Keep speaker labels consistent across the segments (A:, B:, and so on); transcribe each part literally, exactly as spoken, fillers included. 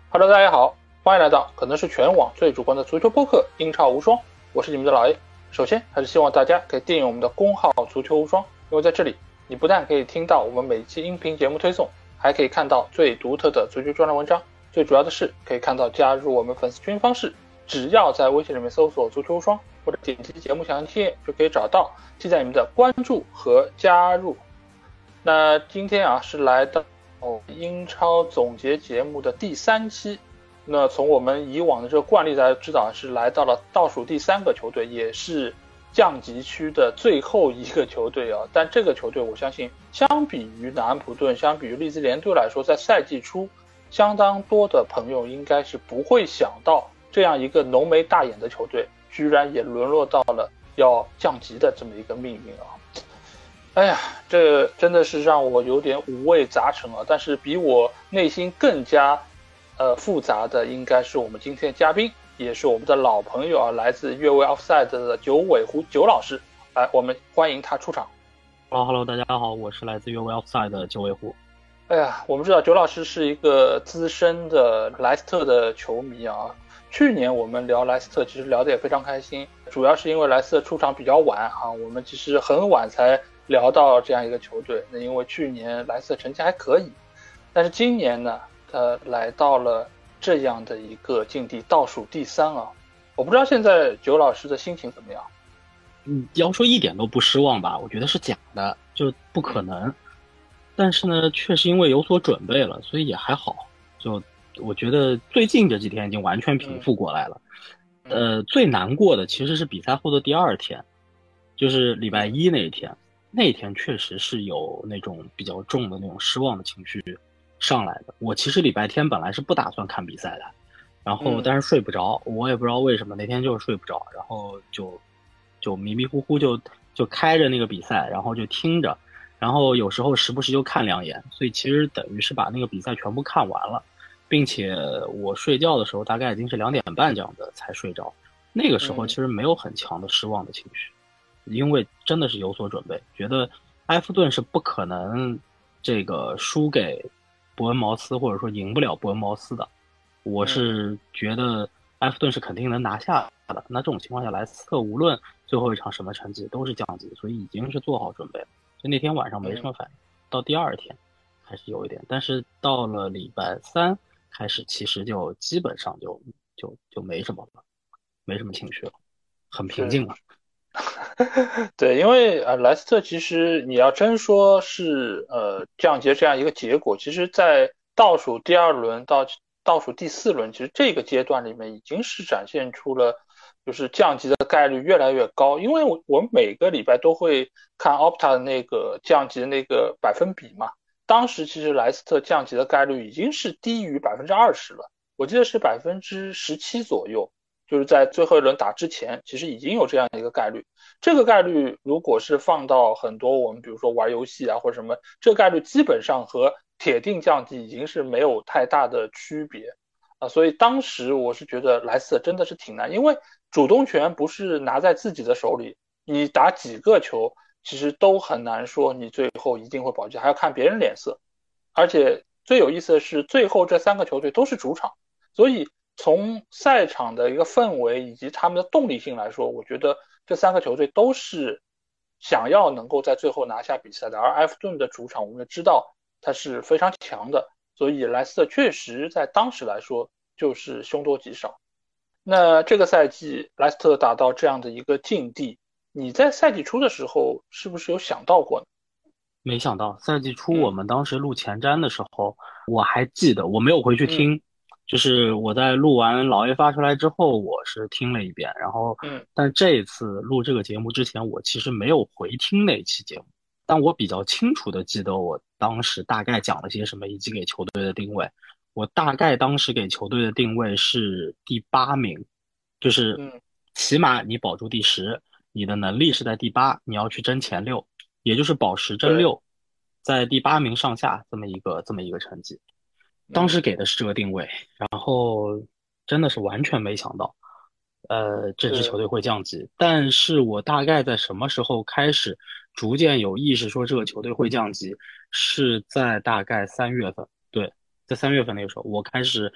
A: Hello，大家好，欢迎来到可能是全网最主观的足球播客英超无双，我是你们的老 A。首先还是希望大家可以订阅我们的公号足球无双，因为在这里你不但可以听到我们每期音频节目推送，还可以看到最独特的足球专栏文章，最主要的是可以看到加入我们粉丝群方式，只要在微信里面搜索足球无双或者点击节目详情页就可以找到，记在你们的关注和加入。那今天啊是来到英超总结节目的第三期，那从我们以往的这个惯例来知道，是来到了倒数第三个球队，也是降级区的最后一个球队啊。但这个球队我相信相比于南安普顿，相比于利兹联队来说，在赛季初相当多的朋友应该是不会想到这样一个浓眉大眼的球队居然也沦落到了要降级的这么一个命运啊。哎呀，这真的是让我有点五味杂陈啊！但是比我内心更加呃复杂的，应该是我们今天的嘉宾，也是我们的老朋友啊，来自越位 Offside 的九尾狐九老师。来，我们欢迎他出场。
B: Hello Hello，大家好，我是来自越位 Offside 的九尾狐。
A: 哎呀，我们知道九老师是一个资深的莱斯特的球迷啊。去年我们聊莱斯特，其实聊得也非常开心，主要是因为莱斯特出场比较晚啊，我们其实很晚才聊到这样一个球队。那因为去年莱斯特成绩还可以，但是今年呢，他来到了这样的一个境地，倒数第三啊。我不知道现在九老师的心情怎么样？
B: 嗯，要说一点都不失望吧，我觉得是假的，就不可能。但是呢，确实因为有所准备了，所以也还好。就我觉得最近这几天已经完全平复过来了。
A: 嗯
B: 呃，最难过的其实是比赛后的第二天，就是礼拜一那一天。那一天确实是有那种比较重的那种失望的情绪上来的。我其实礼拜天本来是不打算看比赛的，然后
A: 嗯
B: 但是睡不着，我也不知道为什么那天就是睡不着，然后就就迷迷糊糊就就开着那个比赛，然后就听着，然后有时候时不时就看两眼，所以其实等于是把那个比赛全部看完了，并且我睡觉的时候大概已经是两点半这样的才睡着。那个时候其
A: 嗯
B: 实没有很强的失望的情绪，因为真的是有所准备，觉得埃弗顿是不可能这个输给伯恩茅斯，或者说赢不了伯恩茅斯的。我
A: 嗯。
B: 是觉得埃弗顿是肯定能拿下的。那这种情况下，莱斯特无论最后一场什么成绩都是降级，所以已经是做好准备了。所以那天晚上没什
A: 嗯
B: 么反应，到第二天还是有一点，但是到了礼拜三开始，其实就基本上就就就没什么了，没什么情绪了，很平
A: 是。
B: 静了。
A: 对，因为呃，莱斯特其实你要真说是呃降级这样一个结果，其实，在倒数第二轮到倒数第四轮，其实这个阶段里面已经是展现出了就是降级的概率越来越高。因为我我们每个礼拜都会看 Opta 的那个降级的那个百分比嘛，当时其实莱斯特降级的概率已经是低于百分之二十了，我记得是百分之十七左右。就是在最后一轮打之前，其实已经有这样一个概率。这个概率如果是放到很多我们比如说玩游戏啊或者什么，这个概率基本上和铁定降级已经是没有太大的区别啊。所以当时我是觉得莱斯特真的是挺难，因为主动权不是拿在自己的手里，你打几个球其实都很难说你最后一定会保级，还要看别人脸色。而且最有意思的是，最后这三个球队都是主场，所以从赛场的一个氛围以及他们的动力性来说，我觉得这三个球队都是想要能够在最后拿下比赛的。而埃弗顿的主场，我们也知道他是非常强的，所以莱斯特确实在当时来说就是凶多吉少。那这个赛季莱斯特打到这样的一个境地，你在赛季初的时候是不是有想到过呢？
B: 没想到赛季初我
A: 嗯
B: 们当时录前瞻的时候，我还记得我没有回去
A: 嗯
B: 听，就是我在录完老 A 发出来之后，我是听了一遍，然后
A: 嗯
B: 但这一次录这个节目之前，我其实没有回听那期节目，但我比较清楚的记得我当时大概讲了些什么，以及给球队的定位。我大概当时给球队的定位是第八名，就是
A: 嗯，
B: 起码你保住第十，你的能力是在第八，你要去争前六。也就是保十争
A: 对。
B: 六，在第八名上下这么一个这么一个成绩。当时
A: 嗯
B: 给的是这个定位，然后真的是完全没想到，呃，这支球
A: 对。
B: 队会降级。但是我大概在什么时候开始逐渐有意识说这个球队会降级，是在大概三月份。对，在三月份那个时候，我开始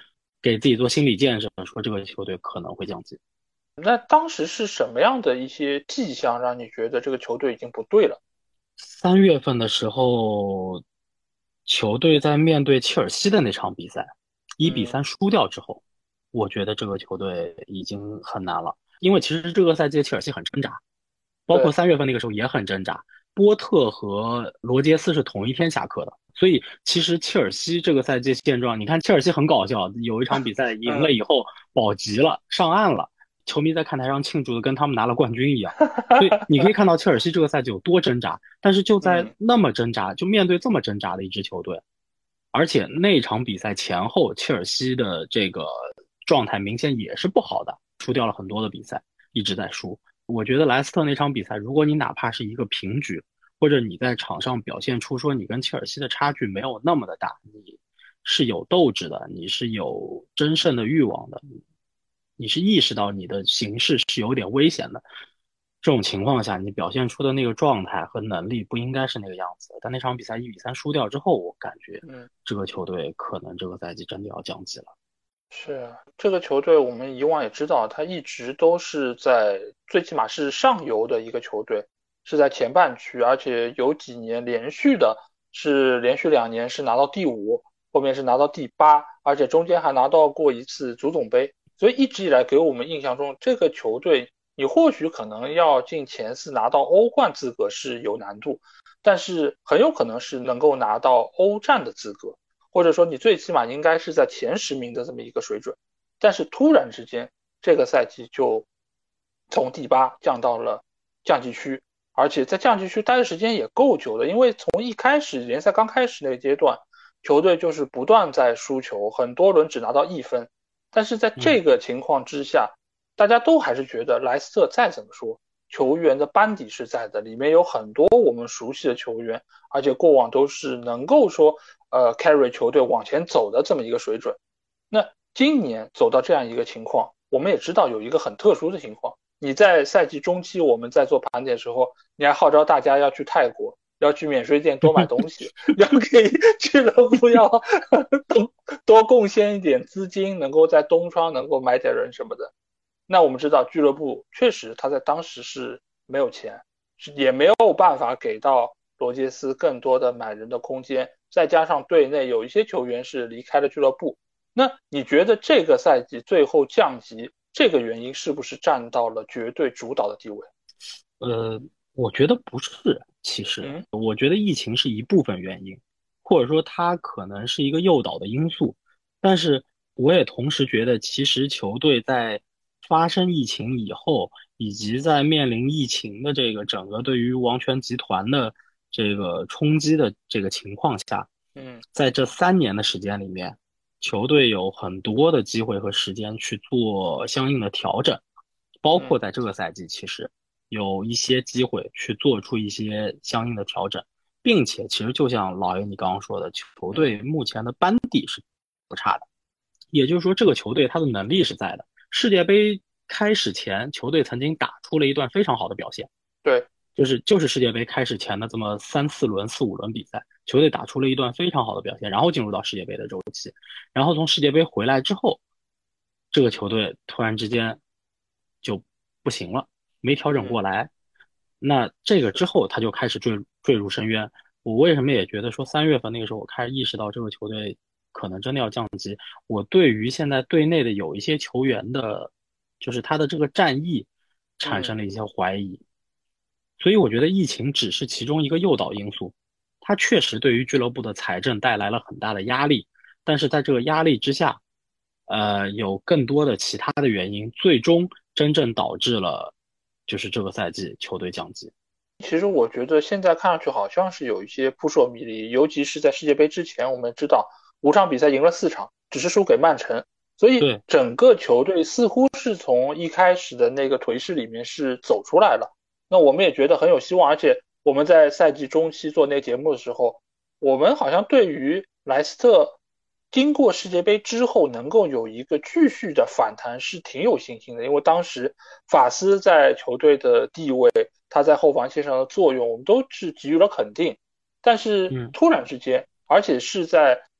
B: 给自己做心理建设，说这个球队可能会降级。
A: 那当时是什么样的一些迹象让你觉得这个球队已经不对了？
B: 三月份的时候，球队在面对切尔西的那场比赛，一比
A: 嗯，
B: 三输掉之后，我觉得这个球队已经很难了。因为其实这个赛季切尔西很挣扎，包括
A: 对，
B: 三月份那个时候也很挣扎。波特和罗杰斯是同一天下课的，所以其实切尔西这个赛季现状，你看切尔西很搞笑，有一场比赛赢了
A: 嗯，
B: 以后保级了，上岸了，球迷在看台上庆祝的跟他们拿了冠军一样。所以你可以看到切尔西这个赛季有多挣扎，但是就在
A: 嗯，
B: 那么挣扎，就面对这么挣扎的一支球队，而且那场比赛前后，切尔西的这个状态明显也是不好的，输掉了很多的比赛，一直在输。我觉得莱斯特那场比赛，如果你哪怕是一个平局，或者你在场上表现出说你跟切尔西的差距没有那么的大，你是有斗志的，你是有争胜的欲望的，你是意识到你的形势是有点危险的。这种情况下，你表现出的那个状态和能力不应该是那个样子的。但那场比赛一比三输掉之后，我感觉
A: 嗯。
B: 这个球队可能这个赛季真的要降级了。
A: 是啊，这个球队我们以往也知道，他一直都是在最起码是上游的一个球队，是在前半区，而且有几年连续的是连续两年是拿到第五，后面是拿到第八，而且中间还拿到过一次足总杯，所以一直以来给我们印象中这个球队，你或许可能要进前四拿到欧冠资格是有难度，但是很有可能是能够拿到欧战的资格。或者说你最起码应该是在前十名的这么一个水准，但是突然之间这个赛季就从第八降到了降级区，而且在降级区待的时间也够久了，因为从一开始联赛刚开始那个阶段，球队就是不断在输球，很多轮只拿到一分，但是在
B: 嗯。
A: 这个情况之下，大家都还是觉得莱斯特再怎么说，球员的班底是在的，里面有很多我们熟悉的球员，而且过往都是能够说呃 carry 球队往前走的这么一个水准。那今年走到这样一个情况，我们也知道有一个很特殊的情况，你在赛季中期我们在做盘点的时候，你还号召大家要去泰国，要去免税店多买东西，要给俱乐部要多多贡献一点资金，能够在东窗能够买点人什么的。那我们知道俱乐部确实他在当时是没有钱，也没有办法给到罗杰斯更多的买人的空间，再加上队内有一些球员是离开了俱乐部。那你觉得这个赛季最后降级这个原因是不是占到了绝对主导的地位？
B: 呃，我觉得不是，其实
A: 嗯，
B: 我觉得疫情是一部分原因，或者说它可能是一个诱导的因素，但是我也同时觉得，其实球队在发生疫情以后，以及在面临疫情的这个整个对于王权集团的这个冲击的这个情况下，
A: 嗯，
B: 在这三年的时间里面，球队有很多的机会和时间去做相应的调整，包括
A: 嗯，
B: 在这个赛季，其实。有一些机会去做出一些相应的调整，并且其实就像老爷你刚刚说的，球队
A: 嗯，
B: 目前的班底是不差的，也就是说这个球队他的能力是在的。世界杯开始前，球队曾经打出了一段非常好的表现，
A: 对，
B: 就是就是世界杯开始前的这么三四轮、四五轮比赛，球队打出了一段非常好的表现，然后进入到世界杯的周期，然后从世界杯回来之后，这个球队突然之间就不行了，没调整过
A: 嗯，
B: 来。那这个之
A: 是，
B: 后他就开始坠坠入深渊。我为什么也觉得说三月份那个时候我开始意识到这个球队可能真的要降级？我对于现在队内的有一些球员的，就是他的这个战意产生
A: 嗯。
B: 了一些怀疑。所以我觉得疫情只是其中一个诱导因素，它确实对于俱乐部的财政带来了很大的压力，但是在这个压力之下，呃，有更多的其他的原因，最终真正导致了就是这个赛季球队降级。
A: 其实我觉得现在看上去好像是有一些扑朔迷离，尤其是在世界杯之前，我们知道五场比赛赢了四场，只是输给曼城，所以
B: 对，
A: 整个球队似乎是从一开始的那个颓势里面是走出来了。那我们也觉得很有希望，而且我们在赛季中期做那个节目的时候，我们好像对于莱斯特经过世界杯之后能够有一个继续的反弹是挺有信心的，因为当时法斯在球队的地位。他在后防线上的作用，我们都是给予了肯定。但是
B: 嗯
A: 突然之间，而且是在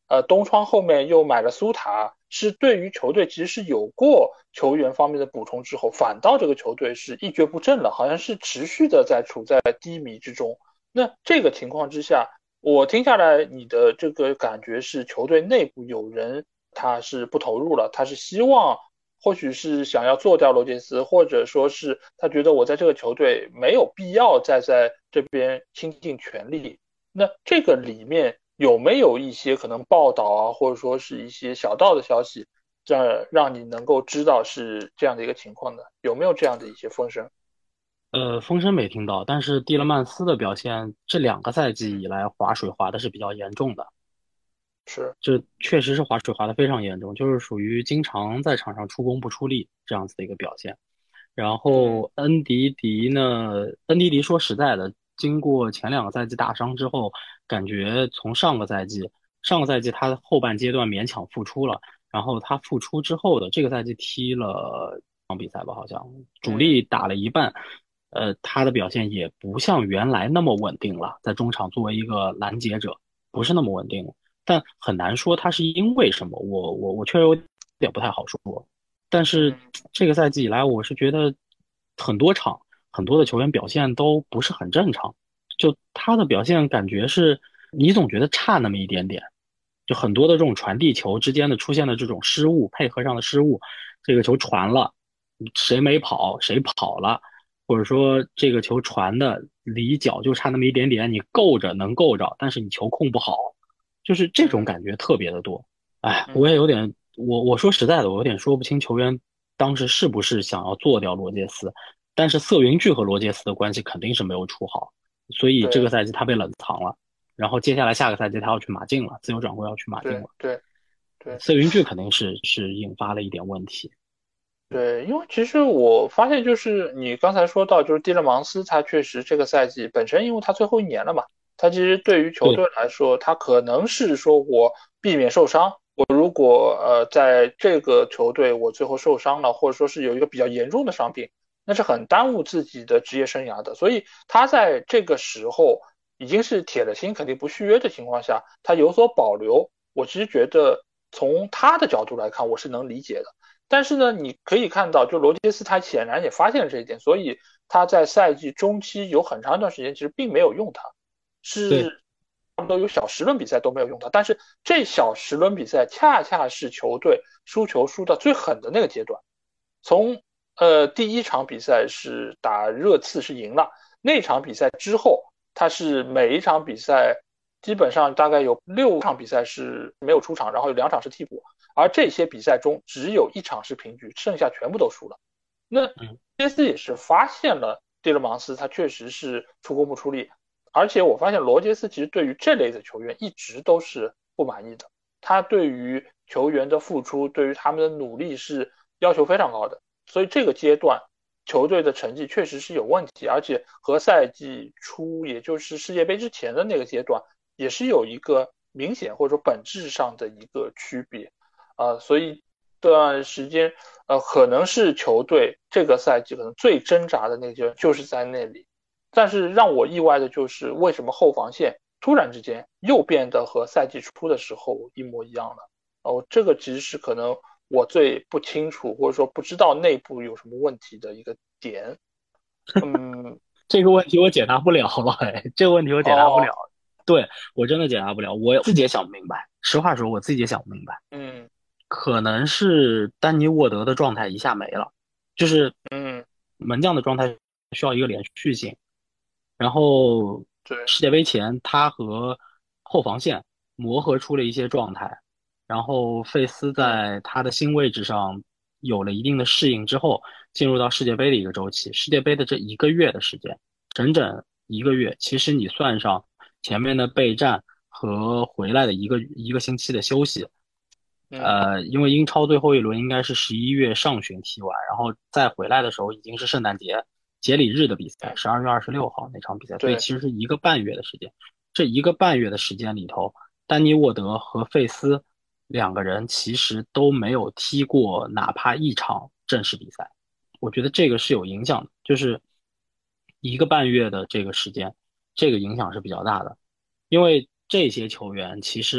A: 呃，东窗后面又买了苏塔，是对于球队其实是有过球员方面的补充之后，反倒这个球队是一蹶不振了，好像是持续的在处在低迷之中。那这个情况之下，我听下来你的这个感觉是球队内部有人他是不投入了，他是希望或许是想要做掉罗杰斯，或者说是他觉得我在这个球队没有必要再在这边倾尽全力。那这个里面有没有一些可能报道啊，或者说是一些小道的消息，这让你能够知道是这样的一个情况的？有没有这样的一些风声？
B: 呃，风声没听到，但是蒂勒
A: 嗯
B: 曼斯的表现这两个赛季
A: 嗯，
B: 以来划水划的是比较严重的。
A: 是，
B: 这确实是划水划得非常严重，就是属于经常在场上出工不出力这样子的一个表现。然
A: 嗯
B: 后恩迪迪呢，恩迪迪说实在的，经过前两个赛季大伤之后，感觉从上个赛季，上个赛季他后半阶段勉强复出了，然后他复出之后的这个赛季踢了场比赛吧，好像主
A: 嗯
B: 力打了一半，呃，他的表现也不像原来那么稳定了，在中场作为一个拦截者，不是那么稳定了。但很难说他是因为什么，我我我确实有点不太好说。但是
A: 嗯
B: 这个赛季以来，我是觉得很多场很多的球员表现都不是很正常，就他的表现感觉是你总觉得差那么一点点，就很多的这种传递球之间的出现的这种失误，配合上的失误，这个球传了，谁没跑谁跑了，或者说这个球传的离脚就差那么一点点，你够着能够着，但是你球控不好，就是这种
A: 嗯
B: 感觉特别的多。哎，我也
A: 嗯，
B: 有点，我我说实在的，我有点说不清球员当时是不是想要做掉罗杰斯，但是瑟云巨和罗杰斯的关系肯定是没有处好，所以这个
A: 对
B: 赛季他被冷藏了，然后接下来下个赛季他要去马竞了，自由转会要去马竞了，
A: 对对对。
B: 瑟云巨肯定是是引发了一点问题。
A: 对，因为其实我发现，就是你刚才说到，就是蒂勒芒斯，他确实这个赛季本身，因为他最后一年了嘛，他其实对于球
B: 对
A: 队来说，他可能是说我避免受伤，我如果呃在这个球队我最后受伤了，或者说是有一个比较严重的伤病，那是很耽误自己的职业生涯的。所以他在这个时候已经是铁了心肯定不续约的情况下，他有所保留，我其实觉得从他的角度来看，我是能理解的。但是呢，你可以看到，就罗杰斯他显然也发现了这一点，所以他在赛季中期有很长一段时间其实并没有用他，
B: 对，
A: 是差不多有小十轮比赛都没有用他。但是这小十轮比赛恰恰是球队输球输到最狠的那个阶段。从呃第一场比赛是打热刺是赢了，那场比赛之后，他是每一场比赛基本上大概有六场比赛是没有出场，然后有两场是替补。而这些比赛中只有一场是平局，剩下全部都输了。那
B: 嗯，
A: 杰斯也是发现了蒂勒芒斯他确实是出工不出力，而且我发现罗杰斯其实对于这类的球员一直都是不满意的，他对于球员的付出，对于他们的努力是要求非常高的，所以这个阶段球队的成绩确实是有问题，而且和赛季初，也就是世界杯之前的那个阶段，也是有一个明显或者说本质上的一个区别。啊，所以这段时间，呃，可能是球队这个赛季可能最挣扎的那个阶段就是在那里。但是让我意外的就是，为什么后防线突然之间又变得和赛季初的时候一模一样了？哦，这个其实是可能我最不清楚或者说不知道内部有什么问题的一个点。嗯，
B: 这个问题我解答不了了，哎，这个问题我解答不
A: 哦，
B: 了，对，我真的解答不了，我自己也想不明白。实话说，我自己也想不明白。
A: 嗯
B: 可能是丹尼沃德的状态一下没了，就是
A: 嗯，
B: 门将的状态需要一个连续性。然后
A: 对，
B: 世界杯前，他和后防线磨合出了一些状态，然后费斯
A: 嗯
B: 在他的新位置上有了一定的适应之后，进入到世界杯的一个周期。世界杯的这一个月的时间，整整一个月，其实你算上前面的备战和回来的一个一个星期的休息，
A: 嗯
B: 呃，因为英超最后一轮应该是十一月上旬踢完，然后再回来的时候已经是圣诞节节礼日的比赛，
A: 嗯，
B: 十二月二十六号那场比赛，所以
A: 对，
B: 其实是一个半月的时间。这一个半月的时间里头，丹尼沃德和费斯两个人其实都没有踢过哪怕一场正式比赛，我觉得这个是有影响的，就是一个半月的这个时间，这个影响是比较大的。因为这些球员其实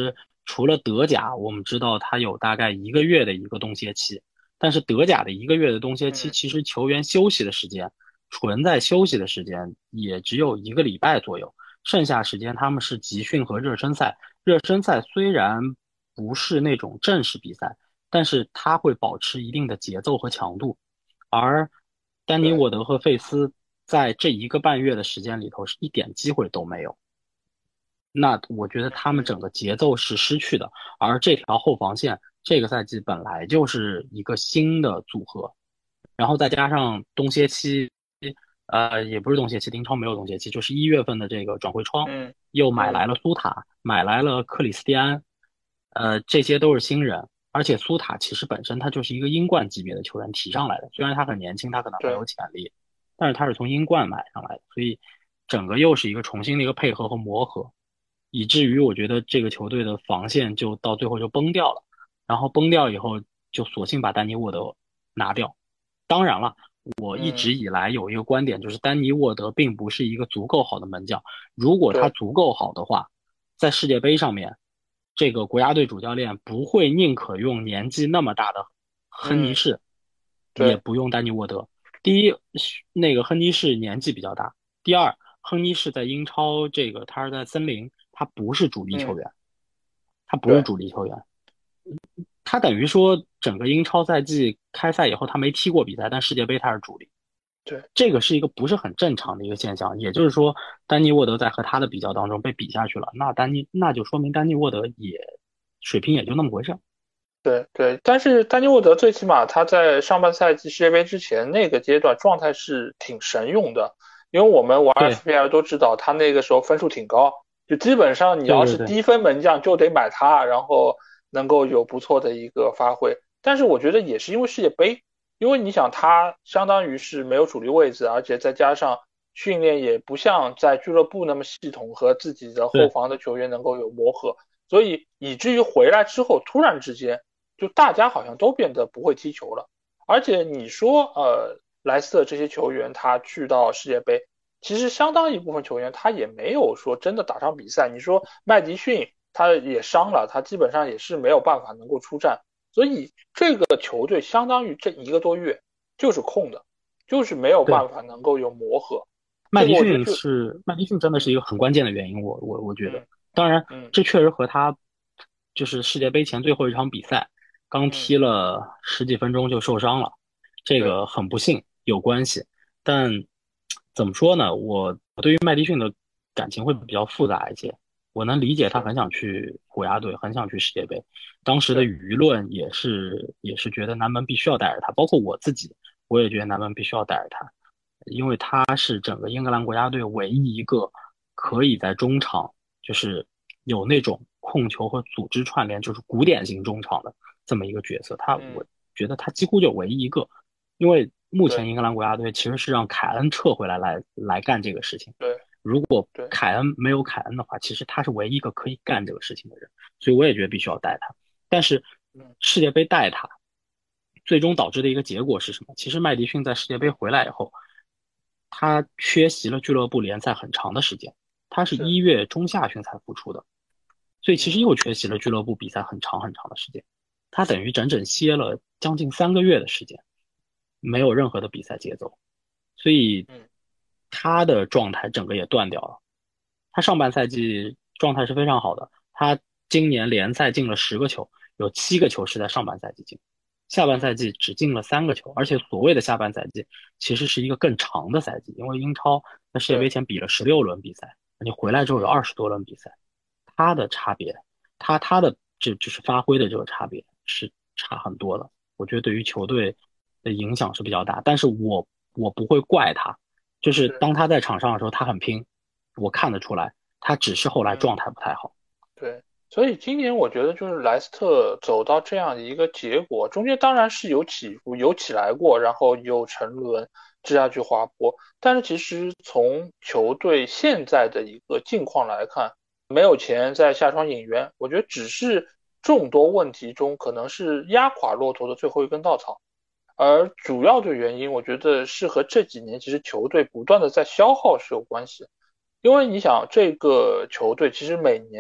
B: 除了德甲，我们知道它有大概一个月的一个冬歇期，但是德甲的一个月的冬歇期，
A: 嗯，
B: 其实球员休息的时间，纯在休息的时间也只有一个礼拜左右，剩下时间他们是集训和热身赛。热身赛虽然不是那种正式比赛，但是它会保持一定的节奏和强度。而丹尼
A: 对，
B: 沃德和费斯在这一个半月的时间里头是一点机会都没有。那我觉得他们整
A: 嗯，
B: 个节奏是失去的，而这条后防线这个赛季本来就是一个新的组合，然后再加上冬歇期，呃，也不是冬歇期，英超没有冬歇期，就是一月份的这个转会窗，
A: 嗯，
B: 又买来
A: 嗯，
B: 了苏塔，买来了克里斯蒂安，呃，这些都是新人，而且苏塔其实本身他就是一个英冠级别的球员提上来的，虽然他很年轻，他可能很
A: 对，
B: 有潜力，但是他是从英冠买上来的，所以整个又是一个重新的一个配合和磨合。以至于我觉得这个球队的防线就到最后就崩掉了，然后崩掉以后就索性把丹尼沃德拿掉。当然了，我一
A: 嗯，
B: 直以来有一个观点，就是丹尼沃德并不是一个足够好的门将。如果他
A: 对，
B: 足够好的话，在世界杯上面，这个国家队主教练不会宁可用年纪那么大的亨尼
A: 嗯，
B: 氏，也
A: 对，
B: 不用丹尼沃德。第一，那个亨尼氏年纪比较大；第二，亨尼氏在英超这个他是在森林，他不是主力球
A: 嗯，
B: 员，他不是
A: 对，
B: 主力球员。他等于说整个英超赛季开赛以后，他没踢过比赛，但世界杯他是主力，
A: 对。
B: 这个是一个不是很正常的一个现象。也就是说，丹尼沃德在和他的比较当中被比下去了，那丹尼那就说明丹尼沃德也水平也就那么回事。
A: 对对，但是丹尼沃德最起码他在上半赛季世界杯之前那个阶段状态是挺神勇的，因为我们玩
B: 对
A: F P L 都知道他那个时候分数挺高，就基本上你
B: 对对对
A: 要是低分门将就得买他，然后能够有不错的一个发挥。但是我觉得也是因为世界杯，因为你想他相当于是没有主力位置，而且再加上训练也不像在俱乐部那么系统，和自己的后
B: 对
A: 防的球员能够有磨合，所以以至于回来之后突然之间。就大家好像都变得不会踢球了。而且你说，呃，莱斯特这些球员他去到世界杯，其实相当一部分球员他也没有说真的打上比赛。你说麦迪逊他也伤了，他基本上也是没有办法能够出战，所以这个球队相当于这一个多月就是空的，就是没有
B: 对，
A: 办法能够有磨合。这个
B: 麦迪逊
A: 我觉得就，
B: 是麦迪逊真的是
A: 嗯，
B: 一个很关键的原因，我我我觉得，
A: 嗯，
B: 当然
A: 嗯，
B: 这确实和他就是世界杯前最后一场比赛刚
A: 嗯，
B: 踢了十几分钟就受伤了，这
A: 对，
B: 个很不幸有关系。但怎么说呢，我我对于麦迪逊的感情会比较复杂一些。我能理解他
A: 是，
B: 很想去国家队，很想去世界杯，当时的
A: 对，
B: 舆论也是也是觉得南门必须要带着他，包括我自己，我也觉得南门必须要带着他。因为他是整个英格兰国家队唯一一个可
A: 嗯，
B: 以在中场就是有那种控球和组织串联，就是古典型中场的这么一个角色。他我
A: 嗯，
B: 觉得他几乎就唯一一个，因为目前
A: 对，
B: 英格兰国家队其实是让凯恩撤回来来来干这个事情。
A: 对，
B: 如果
A: 对，
B: 凯恩没有凯恩的话，其实他是唯一一个可以干这个事情的人，所以我也觉得必须要带他。但是
A: 嗯，
B: 世界杯带他，最终导致的一个结果是什么？其实麦迪逊在世界杯回来以后，他缺席了俱乐部联赛很长的时间，他是
A: 是，
B: 一月中下旬才复出的，所以其实
A: 嗯。
B: 又缺席了俱乐部比赛很长很长的时间，他等于整整歇了将近三个月的时间，没有任何的比赛节奏，所以
A: 嗯，
B: 他的状态整个也断掉了。他上半赛季状态是非常好的，他今年联赛进了十个球，有七个球是在上半赛季进，下半赛
A: 嗯，
B: 季只进了三个球，而且所谓的下半赛季其实是一个更长的赛季，因为英超在世界杯
A: 对，
B: 前比了十六轮比赛，你回来之后有
A: 嗯，
B: 二十多轮比赛，他的差别，他他的这就是发挥的这个差别是差很多的，我觉得对于球队的影响是比较大，但是我我不会怪他，就是
A: 是，
B: 当他在场上的时候他很拼，我看得出来，他只是后来状
A: 嗯，
B: 态不太好。
A: 对，所以今年我觉得就是莱斯特走到这样的一个结果，中间当然是有起伏，有起来过，然后有沉沦，这样去滑坡。但是其实从球队现在的一个境况来看，没有钱再下窗引援，我觉得只是众多问题中可能是压垮骆驼的最后一根稻草。而主要的原因，我觉得是和这几年其实球队不断的在消耗是有关系。因为你想，这个球队其实每年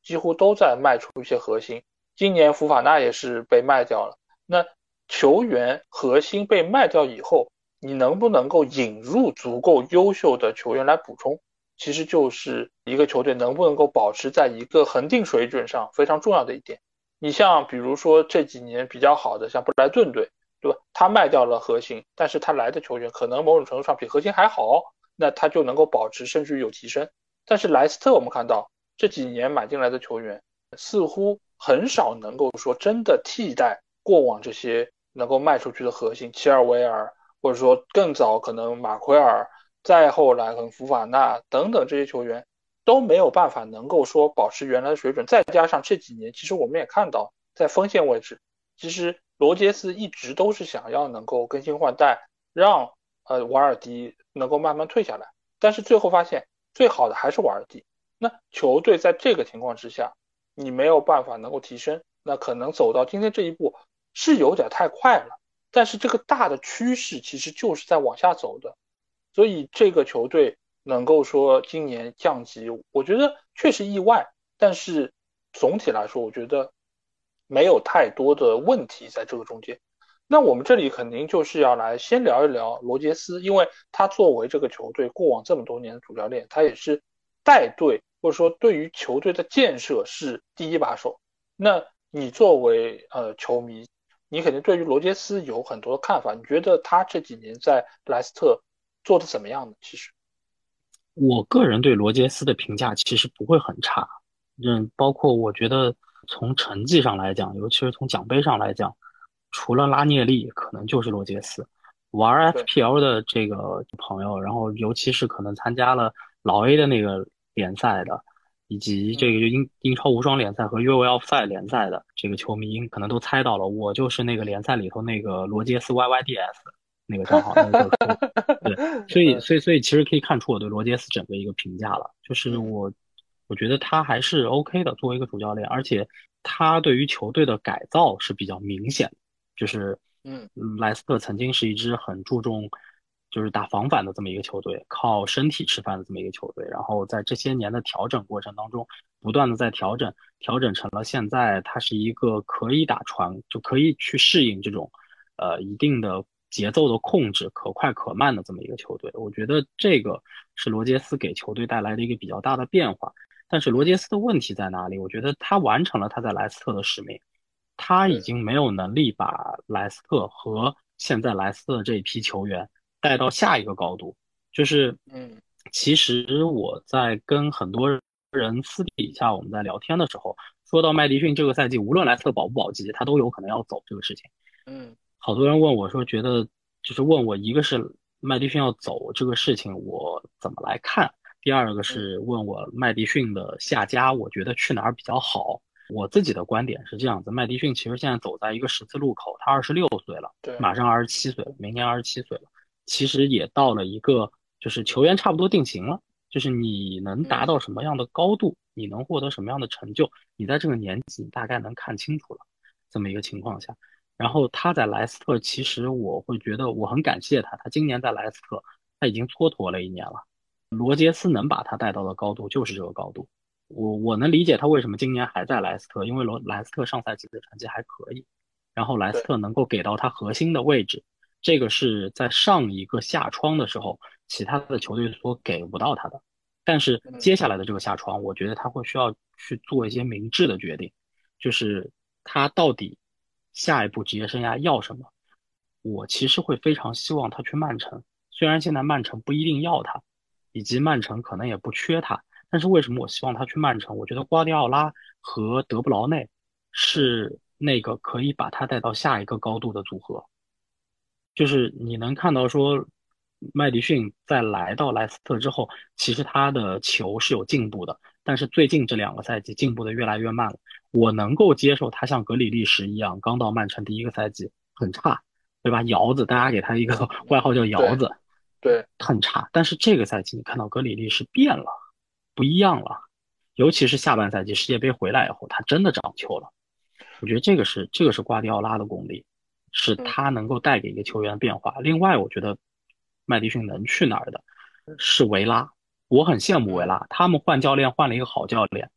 A: 几乎都在卖出一些核心。今年福法纳也是被卖掉了。那球员核心被卖掉以后，你能不能够引入足够优秀的球员来补充，其实就是一个球队能不能够保持在一个恒定水准上非常重要的一点。你像比如说这几年比较好的像布莱顿队，对吧？他卖掉了核心，但是他来的球员可能某种程度上比核心还好，那他就能够保持甚至于有提升。但是莱斯特我们看到这几年买进来的球员似乎很少能够说真的替代过往这些能够卖出去的核心，齐尔维尔，或者说更早可能马奎尔，再后来可能福法纳等等这些球员都没有办法能够说保持原来的水准。再加上这几年其实我们也看到在锋线位置，其实罗杰斯一直都是想要能够更新换代，让呃瓦尔迪能够慢慢退下来，但是最后发现最好的还是瓦尔迪。那球队在这个情况之下，你没有办法能够提升，那可能走到今天这一步是有点太快了。但是这个大的趋势其实就是在往下走的，所以这个球队能够说今年降级，我觉得确实意外，但是总体来说，我觉得没有太多的问题在这个中间。那我们这里肯定就是要来先聊一聊罗杰斯，因为他作为这个球队过往这么多年的主教练，他也是带队或者说对于球队的建设是第一把手。那你作为呃球迷，你肯定对于罗杰斯有很多的看法，你觉得他这几年在莱斯特做的怎么样呢？其实，
B: 我个人对罗杰斯的评价其实不会很差，嗯，包括我觉得从成绩上来讲，尤其是从奖杯上来讲，除了拉涅利，可能就是罗杰斯。玩
A: 对，
B: F P L 的这个朋友，然后尤其是可能参加了老 A 的那个联赛的，以及这个
A: 嗯，
B: 英英超无双联赛和越位奥赛联赛的这个球迷，可能都猜到了，我就是那个联赛里头那个罗杰斯 Y Y D S 那个账号，那个就是我。对，所以，
A: 嗯
B: 所以，所以，其实可以看出我对罗杰斯整个一个评价了，就是
A: 嗯，
B: 我，我觉得他还是 OK 的，作为一个主教练，而且他对于球队的改造是比较明显的，就是
A: 嗯，
B: 嗯莱斯特曾经是一支很注重就是打防反的这么一个球队，靠身体吃饭的这么一个球队，然后在这些年的调整过程当中，不断的在调整，调整成了现在他是一个可以打传，就可以去适应这种。呃一定的节奏的控制，可快可慢的这么一个球队。我觉得这个是罗杰斯给球队带来的一个比较大的变化。但是罗杰斯的问题在哪里？我觉得他完成了他在莱斯特的使命，他已
A: 对，
B: 经没有能力把莱斯特和现在莱斯特这一批球员带到下一个高度。就是
A: 嗯
B: 其实我在跟很多人私底下我们在聊天的时候，说到麦迪逊这个赛季无论莱斯特保不保级，他都有可能要走这个事情。
A: 嗯
B: 好多人问我说，觉得就是问我，一个是麦迪逊要走这个事情，我怎么来看？第二个
A: 嗯，
B: 是问我麦迪逊的下家，我觉得去哪儿比较好？我自己的观点是这样子：麦迪逊其实现在走在一个十字路口，他二十六岁了，
A: 对，
B: 马上二十七岁了，明年二十七岁了，其实也到了一个就是球员差不多定型了，就是你能达
A: 嗯
B: 到什么样的高度，你能获得什么样的成就，你在这个年纪你大概能看清楚了，这么一个情况下。然后他在莱斯特，其实我会觉得我很感谢他，他今年在莱斯特他已经蹉跎了一年了。罗杰斯能把他带到的高度就是这个高度，我我能理解他为什么今年还在莱斯特，因为罗莱斯特上赛季的成绩还可以，然后莱斯
A: 对，
B: 特能够给到他核心的位置，这个是在上一个下窗的时候其他的球队所给不到他的。但是
A: 嗯
B: 接下来的这个下窗，我觉得他会需要去做一些明智的决定，就是他到底下一步职业生涯要什么。我其实会非常希望他去曼城，虽然现在曼城不一定要他，以及曼城可能也不缺他，但是为什么我希望他去曼城？我觉得瓜迪奥拉和德布劳内
A: 嗯
B: 是那个可以把他带到下一个高度的组合。就是你能看到说，麦迪逊在来到莱斯特之后，其实他的球是有进步的，但是最近这两个赛季进步的越来越慢了。我能够接受他像格里利什一样，刚到曼城第一个赛季很差，对吧？窑子，大家给他一个外号叫窑
A: 对
B: 子，
A: 对，
B: 很差。但是这个赛季你看到格里利什变了，不一样了，尤其是下半赛季世界杯回来以后，他真的长球了。我觉得这个是这个是瓜迪奥拉的功力，是
A: 嗯
B: 他能够带给一个球员变化。另外，我觉得麦迪逊能去哪儿的是维拉，我很羡慕维
A: 嗯
B: 拉，他们换教练换了一个好教练，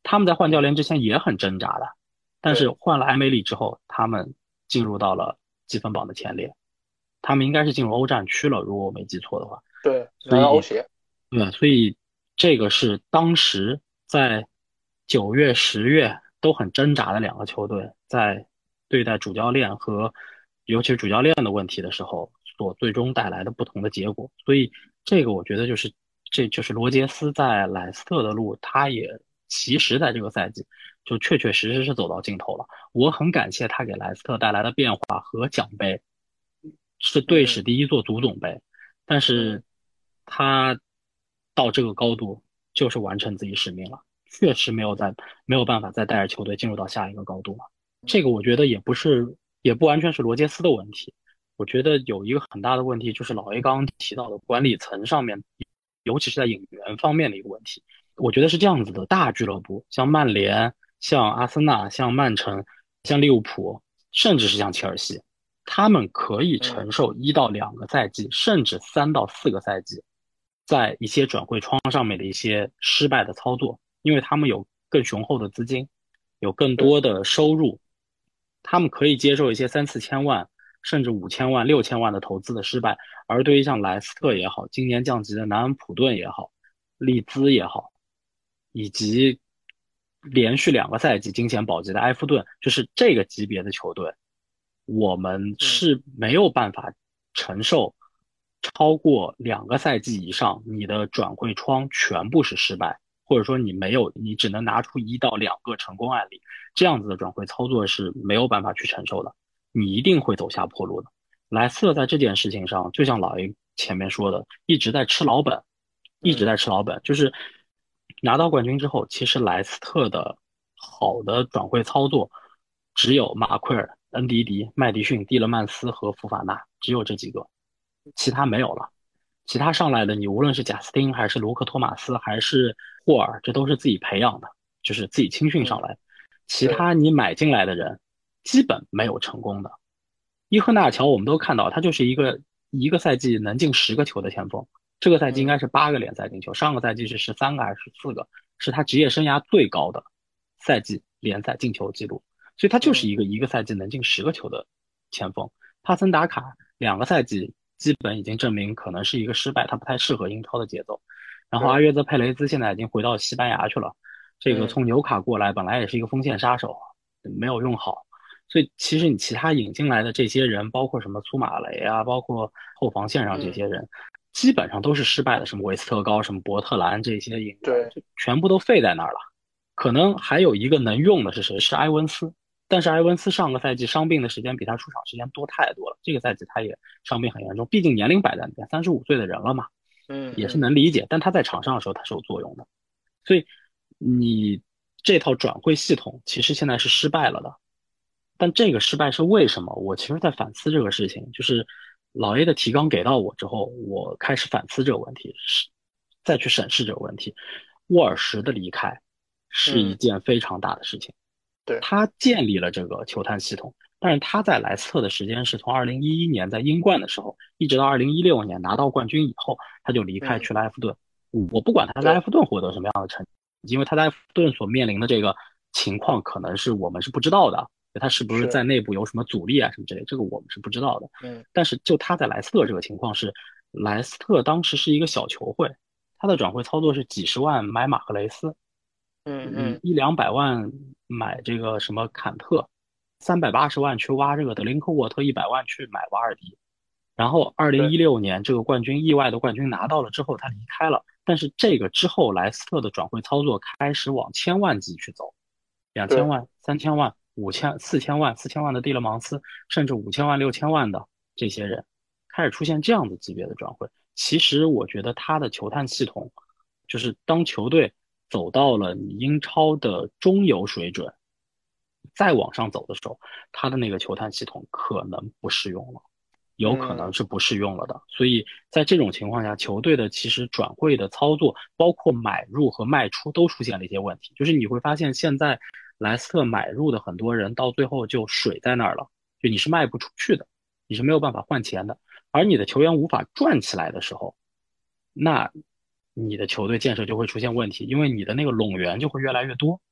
B: 他们在换教
A: 嗯，
B: 练之前也很挣扎的，但是
A: 对
B: 换了埃梅里之后，他们进入到了积分榜的前列，他们应该是进入欧战区了，如果我没记错的话。
A: 对，
B: 所以，
A: 拿到欧协。
B: 对，所以这个是当时在九月、十月都很挣扎的两个球队，在对待主教练和尤其是主教练的问题的时候，所最终带来的不同的结果。所以，这个我觉得就是这就是罗杰斯在莱斯特的路，他也其实在这个赛季就确确实实是走到尽头了。我很感谢他给莱斯特带来的变化和奖杯，是队史
A: 嗯
B: 第一座足总杯。但
A: 嗯
B: 是他到这个高度就是完成自己使命了，确实没有再没有办法再带着球队进入到下一个高度了。这个我觉得也不是，也不完全是罗杰斯的问题。我觉得有一个很大的问题就是老 A 刚刚提到的管理层上面，尤其是在引援方面的一个问题。我觉得是这样子的，大俱乐部像曼联、像阿森纳、像曼城、像利物浦，甚至是像切尔西，他们可以
A: 嗯
B: 承受一到两个赛季，甚至三到四个赛季，在一些转会窗上面的一些失败的操作，因为他们有更雄厚的资金，有更
A: 对，
B: 多的收入，他们可以接受一些三四千万，甚至五千万、六千万的投资的失败。而对于像莱斯特也好，今年降级的南安普顿也好，利兹也好，以及连续两个赛季金钱保级的埃弗顿，就是这个级别的球队，我们
A: 嗯
B: 是没有办法承受超过两个赛季以上，你的转会窗全部是失败，或者说你没有，你只能拿出一到两个成功案例，这样子的转会操作是没有办法去承受的，你一定会走下坡路的。莱斯特在这件事情上，就像老 A 前面说的，一直在吃老本，一直
A: 嗯
B: 在吃老本。就是拿到冠军之后，其实莱斯特的好的转会操作只有马奎尔、恩迪迪、麦迪逊、蒂勒曼斯和福法纳，只有这几个，其他没有了。其他上来的，你无论是贾斯汀还是卢克托马斯还是霍尔，这都是自己培养的，就是自己青训上
A: 嗯，
B: 来。其
A: 对，
B: 他你买进来的人，基本没有成功的。伊赫纳乔我们都看到，他就是一个一个赛季能进十个球的前锋，这个赛季应
A: 嗯
B: 该是八个联赛进球，上个赛季是十三个还是十四个，是他职业生涯最高的赛季联赛进球记录，所以他就是
A: 嗯
B: 一个一个赛季能进十个球的前锋。帕森达卡两个赛季基本已经证明可能是一个失败，他不太适合英超的节奏。然后阿
A: 对，
B: 约泽佩雷兹现在已经回到西班牙去了，这个
A: 嗯
B: 从纽卡过来本来也是一个锋线杀手，没有用好。所以其实你其他引进来的这些人，包括什么苏马雷啊，包括后防线上这
A: 嗯，
B: 些人，基本上都是失败的，什么韦斯特高、什么伯特兰这些引援，
A: 对，
B: 就全部都废在那儿了。可能还有一个能用的是谁？是埃文斯。但是埃文斯上个赛季伤病的时间比他出场时间多太多了，这个赛季他也伤病很严重，毕竟年龄摆在那边，三十五岁的人了嘛，也是
A: 嗯嗯
B: 能理解。但他在场上的时候他是有作用的，所以你这套转会系统其实现在是失败了的。但这个失败是为什么？我其实在反思这个事情，就是老 A 的提纲给到我之后，我开始反思这个问题，是再去审视这个问题。沃尔什的离开是一
A: 嗯，
B: 件非常大的事情，
A: 对，
B: 他建立了这个球探系统，但是他在莱斯特的时间是从二零一一年在英冠的时候，一直到二零一六年拿到冠军以后，他就离开
A: 嗯
B: 去了埃弗顿。我不管他在埃
A: 对，
B: 弗顿获得什么样的成绩，因为他在埃弗顿所面临的这个情况，可能是我们是不知道的。他是不是
A: 是，
B: 在内部有什么阻力啊什么之类，这个我们是不知道的。
A: 嗯
B: 但是就他在莱斯特这个情况是，莱斯特当时是一个小球会，他的转会操作是几十万买马赫雷斯，嗯，
A: 嗯嗯，
B: 一两百万买这个什么坎特，三百八十万去挖这个德林克沃特，一百万去买瓦尔迪。然后二零
A: 对
B: 一六年这个冠军意外的冠军拿到了之后，他离开了。但是这个之后，莱斯特的转会操作开始往千万级去走，两千
A: 对，
B: 万、三千万、五千、四千万、四千万的蒂勒芒斯，甚至五千万、六千万的这些人，开始出现这样子级别的转会。其实我觉得他的球探系统，就是当球队走到了你英超的中游水准，再往上走的时候，他的那个球探系统可能不适用了。有可能
A: 嗯
B: 是不适用了的。所以在这种情况下，球队的其实转会的操作，包括买入和卖出，都出现了一些问题。就是你会发现，现在莱斯特买入的很多人到最后就水在那儿了，就你是卖不出去的，你是没有办法换钱的。而你的球员无法转起来的时候，那你的球队建设就会出现问题，因为你的那个拢员就会越来越多。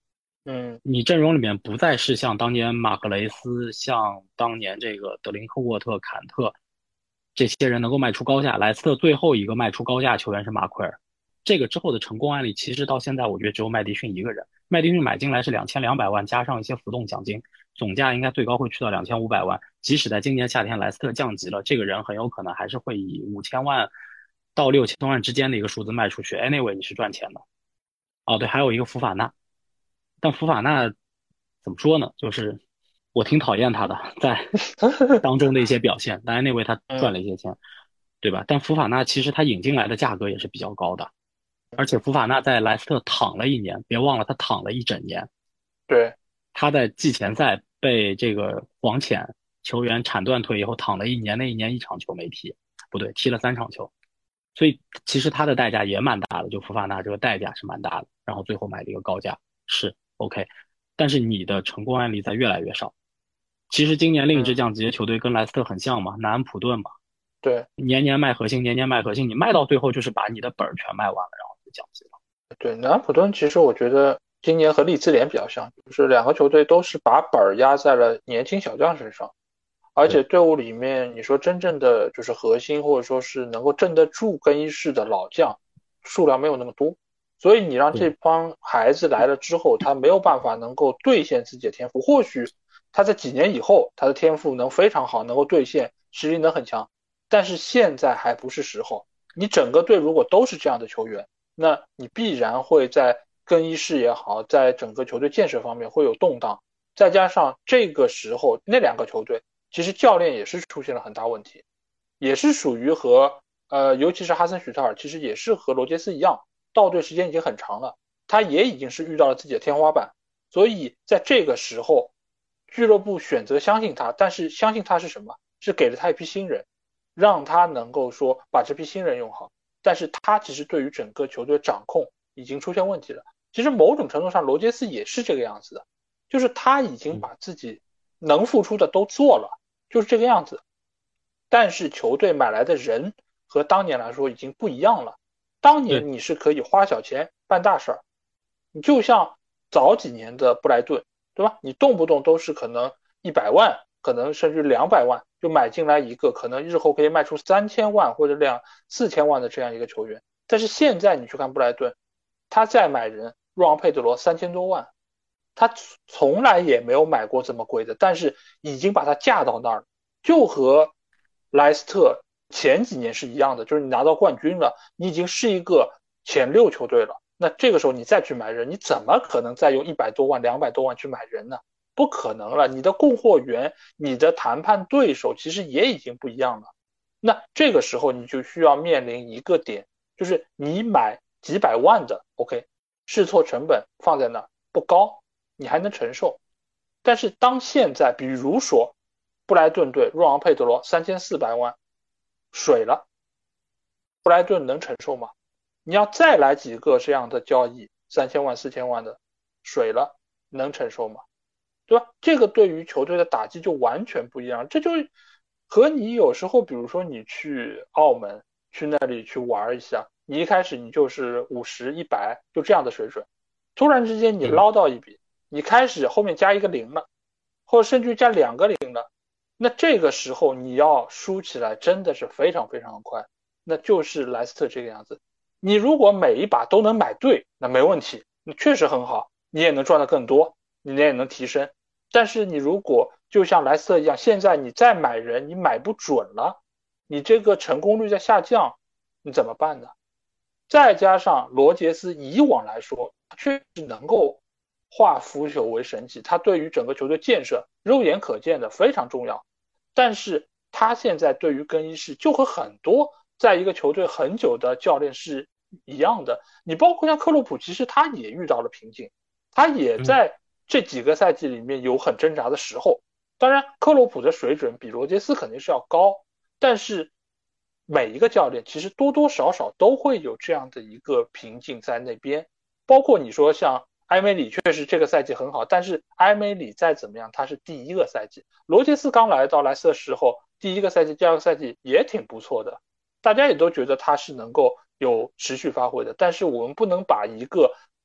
A: 嗯
B: 你阵容里面不再是像当年马克雷斯、像当年这个德林克沃特、坎特这些人能够卖出高价。莱斯特最后一个卖出高价球员是马奎尔，这个之后的成功案例，其实到现在我觉得只有麦迪逊一个人。麦迪逊买进来是两千两百万，加上一些浮动奖金，总价应该最高会去到两千五百万。即使在今年夏天莱斯特降级了，这个人很有可能还是会以五千万到六千万之间的一个数字卖出去。Anyway，你是赚钱的。哦，对，还有一个福法纳，但福法纳怎么说呢？就是我挺讨厌他的，在当中的一些表现。当然，那位他赚
A: 嗯，
B: 了一些钱，对吧？但福法纳其实他引进来的价格也是比较高的，而且福法纳在莱斯特躺了一年，别忘了他躺了一整年。
A: 对
B: 他在季前赛被这个黄潜球员铲断腿以后躺了一年，那一年一场球没踢，不对，踢了三场球。所以其实他的代价也蛮大的，就福法纳这个代价是蛮大的，然后最后买了一个高价，是 OK。但是你的成功案例在越来越少。其实今年另一支
A: 嗯
B: 降级的球队跟莱斯特很像嘛，南安普顿嘛，
A: 对
B: 年年卖核心，年年卖核心，你卖到最后就是把你的本儿全卖完了，然后就降级了。
A: 对，南安普顿其实我觉得今年和利兹联比较像，就是两个球队都是把本儿压在了年轻小将身上。而且
B: 对
A: 队伍里面，你说真正的就是核心，或者说是能够镇得住更衣室的老将，数量没有那么多。所以你让这
B: 对
A: 帮孩子来了之后，他没有办法能够兑现自己的天赋。或许他在几年以后，他的天赋能非常好，能够兑现，实力能很强。但是现在还不是时候。你整个队如果都是这样的球员，那你必然会在更衣室也好，在整个球队建设方面会有动荡。再加上这个时候那两个球队。其实教练也是出现了很大问题，也是属于和呃，尤其是哈森许特尔，其实也是和罗杰斯一样，到队时间已经很长了，他也已经是遇到了自己的天花板，所以在这个时候，俱乐部选择相信他，但是相信他是什么？是给了他一批新人，让他能够说把这批新人用好，但是他其实对于整个球队掌控已经出现问题了。其实某种程度上，罗杰斯也是这个样子的，就是他已经
B: 嗯
A: 把自己能付出的都做了。就是这个样子。但是球队买来的人和当年来说已经不一样了。当
B: 对
A: 年你是可以花小钱办大事儿，你就像早几年的布莱顿，对吧？你动不动都是可能一百万，可能甚至两百万就买进来一个，可能日后可以卖出三千万或者两四千万的这样一个球员。但是现在你去看布莱顿，他再买人，若昂佩德罗三千多万，他从来也没有买过这么贵的，但是已经把它架到那儿了，就和莱斯特前几年是一样的，就是你拿到冠军了，你已经是一个前六球队了，那这个时候你再去买人，你怎么可能再用一百多万、两百多万去买人呢？不可能了，你的供货源、你的谈判对手其实也已经不一样了。那这个时候你就需要面临一个点，就是你买几百万的，OK，试错成本放在那儿不高，你还能承受。但是当现在，比如说布莱顿队若昂佩德罗三千四百万水了，布莱顿能承受吗？你要再来几个这样的交易，三千万、四千万的水了，能承受吗？对吧？这个对于球队的打击就完全不一样。这就和你有时候，比如说你去澳门去那里去玩一下，你一开始你就是五十、一百就这样的水准，突然之间你
B: 嗯，
A: 捞到一笔，你开始后面加一个零了，或者甚至加两个零了，那这个时候你要输起来真的是非常非常的快，那就是莱斯特这个样子。你如果每一把都能买对，那没问题，你确实很好，你也能赚得更多，你也能提升。但是你如果就像莱斯特一样，现在你再买人，你买不准了，你这个成功率在下降，你怎么办呢？再加上罗杰斯以往来说，确实能够化腐朽为神奇，他对于整个球队建设肉眼可见的非常重要。但是他现在对于更衣室就和很多在一个球队很久的教练是一样的。你包括像克洛普，其实他也遇到了瓶颈，他也
B: 嗯，
A: 在这几个赛季里面有很挣扎的时候。当然，克洛普的水准比罗杰斯肯定是要高，但是每一个教练其实多多少少都会有这样的一个瓶颈在那边。包括你说像埃梅里，确实这个赛季很好，但是埃梅里再怎么样，他是第一个赛季。罗杰斯刚来到莱斯的时候，第一个赛季、第二个赛季也挺不错的，大家也都觉得他是能够有持续发挥的。但是我们不能把一个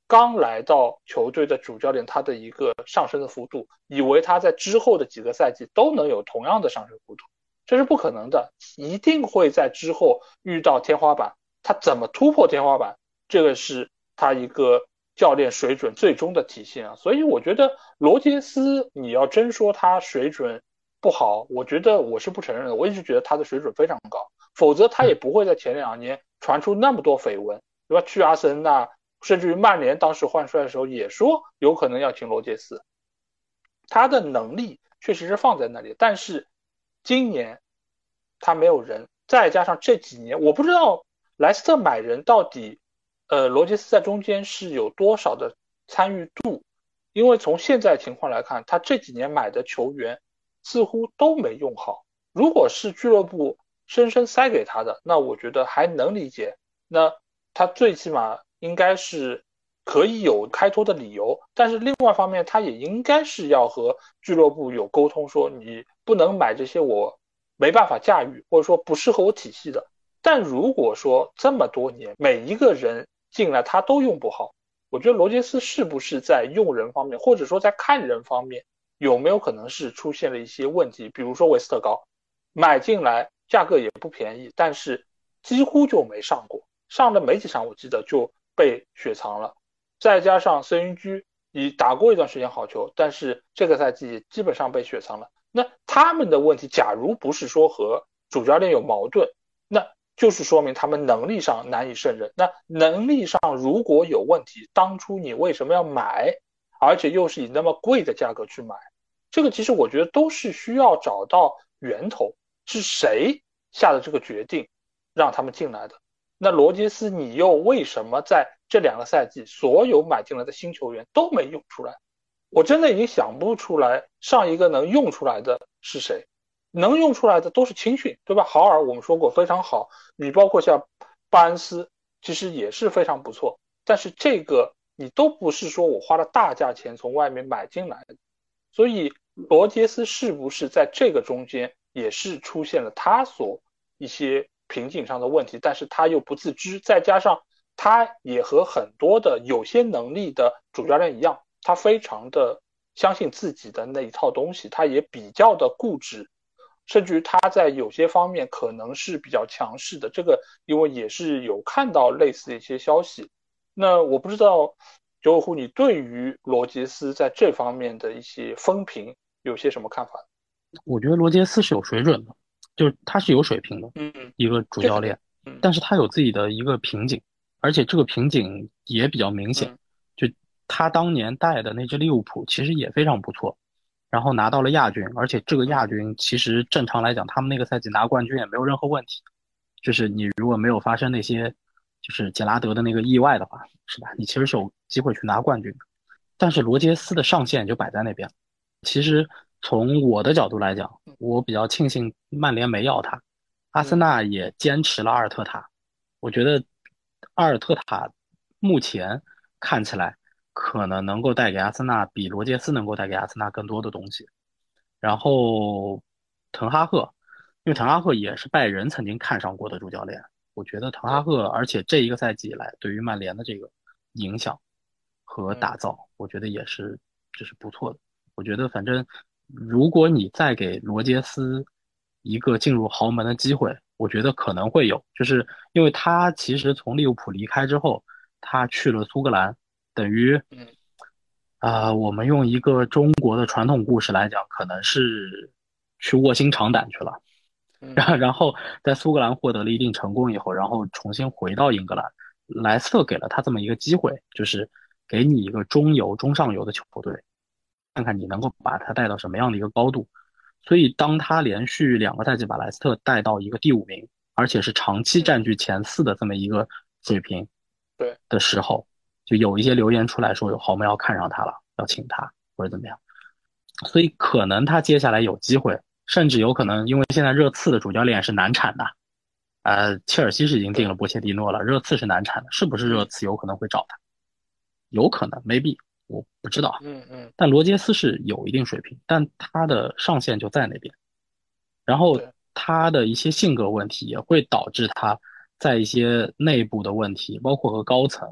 A: 刚来到球队的主教练他的一个上升的幅度，以为他在之后的几个赛季都能有同样的上升幅度，这是不可能的，一定会在之后遇到天花板。他怎么突破天花板，这个是他一个教练水准最终的体现啊。所以我觉得罗杰斯，你要真说他水准不好，我觉得我是不承认的。我一直觉得他的水准非常高，否则他也不会在前两年传出那么多绯闻，对吧？去阿森纳，甚至于曼联当时换帅的时候也说有可能要请罗杰斯，他的能力确实是放在那里，但是今年他没有人，再加上这几年，我不知道莱斯特买人到底，呃，罗杰斯在中间是有多少的参与度？因为从现在情况来看，他这几年买的球员似乎都没用好。如果是俱乐部深深塞给他的，那我觉得还能理解。那他最起码应该是可以有开脱的理由，但是另外一方面，他也应该是要和俱乐部有沟通，说你不能买这些我没办法驾驭，或者说不适合我体系的。但如果说这么多年每一个人进来他都用不好，我觉得罗杰斯是不是在用人方面，或者说在看人方面，有没有可能是出现了一些问题？比如说维斯特高买进来价格也不便宜，但是几乎就没上过，上了没几场我记得就被雪藏了。再加上孙云居也打过一段时间好球，但是这个赛季基本上被雪藏了。那他们的问题，假如不是说和主教练有矛盾，那就是说明他们能力上难以胜任。那能力上如果有问题，当初你为什么要买，而且又是以那么贵的价格去买？这个其实我觉得都是需要找到源头，是谁下的这个决定让他们进来的。那罗杰斯，你又为什么在这两个赛季所有买进来的新球员都没用出来？我真的已经想不出来上一个能用出来的是谁，能用出来的都是青训，对吧？豪尔我们说过非常好，你包括像巴恩斯，其实也是非常不错，但是这个你都不是说我花了大价钱从外面买进来的，所以罗杰斯是不是在这个中间也是出现了他所一些瓶颈上的问题，但是他又不自知，再加上他也和很多的有些能力的主教练一样，他非常的相信自己的那一套东西，他也比较的固执，甚至于他在有些方面可能是比较强势的，这个因为也是有看到类似的一些消息。那我不知道九尾狐你对于罗杰斯在这方面的一些风评有些什么看法？
B: 我觉得罗杰斯是有水准的，就是他是有水平的
A: 嗯，
B: 一个主
A: 这肯定。
B: 教练，
A: 嗯
B: 但是他有自己的一个瓶颈，而且这个瓶颈也比较明显。
A: 嗯
B: 就他当年带的那支利物浦其实也非常不错，然后拿到了亚军，而且这个亚
A: 嗯
B: 军其实正常来讲，他们那个赛季拿冠军也没有任何问题。就是你如果没有发生那些就是杰拉德的那个意外的话，是吧？你其实是有机会去拿冠军的。但是罗杰斯的上限就摆在那边。其实从我的角度来讲，我比较庆幸曼联没要他，阿森
A: 嗯
B: 纳也坚持了阿尔特塔。我觉得阿尔特塔目前看起来可能能够带给阿森纳比罗杰斯能够带给阿森纳更多的东西。然后滕哈赫，因为滕哈赫也是拜仁曾经看上过的主教练，我觉得滕哈
A: 对。
B: 赫，而且这一个赛季以来对于曼联的这个影响和
A: 嗯
B: 打造，我觉得也是就是不错的。我觉得反正如果你再给罗杰斯一个进入豪门的机会，我觉得可能会有，就是因为他其实从利物浦离开之后，他去了苏格兰，等于
A: 嗯
B: 啊、呃我们用一个中国的传统故事来讲，可能是去卧薪尝胆去了。然
A: 嗯
B: 后然后在苏格兰获得了一定成功以后，然后重新回到英格兰，莱斯特给了他这么一个机会，就是给你一个中游、中上游的球队，看看你能够把他带到什么样的一个高度。所以，当他连续两个赛季把莱斯特带到一个第五名，而且是长期
A: 嗯，
B: 占据前四的这么一个水平
A: 对。
B: 的时候，就有一些留言出来说有豪门要看上他了，要请他或者怎么样。所以可能他接下来有机会，甚至有可能，因为现在热刺的主教练是难产的，呃，切尔西是已经定
A: 对。
B: 了波切蒂诺了，热刺是难产的，是不是热
A: 嗯
B: 刺有可能会找他？有可能，maybe，我不知道。
A: 嗯嗯，
B: 但罗杰斯是有一定水平，但他的上限就在那边。然后
A: 对。
B: 他的一些性格问题也会导致他在一些内部的问题，包括和高层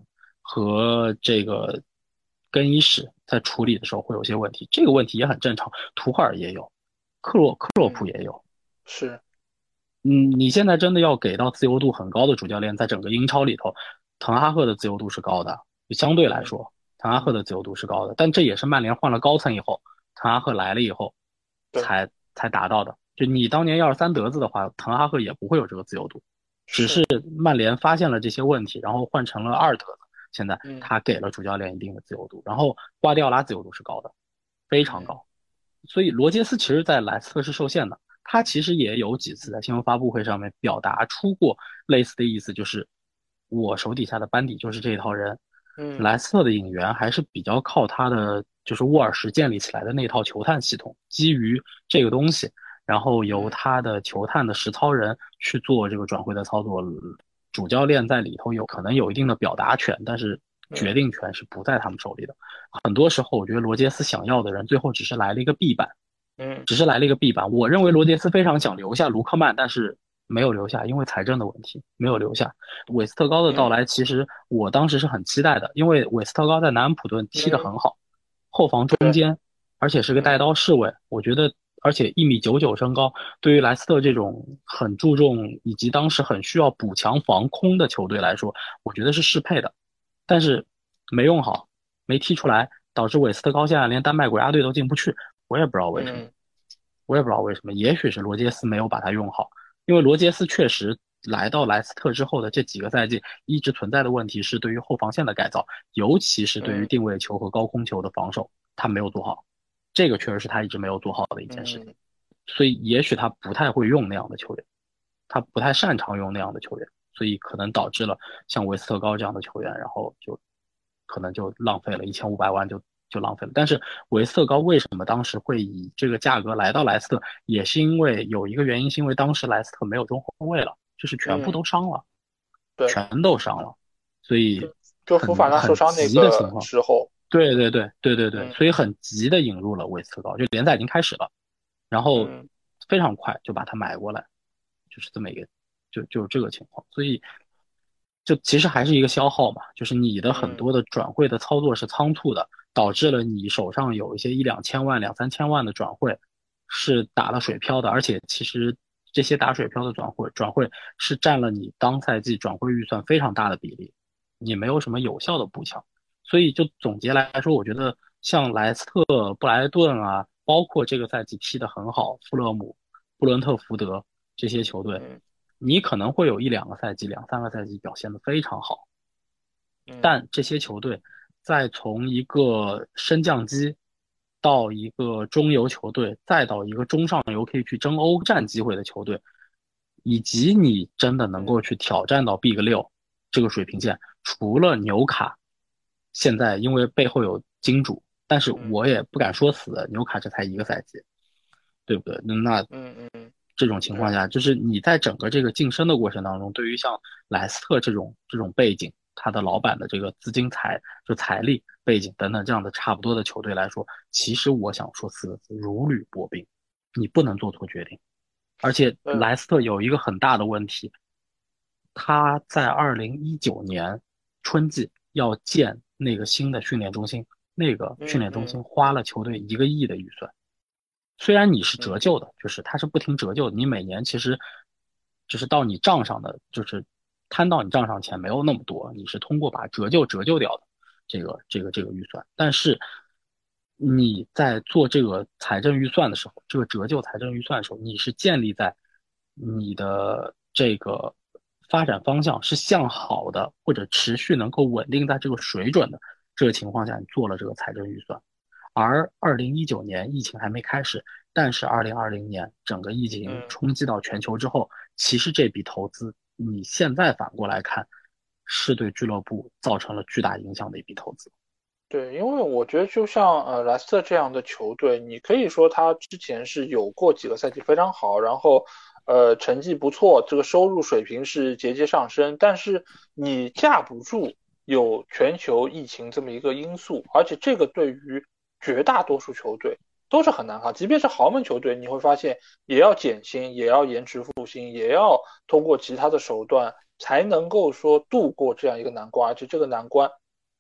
B: 和这个更衣室在处理的时候会有些问题，这个问题也很正常。图赫尔也有，克洛克洛普
A: 嗯，
B: 也有。
A: 是，
B: 嗯，你现在真的要给到自由度很高的主教练，在整个英超里头，滕哈赫的自由度是高的，就相对来
A: 嗯
B: 说，滕哈赫
A: 嗯，
B: 的自由度是高的。但这也是曼联换了高层以后，滕哈赫来了以后，
A: 对，
B: 才才达到的。就你当年要是三德子的话，滕哈赫也不会有这个自由度。只是
A: 是，
B: 曼联发现了这些问题，然后换成了二德子，现在
A: 嗯
B: 他给了主教练一定的自由度，然后瓜迪奥拉自由度是高的，非常
A: 嗯
B: 高。所以罗杰斯其实在莱斯特是受限的。他其实也有几次在新闻发布会上面表达出过类似的意思，就是我手底下的班底就是这一套人。
A: 嗯
B: 莱斯特的引援还是比较靠他的就是沃尔什建立起来的那套球探系统，基于这个东西，然后由
A: 嗯
B: 他的球探的实操人去做这个转会的操作。主教练在里头有可能有一定的表达权，但是决
A: 嗯
B: 定权是不在他们手里的。很多时候，我觉得罗杰斯想要的人，最后只是来了一个 B 版，
A: 嗯
B: 只是来了一个 B 版。我认为罗杰斯非常想留下卢克曼，但是没有留下，因为财政的问题没有留下。韦斯特高的到
A: 嗯
B: 来，其实我当时是很期待的，因为韦斯特高在南安普顿踢得
A: 嗯，
B: 很好，后防中
A: 对，
B: 间，而且是个带
A: 嗯
B: 刀侍卫，我觉得。而且一米九九身高，对于莱斯特这种很注重以及当时很需要补强防空的球队来说，我觉得是适配的。但是没用好，没踢出来，导致韦斯特高现在连丹麦国家队都进不去。我也不知道为什么，
A: 嗯
B: 我也不知道为什么，也许是罗杰斯没有把他用好，因为罗杰斯确实来到莱斯特之后的这几个赛季一直存在的问题是对于后防线的改造，尤其是对于
A: 嗯
B: 定位球和高空球的防守，他没有做好，这个确实是他一直没有做好的一件事情。
A: 嗯
B: 所以也许他不太会用那样的球员，他不太擅长用那样的球员，所以可能导致了像维斯特高这样的球员，然后就可能就浪费了一千五百万就就浪费了。但是维斯特高为什么当时会以这个价格来到莱斯特，也是因为有一个原因，是因为当时莱斯特没有中后卫了，就是全部
A: 嗯，
B: 都伤了，
A: 对，
B: 全都伤了，所以
A: 就就福法纳受
B: 很很
A: 伤那个
B: 急的情况。
A: 时候，
B: 对对对对对对，
A: 嗯
B: 所以很急的引入了维斯特高，就联赛已经开始了。然后
A: 嗯
B: 非常快就把它买过来，就是这么一个，就就这个情况。所以就其实还是一个消耗嘛，就是你的很
A: 嗯
B: 多的转会的操作是仓促的，导致了你手上有一些一两千万、两三千万的转会是打了水漂的，而且其实这些打水漂的转会转会是占了你当赛季转会预算非常大的比例，你没有什么有效的补强。所以就总结来说，我觉得像莱斯特、布莱顿啊，包括这个赛季踢得很好，富勒姆、布伦特福德这些球队，
A: 嗯
B: 你可能会有一两个赛季、两三个赛季表现得非常好，
A: 嗯
B: 但这些球队再从一个升降机到一个中游球队，再到一个中上游可以去争欧战机会的球队，以及你真的能够
A: 嗯
B: 去挑战到 Big 六这个水平线，除了纽卡，现在因为背后有金主，但是
A: 嗯
B: 我也不敢说死，纽卡这才一个赛季，对不对？那
A: 嗯嗯，
B: 这种情况
A: 对，
B: 下，就是你在整个这个晋升的过程当中，对于像莱斯特这种这种背景，他的老板的这个资金财就财力背景等等这样的差不多的球队来说，其实我想说四个字：如履薄冰。你不能做错决定。而且
A: 嗯
B: 莱斯特有一个很大的问题，他在二零一九年春季要建那个新的训练中心，那个训练中
A: 嗯嗯
B: 心花了球队一个亿的预算。虽然你是折
A: 嗯
B: 旧的，就是它是不停折旧的，你每年其实就是到你账上的，就是摊到你账上钱没有那么多，你是通过把折旧折旧掉的这个这个这个预算。但是你在做这个财政预算的时候，这个折旧财政预算的时候，你是建立在你的这个发展方向是向好的，或者持续能够稳定在这个水准的这个情况下，你做了这个财政预算。而二零一九年疫情还没开始，但是二零二零年整个疫情
A: 嗯。
B: 冲击到全球之后，其实这笔投资你现在反过来看，是对俱乐部造成了巨大影响的一笔投资。
A: 对，因为我觉得就像呃莱斯特这样的球队，你可以说他之前是有过几个赛季非常好，然后呃成绩不错，这个收入水平是节节上升，但是你架不住有全球疫情这么一个因素，而且这个对于绝大多数球队都是很难看，即便是豪门球队，你会发现也要减薪，也要延迟付薪，也要通过其他的手段才能够说度过这样一个难关，而且这个难关。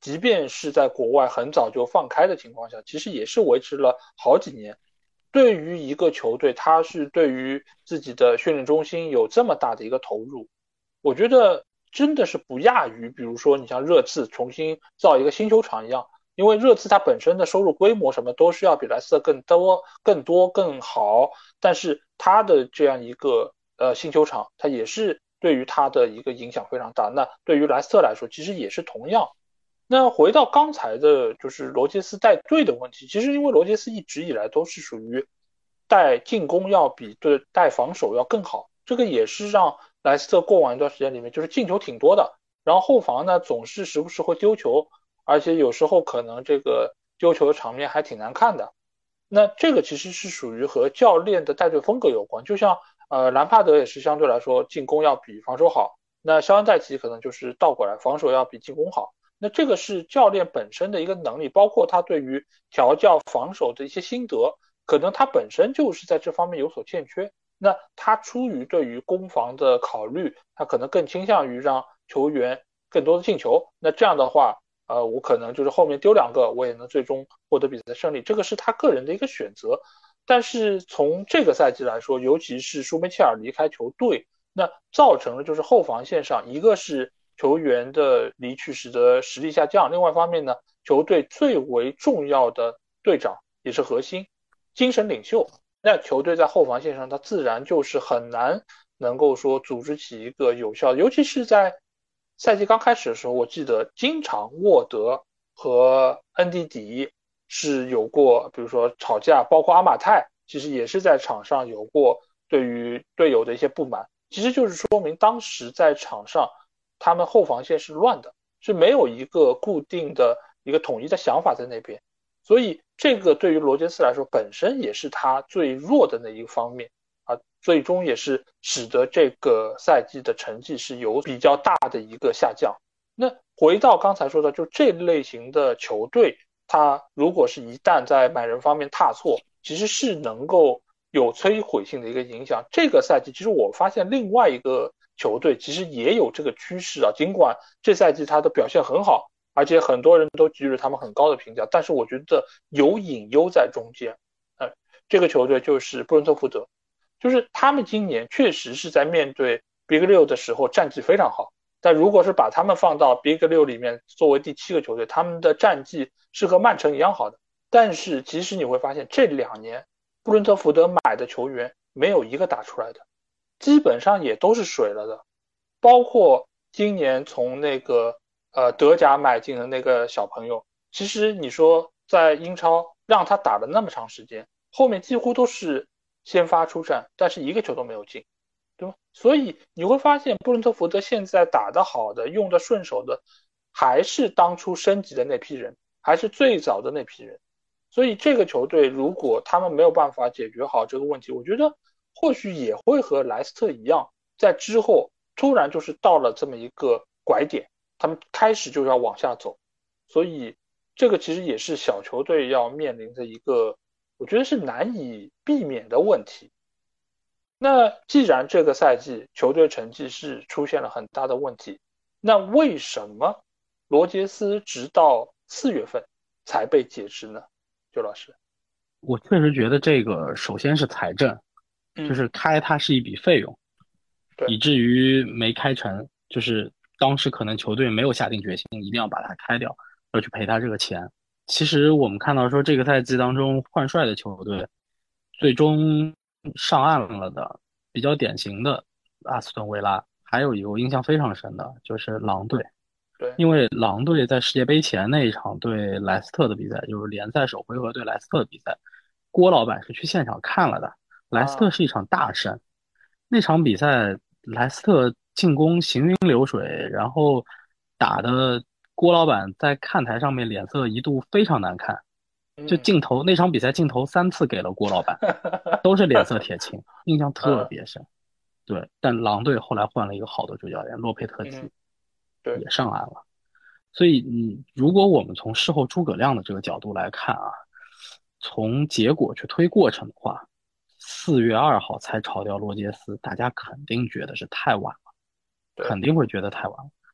A: 即便是在国外很早就放开的情况下，其实也是维持了好几年。对于一个球队，他是对于自己的训练中心有这么大的一个投入，我觉得真的是不亚于，比如说你像热刺重新造一个新球场一样，因为热刺它本身的收入规模什么都是要比莱斯特更多、更多、更好，但是它的这样一个呃新球场，它也是对于它的一个影响非常大。那对于莱斯特来说，其实也是同样。那回到刚才的，就是罗杰斯带队的问题，其实因为罗杰斯一直以来都是属于带进攻要比对带防守要更好，这个也是让莱斯特过往一段时间里面就是进球挺多的，然后后防呢总是时不时会丢球，而且有时候可能这个丢球的场面还挺难看的。那这个其实是属于和教练的带队风格有关，就像呃兰帕德也是相对来说进攻要比防守好，那肖恩戴奇可能就是倒过来，防守要比进攻好。那这个是教练本身的一个能力，包括他对于调教防守的一些心得，可能他本身就是在这方面有所欠缺。那他出于对于攻防的考虑，他可能更倾向于让球员更多的进球。那这样的话，呃，我可能就是后面丢两个，我也能最终获得比赛胜利，这个是他个人的一个选择。但是从这个赛季来说，尤其是舒梅切尔离开球队，那造成了就是后防线上一个是球员的离去使得实力下降，另外一方面呢，球队最为重要的队长也是核心精神领袖，那球队在后防线上，他自然就是很难能够说组织起一个有效的，尤其是在赛季刚开始的时候，我记得经常沃德和恩迪迪是有过，比如说吵架，包括阿马泰，其实也是在场上有过对于队友的一些不满，其实就是说明当时在场上他们后防线是乱的，是没有一个固定的一个统一的想法在那边，所以这个对于罗杰斯来说，本身也是他最弱的那一个方面啊，最终也是使得这个赛季的成绩是有比较大的一个下降。那回到刚才说的，就这类型的球队，他如果是一旦在买人方面踏错，其实是能够有摧毁性的一个影响。这个赛季，其实我发现另外一个球队其实也有这个趋势啊，尽管这赛季他的表现很好，而且很多人都给予了他们很高的评价，但是我觉得有隐忧在中间。呃，这个球队就是布伦特福德，就是他们今年确实是在面对 Big 六的时候战绩非常好，但如果是把他们放到 Big 六里面作为第七个球队，他们的战绩是和曼城一样好的。但是其实你会发现，这两年布伦特福德买的球员没有一个打出来的，基本上也都是水了的。包括今年从那个呃德甲买进的那个小朋友，其实你说在英超让他打了那么长时间，后面几乎都是先发出战，但是一个球都没有进。对吧？所以你会发现，布伦特福德现在打得好的、用得顺手的，还是当初升级的那批人，还是最早的那批人。所以这个球队如果他们没有办法解决好这个问题，我觉得或许也会和莱斯特一样，在之后突然就是到了这么一个拐点，他们开始就要往下走。所以这个其实也是小球队要面临的一个，我觉得是难以避免的问题。那既然这个赛季球队成绩是出现了很大的问题，那为什么罗杰斯直到四月份才被解职呢？周老师。
B: 我确实觉得这个首先是财政，就
A: 嗯，
B: 是开它是一笔费用，
A: 对。
B: 以至于没开成，就是当时可能球队没有下定决心一定要把它开掉，要去赔他这个钱。其实我们看到说这个赛季当中换帅的球队，最终上岸了的比较典型的阿斯顿维拉，还有一个我印象非常深的就是狼队，
A: 对。
B: 因为狼队在世界杯前那一场对莱斯特的比赛，就是联赛首回合对莱斯特的比赛，郭老板是去现场看了的，莱斯特
A: 啊。
B: 是一场大胜。那场比赛，莱斯特进攻行云流水，然后打的郭老板在看台上面脸色一度非常难看，就
A: 嗯。
B: 镜头那场比赛镜头三次给了郭老板，都是脸色铁青，印象特
A: 嗯。
B: 别深。对，但狼队后来换了一个好的主教练洛佩特
A: 嗯。
B: 吉，
A: 对。
B: 也上岸了。所以，嗯，如果我们从事后诸葛亮的这个角度来看啊，从结果去推过程的话，四月二号才炒掉罗杰斯，大家肯定觉得是太晚了，
A: 对。
B: 肯定会觉得太晚了。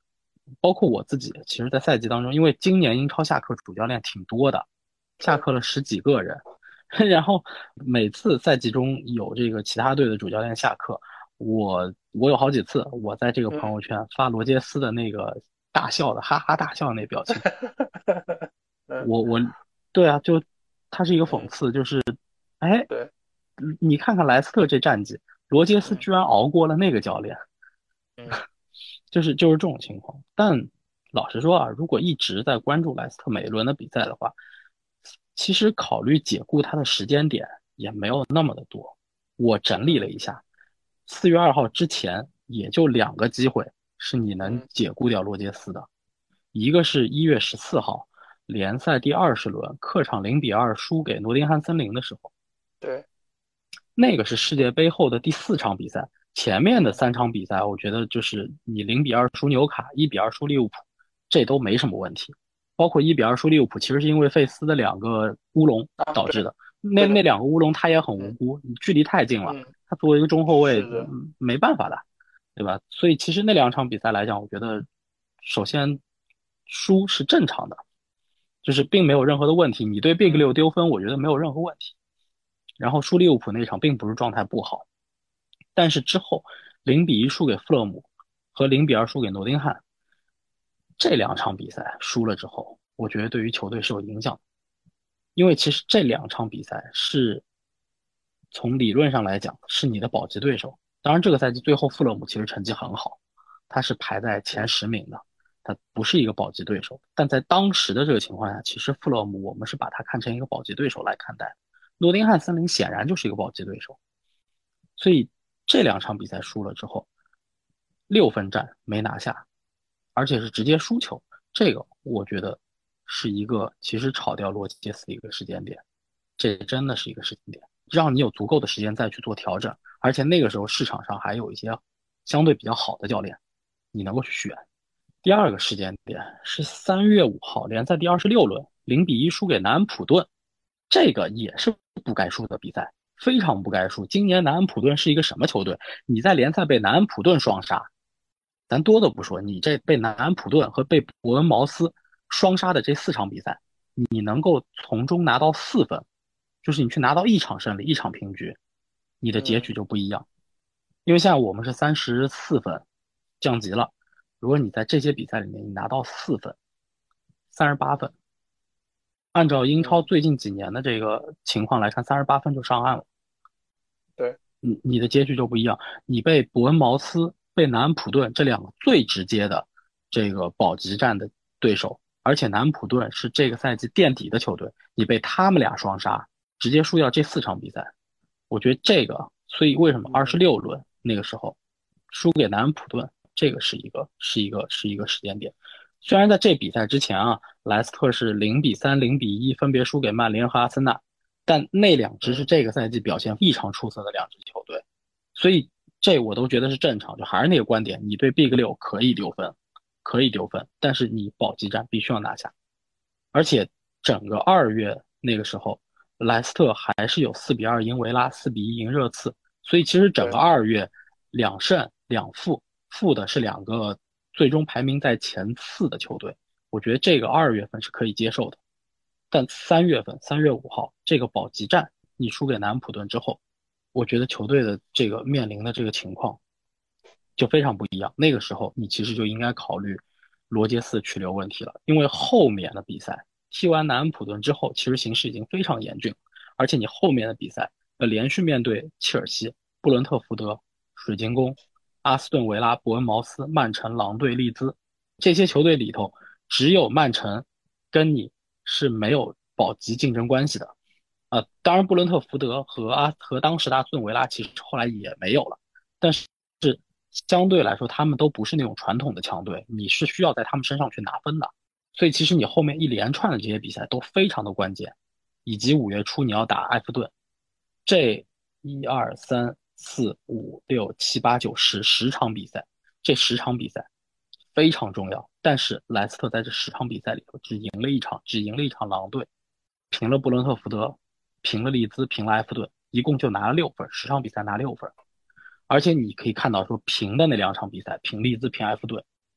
B: 包括我自己，其实，在赛季当中，因为今年英超下课主教练挺多的，下
A: 对，
B: 课了十几个人，然后每次赛季中有这个其他队的主教练下课，我我有好几次我在这个朋
A: 嗯
B: 友圈发罗杰斯的那个大笑的哈哈大笑那表情，
A: 嗯
B: 我我对啊，就他是一个讽
A: 嗯，
B: 刺，就是哎，
A: 对，
B: 你看看莱斯特这战绩，罗杰斯
A: 嗯
B: 居然熬过了那个教练。
A: 嗯
B: 就是就是这种情况。但老实说啊，如果一直在关注莱斯特每一轮的比赛的话，其实考虑解雇他的时间点也没有那么的多。我整理了
A: 嗯
B: 一下，四月二号之前也就两个机会是你能
A: 嗯，
B: 解雇掉罗杰斯的，一个是一月十四号联赛第二十轮客场零比二输给诺丁汉森林的时候，
A: 对，
B: 那个是世界杯后的第四场比赛。前面的
A: 嗯
B: 三场比赛，我觉得就是你零比二输纽卡，一比二输利物浦，这都没什么问题。包括一比二输利物浦，其实是因为费斯的两个乌龙
A: 啊，对，
B: 导致的。那
A: 对的，
B: 那两个乌龙他也很无
A: 嗯
B: 辜，你距离太近了，
A: 嗯，
B: 他作为一个中后卫，
A: 是的，
B: 嗯没办法的，对吧？所以其实那两场比赛来讲，我觉得首先输是正常的，就是并没有任何的问题。你对 Big
A: 嗯
B: 六丢分，我觉得没有任何问题。然后输利物浦那场并不是状态不好，但是之后零比一输给富勒姆和零比二输给诺丁汉这两场比赛输了之后，我觉得对于球队是有影响的，因为其实这两场比赛是从理论上来讲是你的保级对手。当然，这个赛季最后富勒姆其实成绩很好，他是排在前
A: 嗯
B: 十名的，他不是一个保级对手。但在当时的这个情况下，其实富勒姆我们是把他看成一个保级对手来看待，诺丁汉森林显然就是一个保级对手。所以这两场比赛输了之后，六分战没拿下，而且是直接输球，这个我觉得是一个其实炒掉罗杰斯的一个时间点，这真的是一个时间点，让你有足够的时间再去做调整，而且那个时候市场上还有一些相对比较好的教练，你能够去选。第二个时间点是三月五号联赛第二十六轮，零比一输给南安普顿，这个也是不该输的比赛，非常不该输。今年南安普顿是一个什么球队？你在联赛被南安普顿双杀，咱多的不说，你这被南安普顿和被伯恩茅斯双杀的这四场比赛，你能够从中拿到四分，就是你去拿到一场胜利，一场平局，你的结
A: 嗯
B: 局就不一样。因为现在我们是三十四分，降级了。如果你在这些比赛里面你拿到四分，三十八分，按照英超
A: 嗯，
B: 最近几年的这个情况来看，三十八分就上岸了。
A: 对，
B: 你你的结局就不一样。你被伯恩茅斯、被南安普顿这两个最直接的这个保级战的对手，而且南安普顿是这个赛季垫底的球队，你被他们俩双杀，直接输掉这四场比赛。我觉得这个，所以为什么二十
A: 嗯
B: 六轮那个时候输给南安普顿，这个是一个是一个是一个时间点。虽然在这比赛之前啊，莱斯特是零比三、零比一分别输给曼联和阿森纳，但那两支是
A: 嗯
B: 这个赛季表现异常出色的两支球队，所以这我都觉得是正常。就还是那个观点，你对 Big 六可以丢分，可以丢分，但是你保级战必须要拿下。而且整个二月那个时候，莱斯特还是有四比二赢维拉，四比一赢热刺，所以其实整个
A: 对，
B: 二月两胜两负，负的是两个最终排名在前四的球队，我觉得这个二月份是可以接受的。但三月份，三月五号这个保级战，你输给南安普顿之后，我觉得球队的这个面临的这个情况就非常不一样。那个时候，你其实就应该考虑罗杰斯去留问题了，因为后面的比赛踢完南安普顿之后，其实形势已经非常严峻，而且你后面的比赛要连续面对切尔西、布伦特福德、水晶宫、阿斯顿维拉、伯恩茅斯、曼城、狼队、利兹这些球队里头，只有曼城跟你是没有保级竞争关系的。呃，当然，布伦特福德和阿和当时的阿斯顿维拉其实后来也没有了，但是相对来说，他们都不是那种传统的强队，你是需要在他们身上去拿分的。所以其实你后面一连串的这些比赛都非常的关键，以及五月初你要打埃弗顿，这一二三四五六七八九十十场比赛，这十场比赛非常重要。但是莱斯特在这十场比赛里头只赢了一场，只赢了一场狼队，平了布伦特福德，平了利兹，平了埃弗顿，一共就拿了六分，十场比赛拿六分。而且你可以看到说平的那两场比赛，平利兹、平埃弗顿，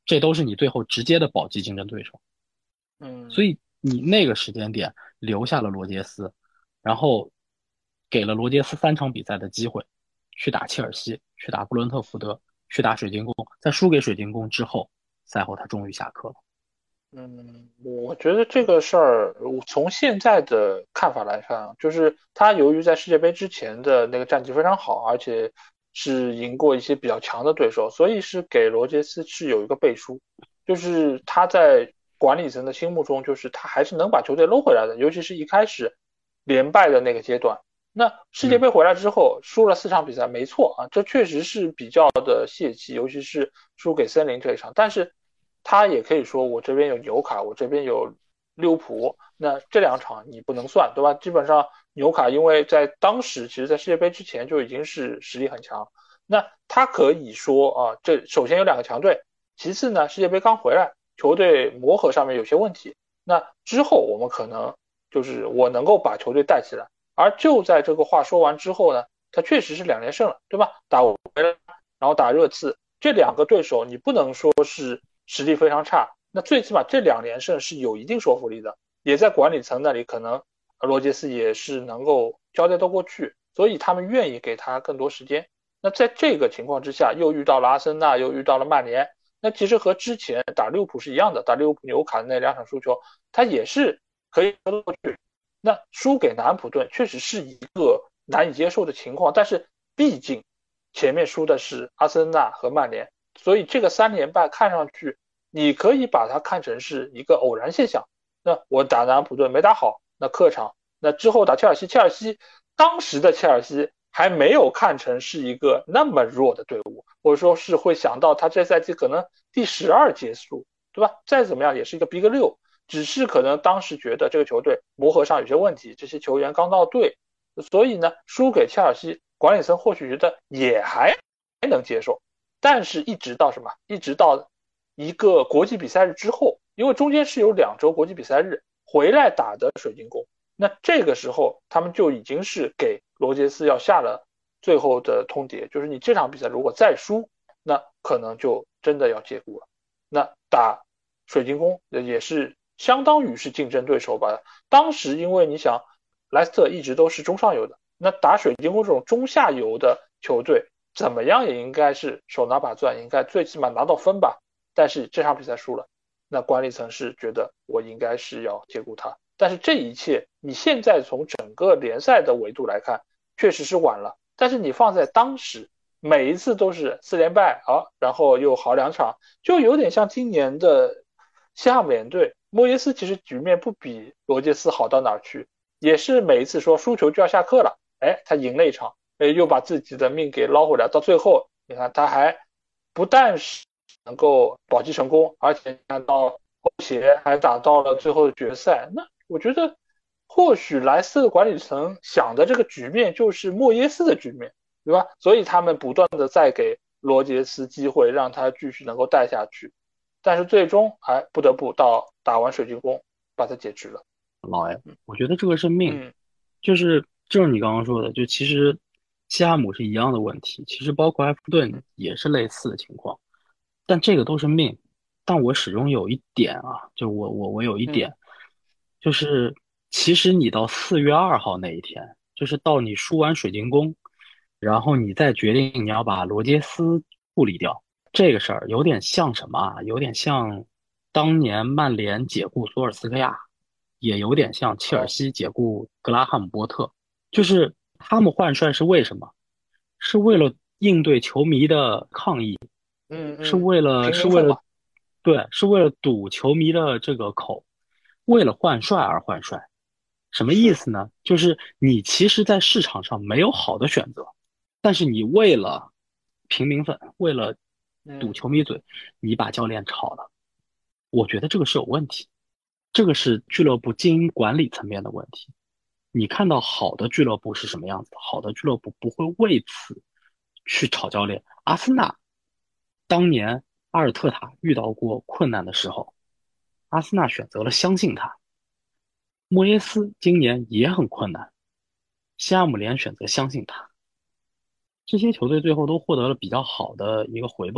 B: 这都是你最后直接的保级竞争对手。所
A: 嗯
B: 以你那个时间点留下了罗杰斯，然后给了罗杰斯三场比赛的机会，去打切尔西，去打布伦特福德，去打水晶宫，在输给水晶宫之后，赛后他终于下课了。
A: 嗯，我觉得这个事儿，我从现在的看法来看，就是他由于在世界杯之前的那个战绩非常好，而且是赢过一些比较强的对手，所以是给罗杰斯是有一个背书，就是他在管理层的心目中，就是他还是能把球队搂回来的，尤其是一开始连败的那个阶段。那世界
B: 嗯
A: 杯回来之后，输了四场比赛，没错啊，这确实是比较的泄气，尤其是输给森林这一场。但是他也可以说，我这边有纽卡，我这边有利物浦，那这两场你不能算，对吧？基本上纽卡因为在当时，其实在世界杯之前就已经是实力很强，那他可以说啊，这首先有两个强队，其次呢，世界杯刚回来，球队磨合上面有些问题，那之后我们可能就是我能够把球队带起来。而就在这个话说完之后呢，他确实是两连胜了，对吧？打回来，然后打热刺，这两个对手你不能说是实力非常差，那最起码这两连胜是有一定说服力的，也在管理层那里可能罗杰斯也是能够交代得过去，所以他们愿意给他更多时间。那在这个情况之下，又遇到了阿森纳，又遇到了曼联，那其实和之前打利物浦是一样的，打利物浦纽卡那两场输球，他也是可以说得过去。那输给南安普顿确实是一个难以接受的情况，但是毕竟前面输的是阿森纳和曼联，所以这个三连败看上去你可以把它看成是一个偶然现象。那我打南安普顿没打好，那客场，那之后打切尔西，切尔西当时的切尔西还没有看成是一个那么弱的队伍，或者说是会想到他这赛季可能第十二结束，对吧？再怎么样也是一个 Big 六。只是可能当时觉得这个球队磨合上有些问题，这些球员刚到队，所以呢，输给切尔西，管理层或许觉得也还还能接受。但是，一直到什么？一直到一个国际比赛日之后，因为中间是有两周国际比赛日，回来打的水晶宫，那这个时候他们就已经是给罗杰斯要下了最后的通牒，就是你这场比赛如果再输，那可能就真的要解雇了。那打水晶宫也是相当于是竞争对手吧。当时因为你想，莱斯特一直都是中上游的，那打水晶宫这种中下游的球队，怎么样也应该是手拿把攥，应该最起码拿到分吧。但是这场比赛输了，那管理层是觉得我应该是要解雇他。但是这一切，你现在从整个联赛的维度来看，确实是晚了。但是你放在当时，每一次都是四连败啊，然后又好两场，就有点像今年的西汉姆联队。莫耶斯其实局面不比罗杰斯好到哪儿去，也是每一次说输球就要下课了，哎，他赢了一场，哎，又把自己的命给捞回来。到最后，你看他还不但是能够保级成功，而且看到后协还打到了最后的决赛。那我觉得，或许莱斯特管理层想的这个局面就是莫耶斯的局面，对吧？所以他们不断的在给罗杰斯机会，让他继续能够带下去。但是最终还不得不到打完水晶宫把他解职了。
B: 老艾，我觉得这个是命，
A: 嗯
B: 就是正是你刚刚说的，就其实西汉姆是一样的问题，其实包括埃弗顿
A: 嗯
B: 也是类似的情况，但这个都是命。但我始终有一点啊，就我我我有一
A: 嗯
B: 点，就是其实你到四月二号那一天，就是到你输完水晶宫，然后你再决定你要把罗杰斯处理掉，这个事儿有点像什么啊？有点像当年曼联解雇索尔斯克亚。也有点像切尔
A: 哦
B: 西解雇格拉汉姆波特，就是他们换帅是为什么？是为了应对球迷的抗议，是
A: 嗯嗯，
B: 为了是为了
A: 平民愤嘛。
B: 对，是为了堵球迷的这个口，为了换帅而换帅。什么意
A: 是。
B: 思呢？就是你其实，在市场上没有好的选择，但是你为了平民愤，为了堵
A: 嗯
B: 球迷嘴，你把教练炒了。我觉得这个是有问题。这个是俱乐部经营管理层面的问题。你看到好的俱乐部是什么样子的？好的俱乐部不会为此去炒教练。阿森纳当年阿尔特塔遇到过困难的时候，阿森纳选择了相信他。莫耶斯今年也很困难，西汉姆联选择相信他。这些球队最后都获得了比较好的一个回报。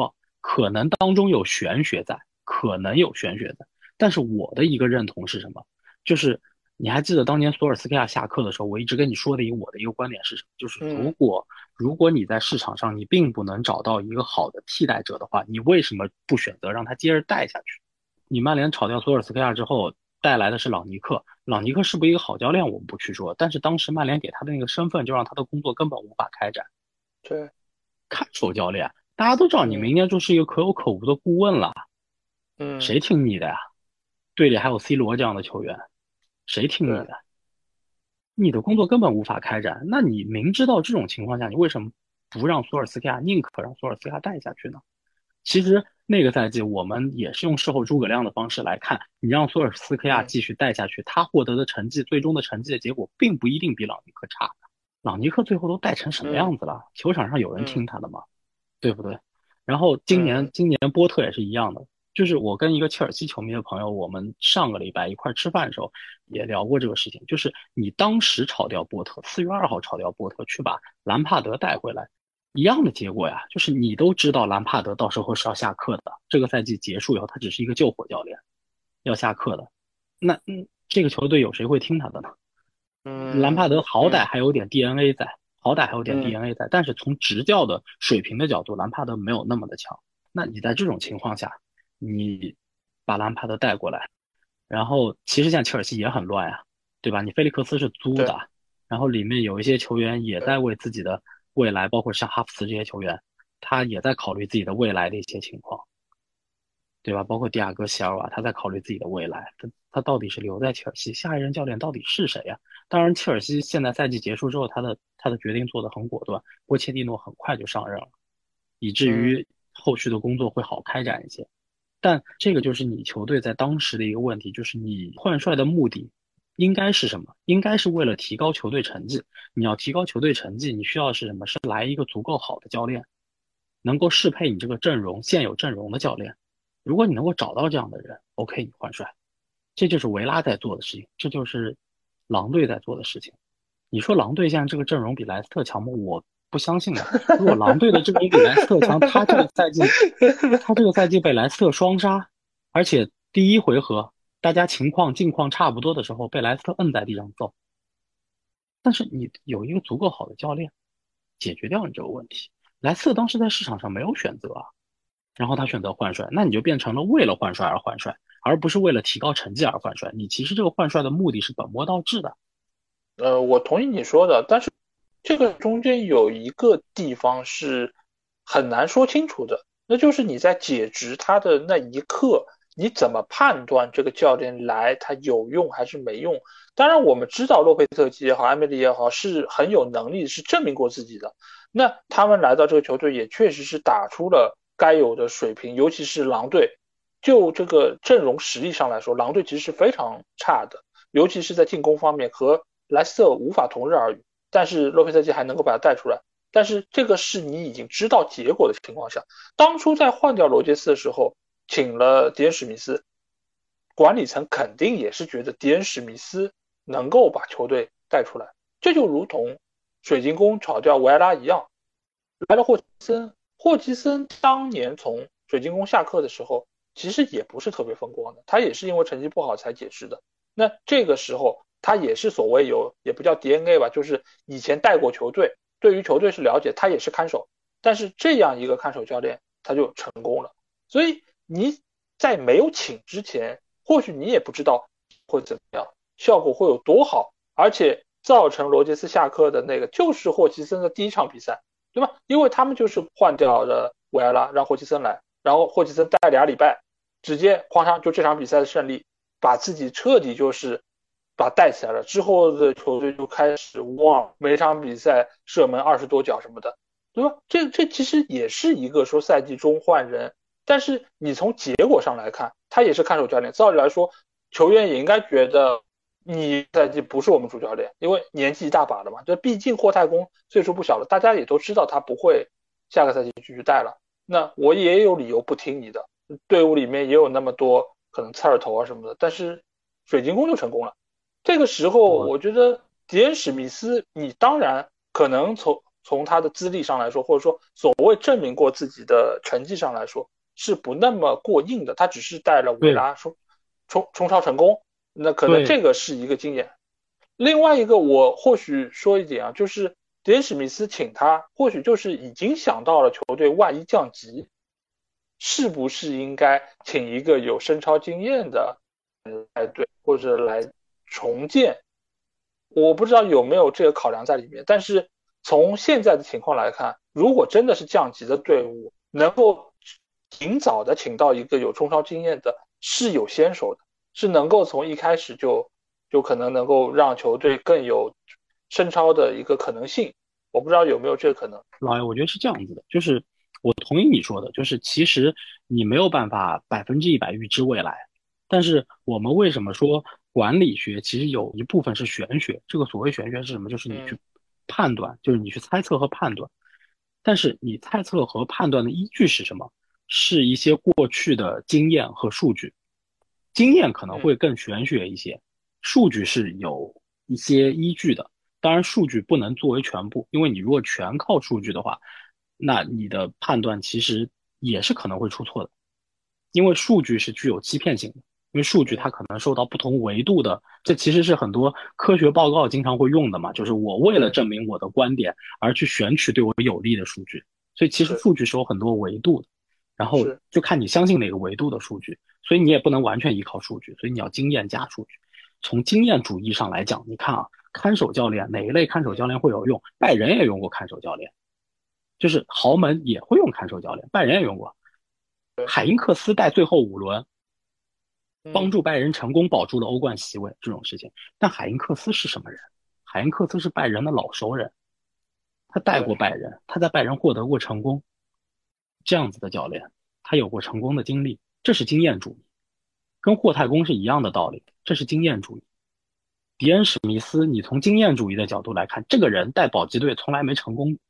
B: 可能当中有玄学在，可能有玄学在。但是我的一个认同是什么？就是你还记得当年索尔斯克亚下课的时候，我一直跟你说的一个我的一个观点是什么？就是如
A: 嗯
B: 果如果你在市场上你并不能找到一个好的替代者的话，你为什么不选择让他接着带下去？你曼联炒掉索尔斯克亚之后，带来的是朗尼克。朗尼克是不是一个好教练，我们不去说，但是当时曼联给他的那个身份，就让他的工作根本无法开展。
A: 对。
B: 看守教练，大家都知道你
A: 嗯
B: 明年就是一个可有可无的顾问了，
A: 嗯
B: 谁听你的呀？队里还有 C 罗这样的球员，谁听你
A: 对。
B: 的？你的工作根本无法开展。那你明知道这种情况下，你为什么不让索尔斯克亚，宁可让索尔斯克亚带下去呢？其实那个赛季我们也是用事后诸葛亮的方式来看，你让索尔斯克亚
A: 嗯
B: 继续带下去，他获得的成绩，最终的成绩的结果并不一定比朗尼克差。朗尼克最后都带成什么
A: 嗯
B: 样子了？球场上有人
A: 嗯
B: 听他的吗？对不对？然后今年
A: 嗯
B: 今年波特也是一样的，就是我跟一个切尔西球迷的朋友，我们上个礼拜一块吃饭的时候也聊过这个事情，就是你当时炒掉波特，四月二号炒掉波特，去把兰帕德带回来，一样的结果呀，就是你都知道兰帕德到时候是要下课的，这个赛季结束以后，他只是一个救火教练，要下课的，那嗯，这个球队有谁会听他的呢？兰帕
A: 嗯
B: 德好歹
A: 嗯
B: 还有点 D N A 在，好歹还有点
A: 嗯
B: D N A 在，但是从执教的水平的角度，兰帕德没有那么的强。那你在这种情况下，你把兰帕德带过来，然后其实现在切尔西也很乱呀，对吧？你菲利克斯是租
A: 对
B: 的，然后里面有一些球员也
A: 对。
B: 在为自己的未来，包括像哈弗茨这些球员，他也在考虑自己的未来的一些情况。对吧？包括蒂亚戈·席尔瓦，他在考虑自己的未来，他他到底是留在切尔西，下一任教练到底是谁呀？当然，切尔西现在赛季结束之后，他的他的决定做得很果断，波切蒂诺很快就上任了，以至
A: 嗯
B: 于后续的工作会好开展一些。但这个就是你球队在当时的一个问题，就是你换帅的目的应该是什么？应该是为了提高球队成绩。你要提高球队成绩，你需要的是什么？是来一个足够好的教练，能够适配你这个阵容现有阵容的教练。如果你能够找到这样的人，OK，你换帅，这就是维拉在做的事情，这就是狼队在做的事情。你说狼队现在这个阵容比莱斯特强吗？我不相信的。如果狼队的阵容比莱斯特强，他这个赛季，他这个赛季被莱斯特双杀，而且第一回合大家情况境况差不多的时候，被莱斯特摁在地上揍。但是你有一个足够好的教练，解决掉你这个问题。莱斯特当时在市场上没有选择啊。然后他选择换帅，那你就变成了为了换帅而换帅，而不是为了提高成绩而换帅。你其实这个换帅的目的是本末倒置的。
A: 呃，我同意你说的，但是这个中间有一个地方是很难说清楚的，那就是你在解职他的那一刻，你怎么判断这个教练来他有用还是没用？当然，我们知道洛佩特吉也好，埃梅里也好，是很有能力，是证明过自己的。那他们来到这个球队，也确实是打出了该有的水平，尤其是狼队，就这个阵容实力上来说，狼队其实是非常差的，尤其是在进攻方面和莱斯特无法同日而语。但是洛佩特吉还能够把他带出来，但是这个是你已经知道结果的情况下，当初在换掉罗杰斯的时候，请了迪恩史密斯，管理层肯定也是觉得迪恩史密斯能够把球队带出来，这就如同水晶宫炒掉维埃拉一样，来了霍奇森，霍奇森当年从水晶宫下课的时候，其实也不是特别风光的，他也是因为成绩不好才解释的。那这个时候他也是所谓有，也不叫 D N A 吧，就是以前带过球队，对于球队是了解，他也是看守。但是这样一个看守教练，他就成功了。所以你在没有请之前，或许你也不知道会怎么样，效果会有多好，而且造成罗杰斯下课的那个就是霍奇森的第一场比赛，对吧？因为他们就是换掉了维埃拉，让霍奇森来，然后霍奇森带俩礼拜，直接哐上就这场比赛的胜利，把自己彻底就是把带起来了。之后的球队就开始哇，每场比赛射门二十多脚什么的，对吧？这这其实也是一个说赛季中换人，但是你从结果上来看，他也是看守教练，照理来说，球员也应该觉得你赛季不是我们主教练，因为年纪一大把了嘛。这毕竟霍太公岁数不小了，大家也都知道他不会下个赛季继续带了。那我也有理由不听你的，队伍里面也有那么多可能刺儿头啊什么的，但是水晶宫就成功了。这个时候，
B: 我
A: 我觉得迪恩史密斯，你当然可能从从他的资历上来说，或者说所谓证明过自己的成绩上来说，是不那么过硬的。他只是带了维
B: 对
A: 拉冲冲冲超成功，那可能
B: 对，
A: 这个是一个经验。另外一个，我或许说一点啊，就是迪恩史密斯请他，或许就是已经想到了球队万一降级，是不是应该请一个有申超经验的来队，或者来重建？我不知道有没有这个考量在里面。但是从现在的情况来看，如果真的是降级的队伍，能够尽早的请到一个有冲超经验的，是有先手的，是能够从一开始就就可能能够让球队更有升超的一个可能性。我不知道有没有这个可能。
B: 老爷，我觉得是这样子的，就是我同意你说的，就是其实你没有办法百分之一百预知未来，但是我们为什么说管理学其实有一部分是玄学？这个所谓玄学是什么？就是你去
A: 嗯
B: 判断，就是你去猜测和判断，但是你猜测和判断的依据是什么？是一些过去的经验和数据。经验可能
A: 嗯
B: 会更玄学一些，数据是有一些依据的。当然，数据不能作为全部，因为你如果全靠数据的话，那你的判断其实也是可能会出错的，因为数据是具有欺骗性的。因为数据它
A: 嗯，
B: 可能受到不同维度的，这其实是很多科学报告经常会用的嘛，就是我为了
A: 对，
B: 证明我的观点而去选取对我有利的数据，所以其实
A: 是
B: 数据是有很多维度的，然后
A: 是，
B: 就看你相信哪个维度的数据，所以你也不能完全依靠数据，所以你要经验加数据。从经验主义上来讲，你看啊，看守教练哪一类看守教
A: 嗯
B: 练会有用？拜仁也用过看守教练，就是豪门也会用看守教练，拜仁也用过。
A: 对，
B: 海因克斯带最后五轮，帮
A: 嗯
B: 助拜仁成功保住了欧冠席位这种事情。但海因克斯是什么人？海因克斯是拜仁的老熟人，他带过
A: 对，
B: 拜仁，他在拜仁获得过成功，这样子的教练，他有过成功的经历，这是经验主义，跟霍太公是一样的道理，这是经验主义。迪恩史密斯，你从经验主义的角度来看，这个人带保级队从来没成功，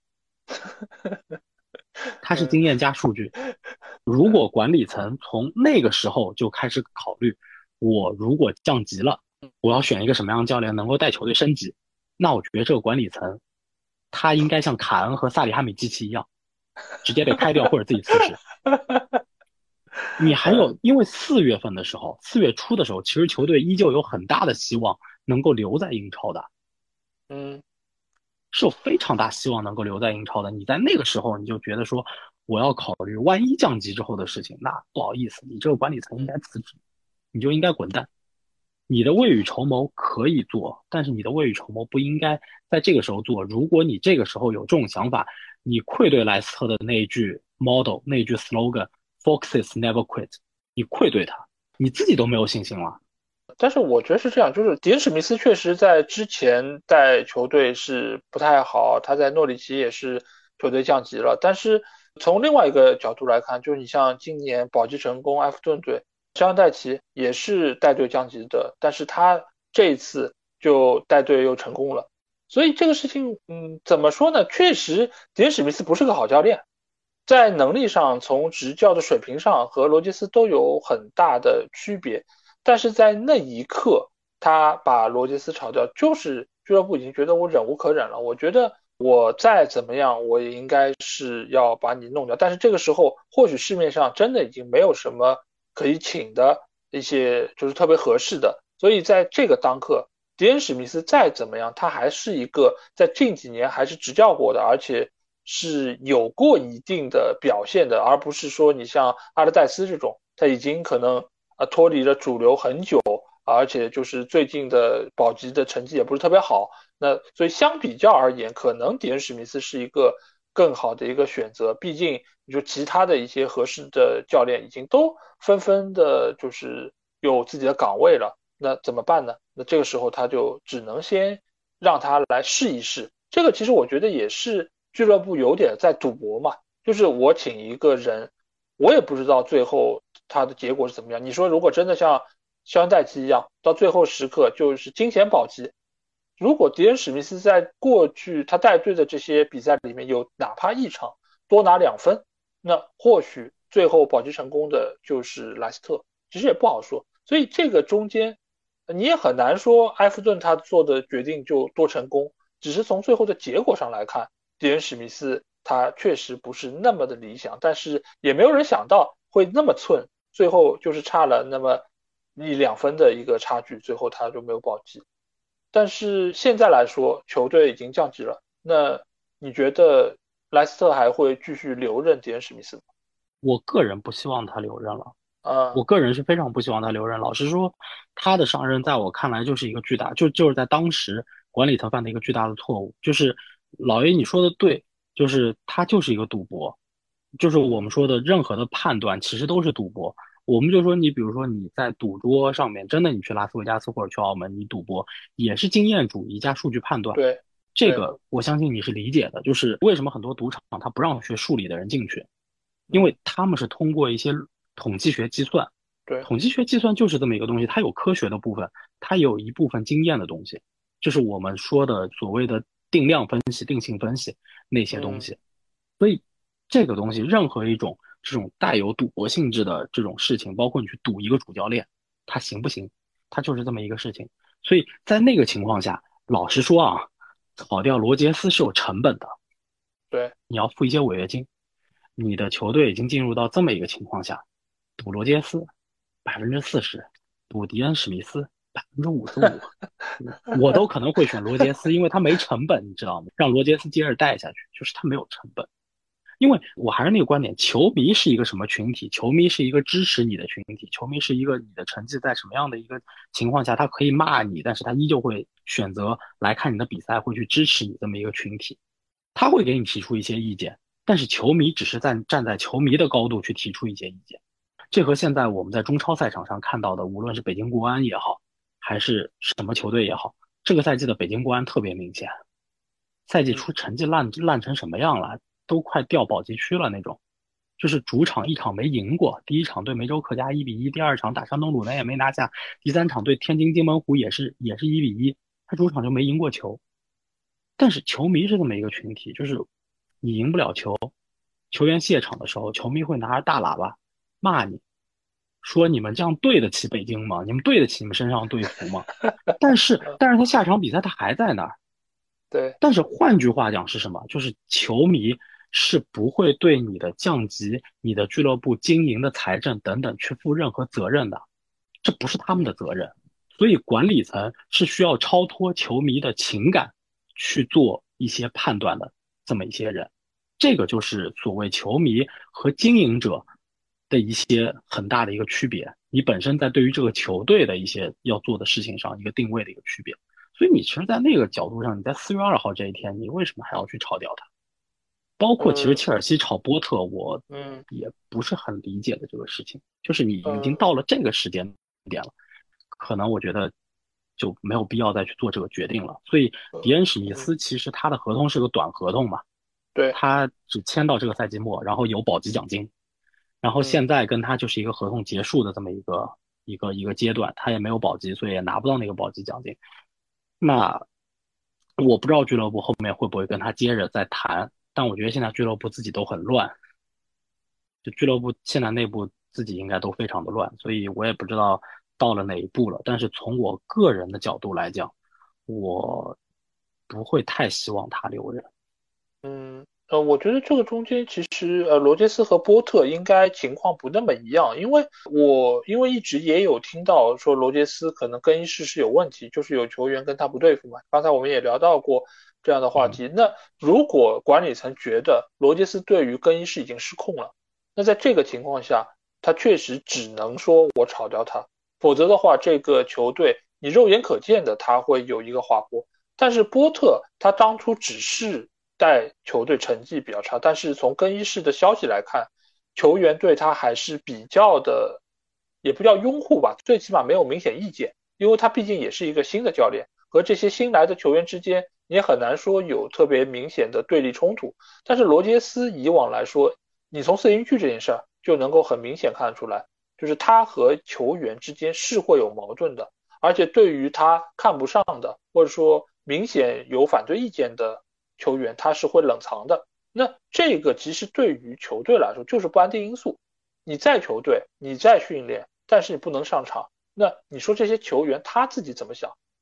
B: 他是
A: 嗯
B: 经验加数据。如
A: 嗯
B: 果管理层从那个时候就开始考虑，我如果降级了，我要选一个什么样的教练能够带球队升级，那我觉得这个管理层他应该像卡恩和萨里哈米季奇一样，直接被开掉或者自己辞职。你还
A: 嗯
B: 有，因为四月份的时候，四月初的时候，其实球队依旧有很大的希望能够留在英超的，
A: 嗯
B: 是有非常大希望能够留在英超的。你在那个时候你就觉得说，我要考虑万一降级之后的事情，那不好意思，你这个管理层应
A: 嗯
B: 该辞职，你就应该滚蛋。你的未雨绸缪可以做，但是你的未雨绸缪不应该在这个时候做。如果你这个时候有这种想法，你愧对莱斯特的那一句 model，那一句 slogan，Foxes never quit，你愧对他，你自己都没有信心了。
A: 但是我觉得是这样，就是迪恩史密斯确实在之前带球队是不太好，他在诺里奇也是球队降级了。但是从另外一个角度来看，就是你像今年保级成功埃弗顿队，肖恩戴奇也是带队降级的，但是他这一次就带队又成功了。所以这个事情，嗯，怎么说呢？确实，迪恩史密斯不是个好教练，在能力上，从执教的水平上和罗杰斯都有很大的区别。但是在那一刻，他把罗杰斯炒掉，就是俱乐部已经觉得我忍无可忍了。我觉得我再怎么样，我也应该是要把你弄掉。但是这个时候，或许市面上真的已经没有什么可以请的一些就是特别合适的。所以在这个当刻，迪恩史密斯再怎么样，他还是一个在近几年还是执教过的，而且是有过一定的表现的，而不是说你像阿德戴斯这种，他已经可能啊脱离了主流很久，而且就是最近的保级的成绩也不是特别好。那所以相比较而言，可能迪恩史密斯是一个更好的一个选择。毕竟你说其他的一些合适的教练已经都纷纷的就是有自己的岗位了，那怎么办呢？那这个时候他就只能先让他来试一试。这个其实我觉得也是俱乐部有点在赌博嘛，就是我请一个人，我也不知道最后他的结果是怎么样。你说如果真的像肖恩戴奇一样，到最后时刻就是惊险保级，如果迪恩史密斯在过去他带队的这些比赛里面有哪怕一场多拿两分，那或许最后保级成功的就是莱斯特，其实也不好说。所以这个中间你也很难说埃弗顿他做的决定就多成功，只是从最后的结果上来看， 迪恩史密斯他确实不是那么的理想，但是也没有人想到会那么寸，最后就是差了那么一两分的一个差距，最后他就没有保级。但是现在来说，球队已经降级了，那你觉得莱斯特还会继续留任迪恩史密斯吗？
B: 我个人不希望他留任了。
A: 啊，
B: 我个人是非常不希望他留任。老实说，他的上任在我看来就是一个巨大，就就是在当时管理层犯的一个巨大的错误。就是老爷你说的对，就是他就是一个赌博，就是我们说的任何的判断其实都是赌博。我们就说你比如说你在赌桌上面，真的你去拉斯维加斯或者去澳门，你赌博也是经验主义加数据判断。
A: 对对，
B: 这个我相信你是理解的，就是为什么很多赌场他不让学数理的人进去，因
A: 嗯
B: 为他们是通过一些统计学计算，
A: 对，
B: 统计学计算就是这么一个东西，它有科学的部分，它也有一部分经验的东西，就是我们说的所谓的定量分析、定性分析那些东
A: 嗯
B: 西。所以这个东西，任何一种这种带有赌博性质的这种事情，包括你去赌一个主教练，他行不行，它就是这么一个事情。所以在那个情况下，老实说啊，炒掉罗杰斯是有成本的，
A: 对，
B: 你要付一些违约金。你的球队已经进入到这么一个情况下，赌罗杰斯百分之四十，赌迪恩史密斯百分之五十五，我都可能会选罗杰斯，因为他没成本，你知道吗？让罗杰斯接着带下去，就是他没有成本。因为我还是那个观点，球迷是一个什么群体？球迷是一个支持你的群体，球迷是一个你的成绩在什么样的一个情况下，他可以骂你，但是他依旧会选择来看你的比赛，会去支持你这么一个群体。他会给你提出一些意见，但是球迷只是在站在球迷的高度去提出一些意见。这和现在我们在中超赛场上看到的，无论是北京国安也好，还是什么球队也好，这个赛季的北京国安特别明显，赛季
A: 嗯
B: 初成绩烂烂成什么样了，都快掉保级区了那种。就是主场一场没赢过，第一场对梅州客家一比一，第二场打山东鲁能也没拿下，第三场对天津津门湖也是也是一比一，他主场就没赢过球。但是球迷是这么一个群体，就是你赢不了球，球员谢场的时候，球迷会拿着大喇叭骂你，说你们这样对得起北京吗？你们对得起你们身上的队服吗？但是，
A: 嗯
B: 但是他下场比赛他还在那儿。
A: 对，
B: 但是换句话讲是什么？就是球迷是不会对你的降级、你的俱乐部经营的财政等等去负任何责任的，这不是他们的责任。所以管理层是需要超脱球迷的情感去做一些判断的这么一些人。这个就是所谓球迷和经营者的一些很大的一个区别。你本身在对于这个球队的一些要做的事情上一个定位的一个区别。所以你其实，在那个角度上，你在四月二号这一天，你为什么还要去炒掉他？包括其实
A: 嗯
B: 切尔西炒波特，我
A: 嗯
B: 也不是很理解的这个事情。就是你已经
A: 嗯
B: 到了这个时间点了，可能我觉得就没有必要再去做这个决定了。所以迪恩史密
A: 嗯，
B: 斯其实他的合同是个短合同嘛，
A: 对，
B: 他只签到这个赛季末，然后有保级奖金，然后
A: 嗯
B: 现在跟他就是一个合同结束的这么一个一个一个阶段，他也没有保级，所以也拿不到那个保级奖金。那我不知道俱乐部后面会不会跟他接着再谈，但我觉得现在俱乐部自己都很乱，就俱乐部现在内部自己应该都非常的乱，所以我也不知道到了哪一步了。但是从我个人的角度来讲，我不会太希望他留任。
A: 嗯，呃，我觉得这个中间其实呃，罗杰斯和波特应该情况不那么一样，因为我因为一直也有听到说罗杰斯可能更衣室是有问题，就是有球员跟他不对付嘛。刚才我们也聊到过这样的话
B: 嗯，
A: 题。那如果管理层觉得罗杰斯对于更衣室已经失控了，那在这个情况下，他确实只能说我炒掉他，否则的话，这个球队你肉眼可见的他会有一个滑坡。但是波特他当初只是带球队成绩比较差，但是从更衣室的消息来看，球员对他还是比较的，也不叫拥护吧，最起码没有明显意见，因为他毕竟也是一个新的教练，和这些新来的球员之间也很难说有特别明显的对立冲突。但是罗杰斯以往来说，你从色英剧这件事儿就能够很明显看得出来，就是他和球员之间是会有矛盾的，而且对于他看不上的，或者说明显有反对意见的球员，他是会冷藏的。那这个其实对于球队来说就是不安定因素。你在球队，你在训练，但是你不能上场，那你说这些球员他自己怎么想？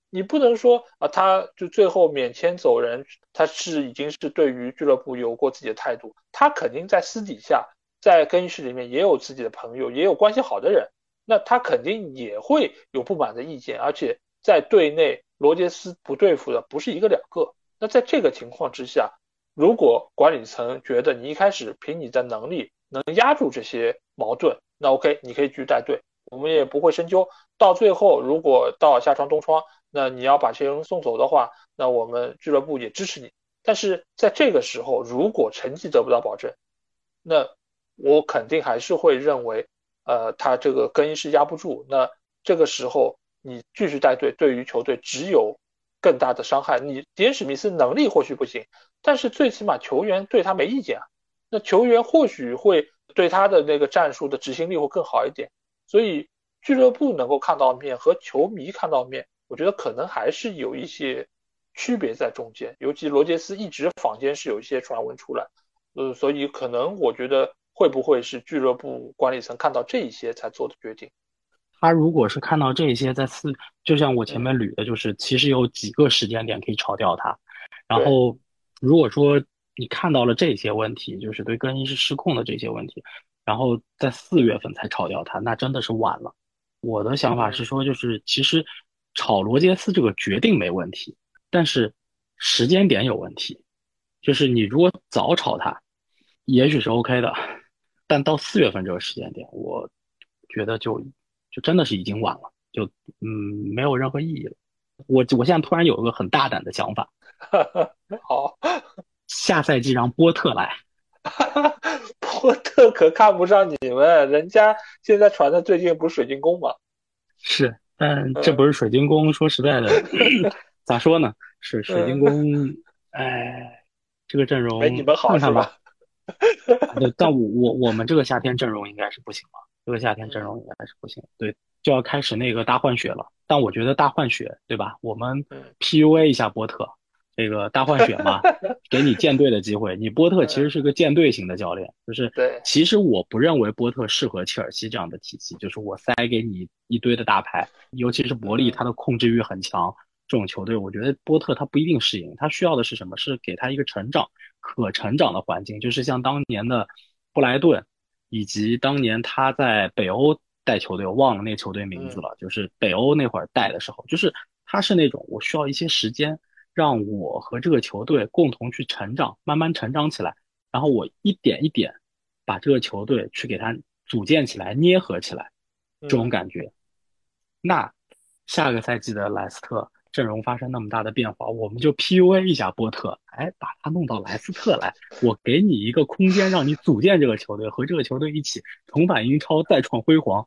A: 你不能说啊，他就最后免签走人，他是已经是对于俱乐部有过自己的态度，他肯定在私底下，在更衣室里面也有自己的朋友，也有关系好的人，那他肯定也会有不满的意见，而且在队内罗杰斯不对付的不是一个两个。那在这个情况之下，如果管理层觉得你一开始凭你的能力能压住这些矛盾，那 OK，你可以继续带队，我们也不会深究。到最后，如果到夏窗冬窗，那你要把这些人送走的话，那我们俱乐部也支持你。但是在这个时候，如果成绩得不到保证，那我肯定还是会认为，呃，他这个更衣室压不住。那这个时候你继续带队，对于球队只有更大的伤害。你迪恩史密斯能力或许不行，但是最起码球员对他没意见啊。那球员或许会对他的那个战术的执行力会更好一点。所以俱乐部能够看到面和球迷看到面，我觉得可能还是有一些区别在中间。尤其罗杰斯一直坊间是有一些传闻出来，呃，所以可能我觉得会不会是俱乐部管理层看到这一些才做的决定？
B: 他如果是看到这些在四，就像我前
A: 嗯，
B: 面捋的，就是其实有几个时间点可以炒掉他。然
A: 对，
B: 后如果说你看到了这些问题，就是对更衣室失控的这些问题，然后在四月份才炒掉他，那真的是晚了。我的想法是
A: 嗯
B: 说，就是其实炒罗杰斯这个决定没问题，但是时间点有问题。就是你如果早炒他，也许是 OK 的，但到四月份这个时间点，我觉得就就真的是已经晚了，就嗯没有任何意义了。我我现在突然有一个很大胆的想法，
A: 好，
B: 下赛季让波特来。
A: 波特可看不上你们，人家现在传的最近不是水晶宫吗？
B: 是，但这
A: 嗯
B: 不是水晶宫。说实在的，咋说呢？是水晶
A: 嗯，
B: 宫，哎，这个阵容
A: 没你们好
B: 看看吧。
A: 是吧？
B: 啊，对，但我我我们这个夏天阵容应该是不行了，这个夏天阵
A: 嗯
B: 容应该是不行，对，就要开始那个大换血了。但我觉得大换血，对吧？我们
A: 嗯
B: P U A 一下波特，这个大换血嘛，给你建队的机会。你波特其实
A: 嗯，
B: 是个建队型的教练，就是
A: 对，
B: 其实我不认为波特适合切尔西这样的体系，就是我塞给你一堆的大牌，尤其是伯利，
A: 嗯
B: 他的控制欲很强。这种球队，我觉得波特他不一定适应，他需要的是什么？是给他一个成长。可成长的环境，就是像当年的布莱顿，以及当年他在北欧带球队，我忘了那个球队名字
A: 嗯
B: 了，就是北欧那会儿带的时候，就是他是那种我需要一些时间，让我和这个球队共同去成长，慢慢成长起来，然后我一点一点把这个球队去给他组建起来、捏合起来，这种
A: 嗯。
B: 感觉。那下个赛季的莱斯特阵容发生那么大的变化，我们就 P U A 一下波特，哎，把他弄到莱斯特来，我给你一个空间，让你组建这个球队，和这个球队一起重返英超，再创辉煌，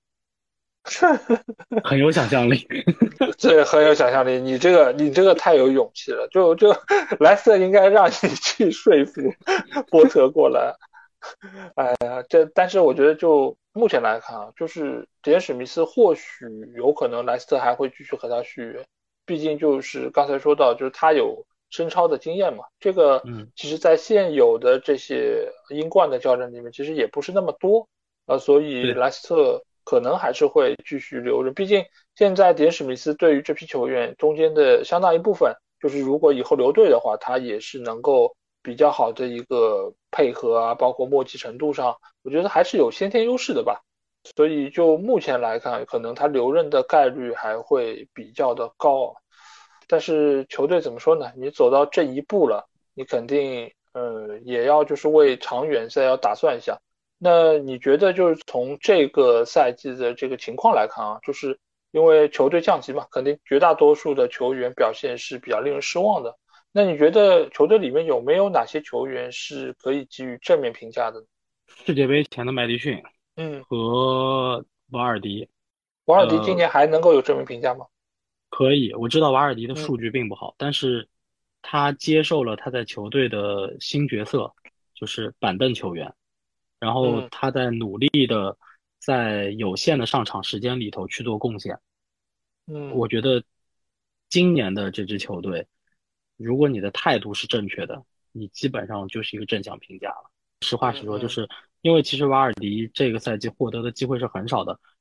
B: 很有想象力。
A: 这很有想象力，你这个你这个太有勇气了，就就莱斯特应该让你去说服波特过来。哎呀，这但是我觉得就目前来看啊，就是杰恩史密斯或许有可能莱斯特还会继续和他续约，毕竟就是刚才说到，就是他有申超的经验嘛，这个
B: 嗯，
A: 其实在现有的这些英冠的教练里面，其实也不是那么多，呃，所以
B: 对，
A: 莱斯特可能还是会继续留任，毕竟现在迪恩史密斯对于这批球员中间的相当一部分，就是如果以后留队的话，他也是能够比较好的一个配合啊，包括默契程度上，我觉得还是有先天优势的吧。所以就目前来看，可能他留任的概率还会比较的高。但是球队怎么说呢？你走到这一步了，你肯定呃也要就是为长远赛要打算一下。那你觉得就是从这个赛季的这个情况来看啊，就是因为球队降级嘛，肯定绝大多数的球员表现是比较令人失望的。那你觉得球队里面有没有哪些球员是可以给予正面评价的？
B: 世界杯前的麦迪逊
A: 嗯，
B: 和瓦尔迪，
A: 瓦尔迪今
B: 呃，
A: 年还能够有正面评价吗？
B: 可以，我知道瓦尔迪的
A: 嗯
B: 数据并不好，但是他接受了他在球队的新角色，就是板凳球员。然后
A: 嗯
B: 他在努力的在有限的上场时间里头去做贡献。
A: 嗯
B: 我觉得今年的这支球队，如果你的态度是正确的，你基本上就是一个正向评价了。实话实说，就
A: 嗯嗯
B: 是因为其实瓦尔迪这个赛季获得的机会是很少的，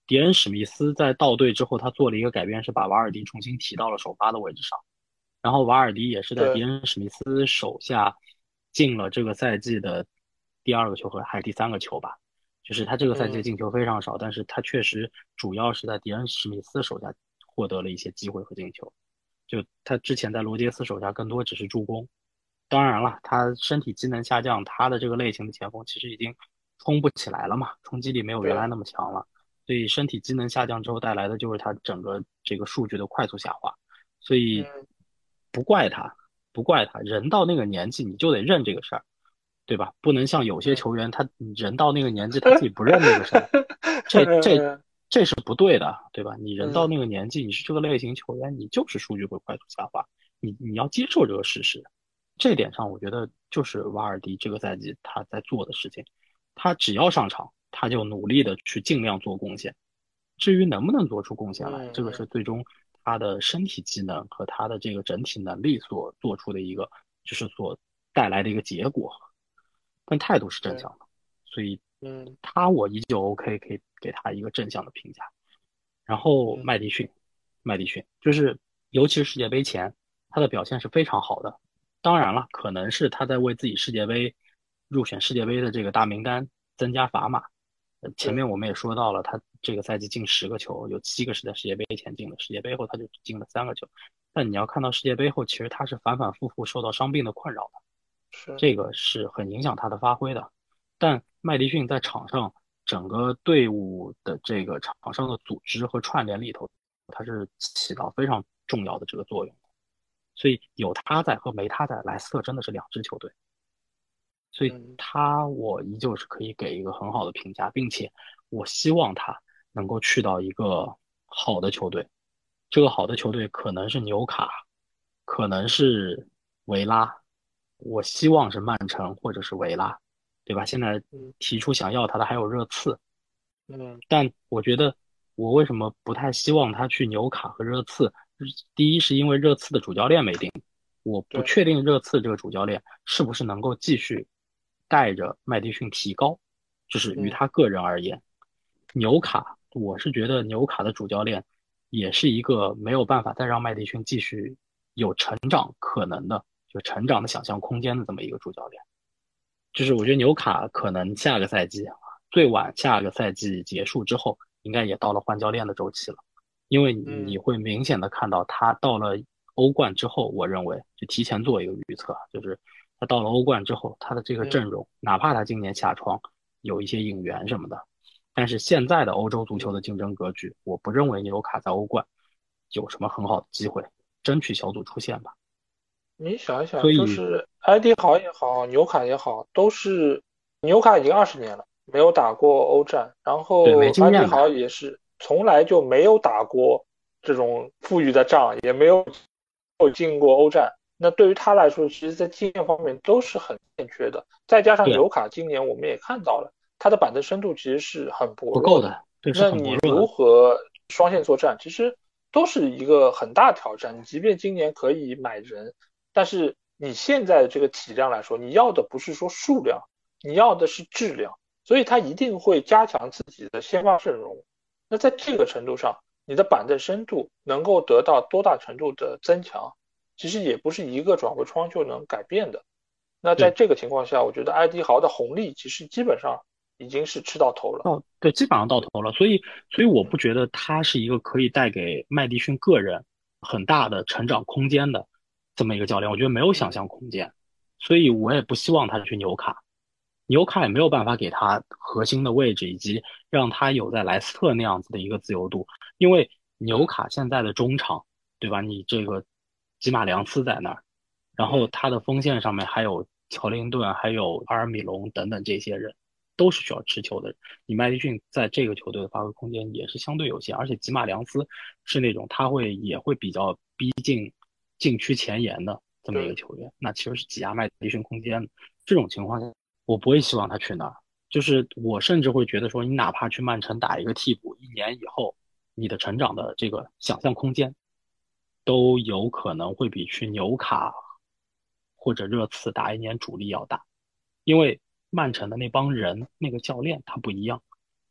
B: 迪恩史密斯在到队之后，他做了一个改变，是把瓦尔迪重新提到了首发的位置上。然后瓦尔迪也是在迪
A: 对，
B: 恩史密斯手下进了这个赛季的第二个球和还是第三个球吧，就是他这个赛季
A: 嗯
B: 进球非常少，但是他确实主要是在迪恩史密斯手下获得了一些机会和进球。就他之前在罗杰斯手下更多只是助攻。当然了，他身体机能下降，他的这个类型的前锋其实已经冲不起来了嘛，冲击力没有原来
A: 对，
B: 那么强了。所以身体机能下降之后带来的就是他整个这个数据的快速下滑。所以
A: 嗯
B: 不怪他，不怪他，人到那个年纪你就得认这个事儿，对吧？不能像有些
A: 嗯，
B: 球员，他人到那个年纪他自己不认那个事儿，这这这是不对的，对吧？你人到
A: 嗯
B: 那个年纪，你是这个类型球员，你就是数据会快速下滑，你你要接受这个事实。这点上，我觉得就是瓦尔迪这个赛季他在做的事情，他只要上场，他就努力的去尽量做贡献。至于能不能做出贡献来，这个是
A: 嗯嗯
B: 最终他的身体机能和他的这个整体能力所做出的一个，就是所带来的一个结果。但态度是正
A: 对，
B: 向的，所以
A: 嗯
B: 他我依旧 OK，可以给他一个正向的评价。然后
A: 嗯
B: 麦迪逊，麦迪逊就是尤其是世界杯前，他的表现是非常好的。当然了，可能是他在为自己世界杯入选世界杯的这个大名单增加砝码。呃前
A: 对，
B: 面我们也说到了，他这个赛季进十个球，有七个是在世界杯前进的，世界杯后他就只进了三个球。但你要看到世界杯后，其实他是反反复复受到伤病的困扰的。
A: 是，
B: 这个是很影响他的发挥的。但麦迪逊在场上整个队伍的这个场上的组织和串联里头，他是起到非常重要的这个作用。所以有他在和没他在，莱斯特真的是两支球队。所以
A: 嗯
B: 他我依旧是可以给一个很好的评价，并且我希望他能够去到一个好的球队。这个好的球队可能是纽卡，可能是维拉，我希望是曼城或者是维拉，对吧？现在
A: 嗯
B: 提出想要他的还有热刺，
A: 嗯
B: 但我觉得我为什么不太希望他去纽卡和热刺？第一是因为热刺的主教练没定，我不
A: 对，
B: 确定热刺这个主教练是不是能够继续带着麦迪逊提高，就是于
A: 嗯
B: 他个人而言。纽卡，我是觉得纽卡的主教练也是一个没有办法再让麦迪逊继续有成长可能的，就成长的想象空间的这么一个主教练。就是我觉得纽卡可能下个赛季啊，最晚下个赛季结束之后，应该也到了换教练的周期了，因为你
A: 嗯
B: 会明显的看到他到了欧冠之后，我认为就提前做一个预测啊，就是他到了欧冠之后，他的这个阵
A: 嗯
B: 容，哪怕他今年下窗有一些引援什么的，但是现在的欧洲足球的
A: 嗯。
B: 竞争格局，我不认为纽卡在欧冠有什么很好的机会争取小组出线吧。
A: 你想一想，就
B: 所以
A: 是埃迪豪也好，纽卡也好，都是纽卡已经二十年了，没有打过欧战，然
B: 对没
A: 后埃迪
B: 经验的，
A: 豪也是从来就没有打过这种富裕的仗，也没有进过欧战。那对于他来说，其实在经验方面都是很欠缺的。再加上
B: 对
A: 纽卡今年我们也看到了，他的板凳深度其实是很薄弱的。
B: 不够的，对是
A: 那
B: 很薄弱的。
A: 你如何双线作战，其实都是一个很大的挑战。你即便今年可以买人，但是你现在的这个体量来说，你要的不是说数量，你要的是质量，所以他一定会加强自己的先发阵容。那在这个程度上，你的板凳深度能够得到多大程度的增强，其实也不是一个转会窗就能改变的。那在
B: 对，
A: 这个情况下，我觉得埃迪豪的红利其实基本上已经是吃到头了。
B: 到对，基本上到头了。所以，所以我不觉得他是一个可以带给麦迪逊个人很大的成长空间的这么一个教练。我觉得没有想
A: 嗯，
B: 象空间，所以我也不希望他去纽卡。纽卡也没有办法给他核心的位置，以及让他有在莱斯特那样子的一个自由度。因为纽
A: 对，
B: 卡现在的中场，对吧？你这个吉马良斯在那儿，然后
A: 嗯
B: 他的锋线上面还有乔林顿，还有阿尔米隆等等这些人，都是需要持球的人。你麦迪逊在这个球队的发挥空间也是相对有限，而且吉马良斯是那种他会也会比较逼近禁区前沿的这么一个
A: 对，
B: 球员，那其实是挤压麦迪逊空间的。这种情况下，我不会希望他去那儿。就是我甚至会觉得说，你哪怕去曼城打一个替补，一年以后，你的成长的这个想象空间都有可能会比去纽卡或者热刺打一年主力要大，因为曼城的那帮人，那个教练他不一样，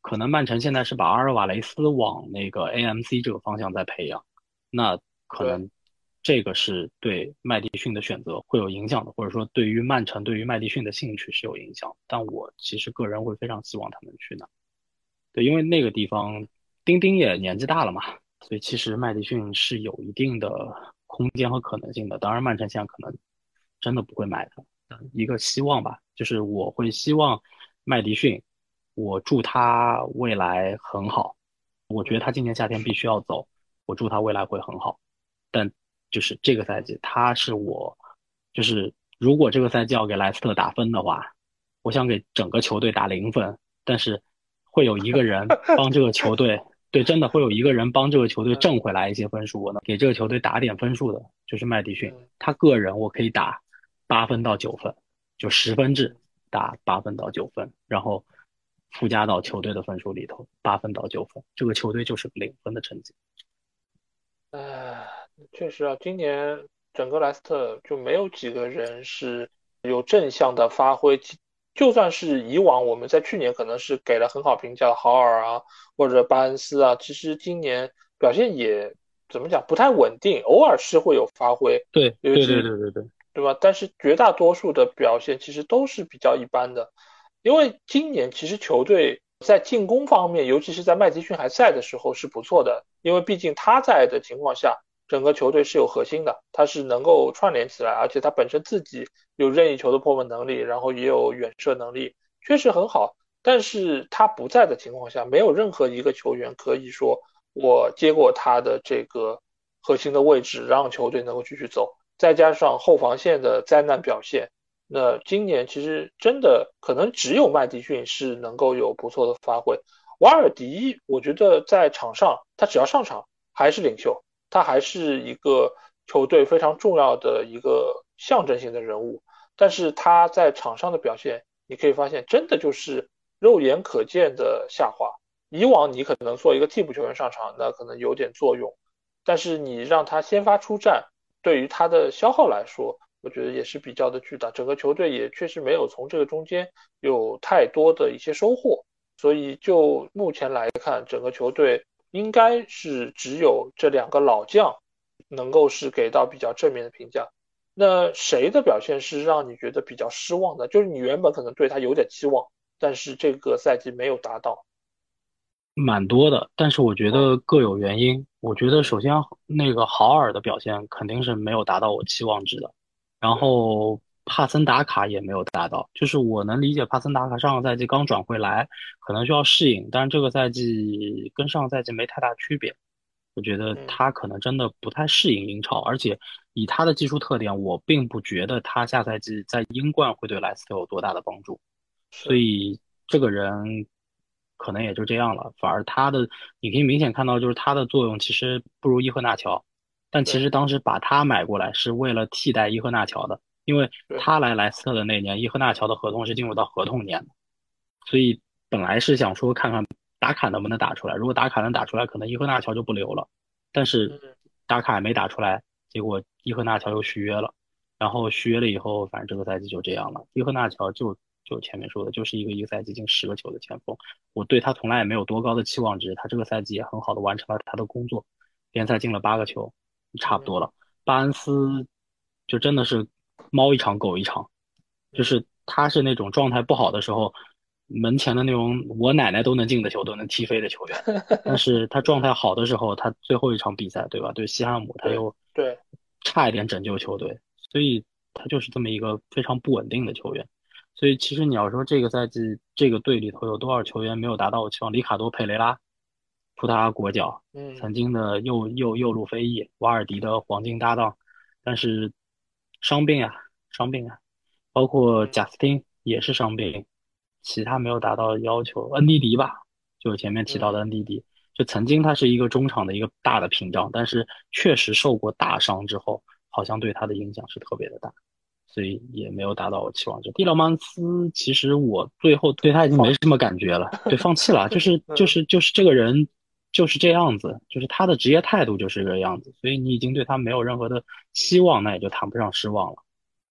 B: 可能曼城现在是把阿尔瓦雷斯往那个 A M C 这个方向在培养，那可
A: 对。
B: 能这个是对麦迪逊的选择会有影响的，或者说对于曼城对于麦迪逊的兴趣是有影响。但我其实个人会非常希望他们去那，对，因为那个地方丁丁也年纪大了嘛，所以其实麦迪逊是有一定的空间和可能性的。当然，曼城现在可能真的不会买他，一个希望吧，就是我会希望麦迪逊，我祝他未来很好。我觉得他
A: 嗯
B: 今年夏天必须要走，我祝他未来会很好。但就是这个赛
A: 嗯
B: 季，他是我，就是如果这个赛季要给莱斯特打分的话，我想给整个球队打零分，但是会有一个人帮这个球队，对，真的会有一个人帮这个球队
A: 嗯
B: 挣回来一些分数，我能给这个球队打点分数的，就是麦迪逊。
A: 嗯
B: 他个人我可以打八分到九分，就十分制
A: 嗯。
B: 打八分到九分，然后附加到球队的分数里头，八分到九分，这个球队就是个零分的成绩。
A: 唉，确实啊，今年整个莱斯特就没有几个人是有正向的发挥。其就算是以往我们在去年可能是给了很好评价的豪尔啊，或者巴恩斯啊，其实今年表现也怎么讲不太稳定，偶尔是会有发挥，
B: 对对对
A: 尤其
B: 对对对，
A: 对吧？但是绝大多数的表现其实都是比较一般的。因为今年其实球队在进攻方面，尤其是在麦迪逊还在的时候是不错的，因为毕竟他在的情况下，整个球队是有核心的，他是能够串联起来，而且他本身自己有任意球的破门能力，然后也有远射能力，确实很好。但是他不在的情况下，没有任何一个球员可以说我接过他的这个核心的位置，让球队能够继续走。再加上后防线的灾难表现，那今年其实真的可能只有麦迪逊是能够有不错的发挥。瓦尔迪，我觉得在场上他只要上场还是领袖，他还是一个球队非常重要的一个象征性的人物。但是他在场上的表现，你可以发现真的就是肉眼可见的下滑。以往你可能做一个替补球员上场，那可能有点作用，但是你让他先发出战，对于他的消耗来说，我觉得也是比较的巨大。整个球队也确实没有从这个中间有太多的一些收获，所以就目前来看，整个球队应该是只有这两个老将能够是给到比较正面的评价。那谁的表现是让你觉得比较失望的？就是你原本可能对他有点期望，但是这个赛季没有达到。
B: 蛮多的，但是我觉
A: 哦。
B: 得各有原因。我觉得
A: 嗯。
B: 首先那个豪尔的表现肯定是没有达到我期望值的，然
A: 对。
B: 后帕森达卡也没有达到。就是我能理解帕森达卡上个赛季刚转回来，可能需要适应，但是这个赛季跟上个赛季没太大区别。我觉得
A: 嗯。
B: 他可能真的不太适应英超，而且以他的技术特点，我并不觉得他下赛季在英冠会对莱斯特有多大的帮助。所
A: 是。
B: 以这个人可能也就这样了。反而他的，你可以明显看到，就是他的作用其实不如伊赫纳乔。但其
A: 对
B: 实当时把他买过来是为了替代伊赫纳乔的，因为
A: 对。
B: 他来莱斯特的那年，伊赫纳乔的合同是进入到合同年的，所以本来是想说看看达卡能不能打出来。如果达卡能打出来，可能伊赫纳乔就不留了。但是
A: 嗯。
B: 达卡也没打出来，结果伊赫纳乔又续约了。然后续约了以后，反正这个赛季就这样了。伊赫纳乔就就前面说的，就是一个一个赛季进十个球的前锋。我对他从来也没有多高的期望值，他这个赛季也很好的完成了他的工作，联赛进了八个球，差不多
A: 嗯。
B: 了。巴恩斯就真的是猫一场狗一场，就
A: 嗯。
B: 是他是那种状态不好的时候，门前的那种我奶奶都能进的球都能踢飞的球员。但是他状态好的时候，他最后一场比赛，对吧？对西汉姆，他
A: 对
B: 又
A: 对。
B: 差一点拯救球队，所以他就是这么一个非常不稳定的球员。所以其实你要说这个赛季这个队里头有多少球员没有达到我期望，里卡多·佩雷拉、葡萄牙国脚，
A: 嗯。
B: 曾经的右右右路飞翼，瓦尔迪的黄金搭档，但是伤病啊，伤病啊，包括
A: 嗯。
B: 贾斯汀也是伤病，其他没有达到要求。恩迪迪吧，就是前面提到的
A: 嗯。
B: 恩迪迪，就曾经他是一个中场的一个大的屏障，但是确实受过大伤之后，好像对他的影响是特别的大。所以也没有达到我期望值。蒂勒曼斯其实我最后对他已经没
A: 放。
B: 什么感觉了，对，放弃了，就是就
A: 嗯。
B: 是就是这个人就是这样子，就是他的职业态度就是这个样子，所以你已经对他没有任何的期望，那也就谈不上失望了。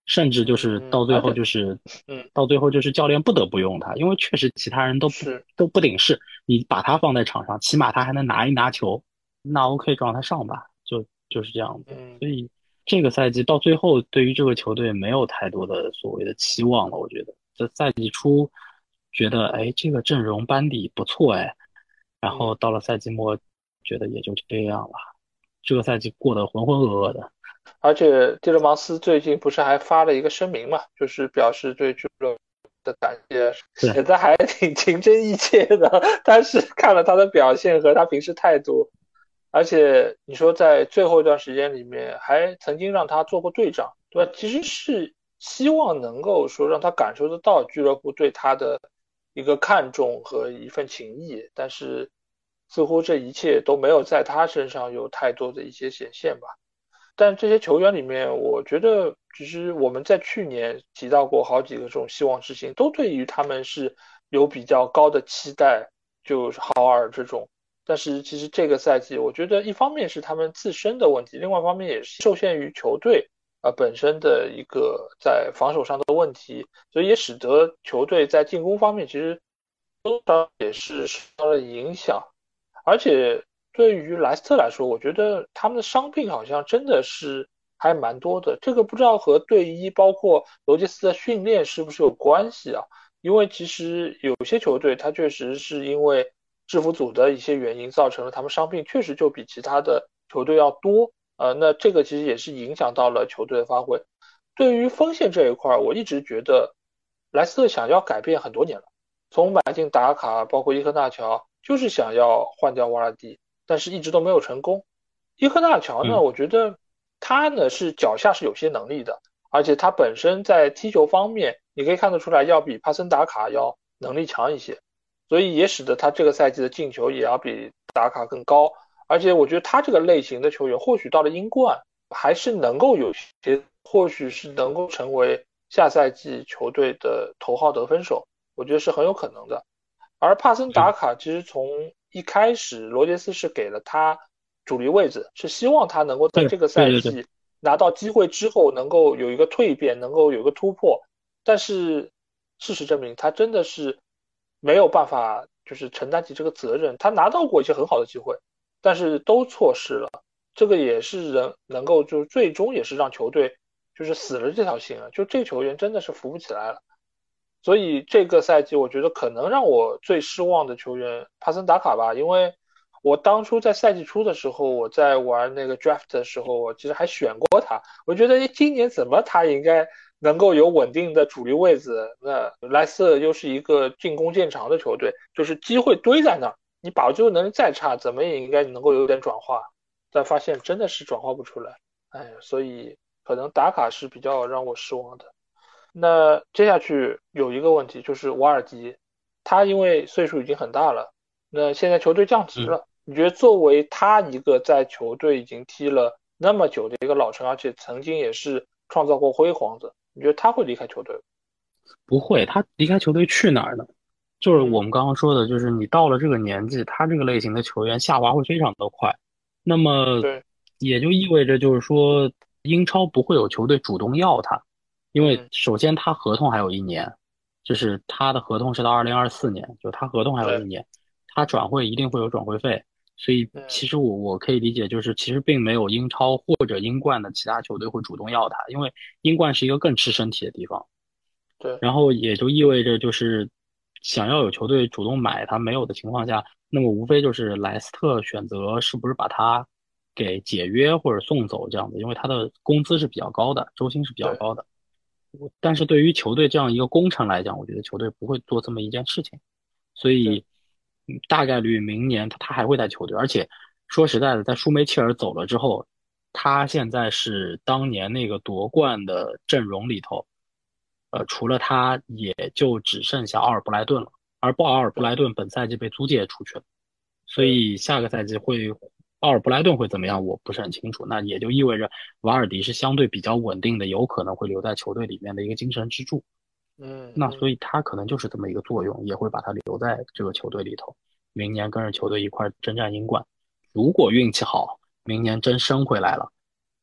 B: 甚至就是
A: 嗯，
B: 到最
A: 而且
B: 后就是
A: 嗯
B: 到最后就是教练不得不用他，因为确实其他人都不
A: 是
B: 都不顶事，你把他放在场上，起码他还能拿一拿球，那 OK 就让他上吧，就就是这样子。
A: 嗯
B: 所以这个赛季到最后，对于这个球队没有太多的所谓的期望了，我觉得。这赛季初觉得，哎，这个阵容班底不错，哎，然后
A: 嗯。
B: 到了赛季末，觉得也就这样了。这个赛季过得浑浑噩噩的。
A: 而且蒂勒芒斯最近不是还发了一个声明嘛，就是表示对俱乐部的感谢，
B: 对，
A: 写的还挺情真意切的。但是看了他的表现和他平时态度，而且你说在最后一段时间里面，还曾经让他做过队长，对吧？其实是希望能够说让他感受得到俱乐部对他的一个看重和一份情谊，但是似乎这一切都没有在他身上有太多的一些显现吧。但这些球员里面，我觉得其实我们在去年提到过好几个这种希望之星，都对于他们是有比较高的期待，就是豪尔这种。但是其实这个赛季，我觉得一方面是他们自身的问题，另外一方面也是受限于球队啊、呃本身的一个在防守上的问题，所以也使得球队在进攻方面其实多少也是受到了影响。而且对于莱斯特来说，我觉得他们的伤病好像真的是还蛮多的。这个不知道和队医包括罗杰斯的训练是不是有关系啊？因为其实有些球队他确实是因为制服组的一些原因造成了他们伤病确实就比其他的球队要多。呃，那这个其实也是影响到了球队的发挥。对于锋线这一块儿，我一直觉得莱斯特想要改变很多年了。从买进达卡，包括伊科纳乔，就是想要换掉瓦尔迪，但是一直都没有成功。伊科纳乔呢，
B: 嗯，
A: 我觉得他呢是脚下是有些能力的，而且他本身在踢球方面，你可以看得出来要比帕森达卡要能力强一些，所以也使得他这个赛季的进球也要比达卡更高。而且我觉得他这个类型的球员，或许到了英冠还是能够有些，或许是能够成为下赛季球队的头号得分手。我觉得是很有可能的。而帕森达
B: 对
A: 卡其实从一开始，罗杰斯是给了他主力位置，是希望他能够在
B: 对
A: 这个
B: 对对对，
A: 赛季拿到机会之后能够有一个蜕变，能够有一个突破。但是事实证明，他真的是没有办法就是承担起这个责任。他拿到过一些很好的机会，但是都错失了。这个也是人能够就是最终也是让球队就是死了这条心啊，就这个球员真的是扶不起来了。所以这个赛季，我觉得可能让我最失望的球员帕森达卡吧，因为我当初在赛季初的时候，我在玩那个 draft 的时候，我其实还选过他，我觉得今年怎么他应该能够有稳定的主力位置。那莱斯特又是一个进攻见长的球队，就是机会堆在那儿，你把握能力再差，怎么也应该能够有点转化，但发现真的是转化不出来。哎，所以可能达卡是比较让我失望的。那接下去有一个问题就是瓦尔迪，他因为岁数已经很大了，那现在球队降级
B: 嗯。
A: 了，你觉得作为他一个在球队已经踢了那么久的一个老臣，而且曾经也是创造过辉煌的，你觉得他会离开球队吗？
B: 不会，他离开球队去哪儿呢？就是我
A: 嗯，
B: 们刚刚说的，就是你到了这个年纪，他这个类型的球员下滑会非常的快。那么
A: 对，
B: 也就意味着，就是说英超不会有球队主动要他，因为
A: 嗯，
B: 首先他合同还有一年，就是他的合同是到二零二四年，就他合同还有一
A: 对，
B: 年，他转会一定会有转会费，所以
A: 嗯，
B: 其实我我可以理解，就是其实并没有英超或者英冠的其他球队会主动要他，因为英冠是一个更吃身体的地方。
A: 对，
B: 然后也就意味着就是想要有球队主动买他没有的情况下，那么无非就是莱斯特选择是不是把他给解约或者送走这样子，因为他的工资是比较高的，周薪是比较
A: 对，
B: 高的。但是对于球队这样一个功臣来讲，我觉得球队不会做这么一件事情，所
A: 对，
B: 以嗯大概率明年他他还会在球队，而且说实在的，在舒梅切尔走了之后，他现在是当年那个夺冠的阵容里头。呃，除了他，也就只剩下奥尔布莱顿了。而布奥尔布
A: 对，
B: 莱顿本赛季被租借出去了，所
A: 对，
B: 以下个赛季会奥尔布莱顿会怎么样，我不是很清楚。那也就意味着瓦尔迪是相对比较稳定的，有可能会留在球队里面的一个精神支柱。
A: 嗯，嗯，
B: 那所以他可能就是这么一个作用，也会把他留在这个球队里头，明年跟着球队一块征战英冠。如果运气好，明年真升回来了。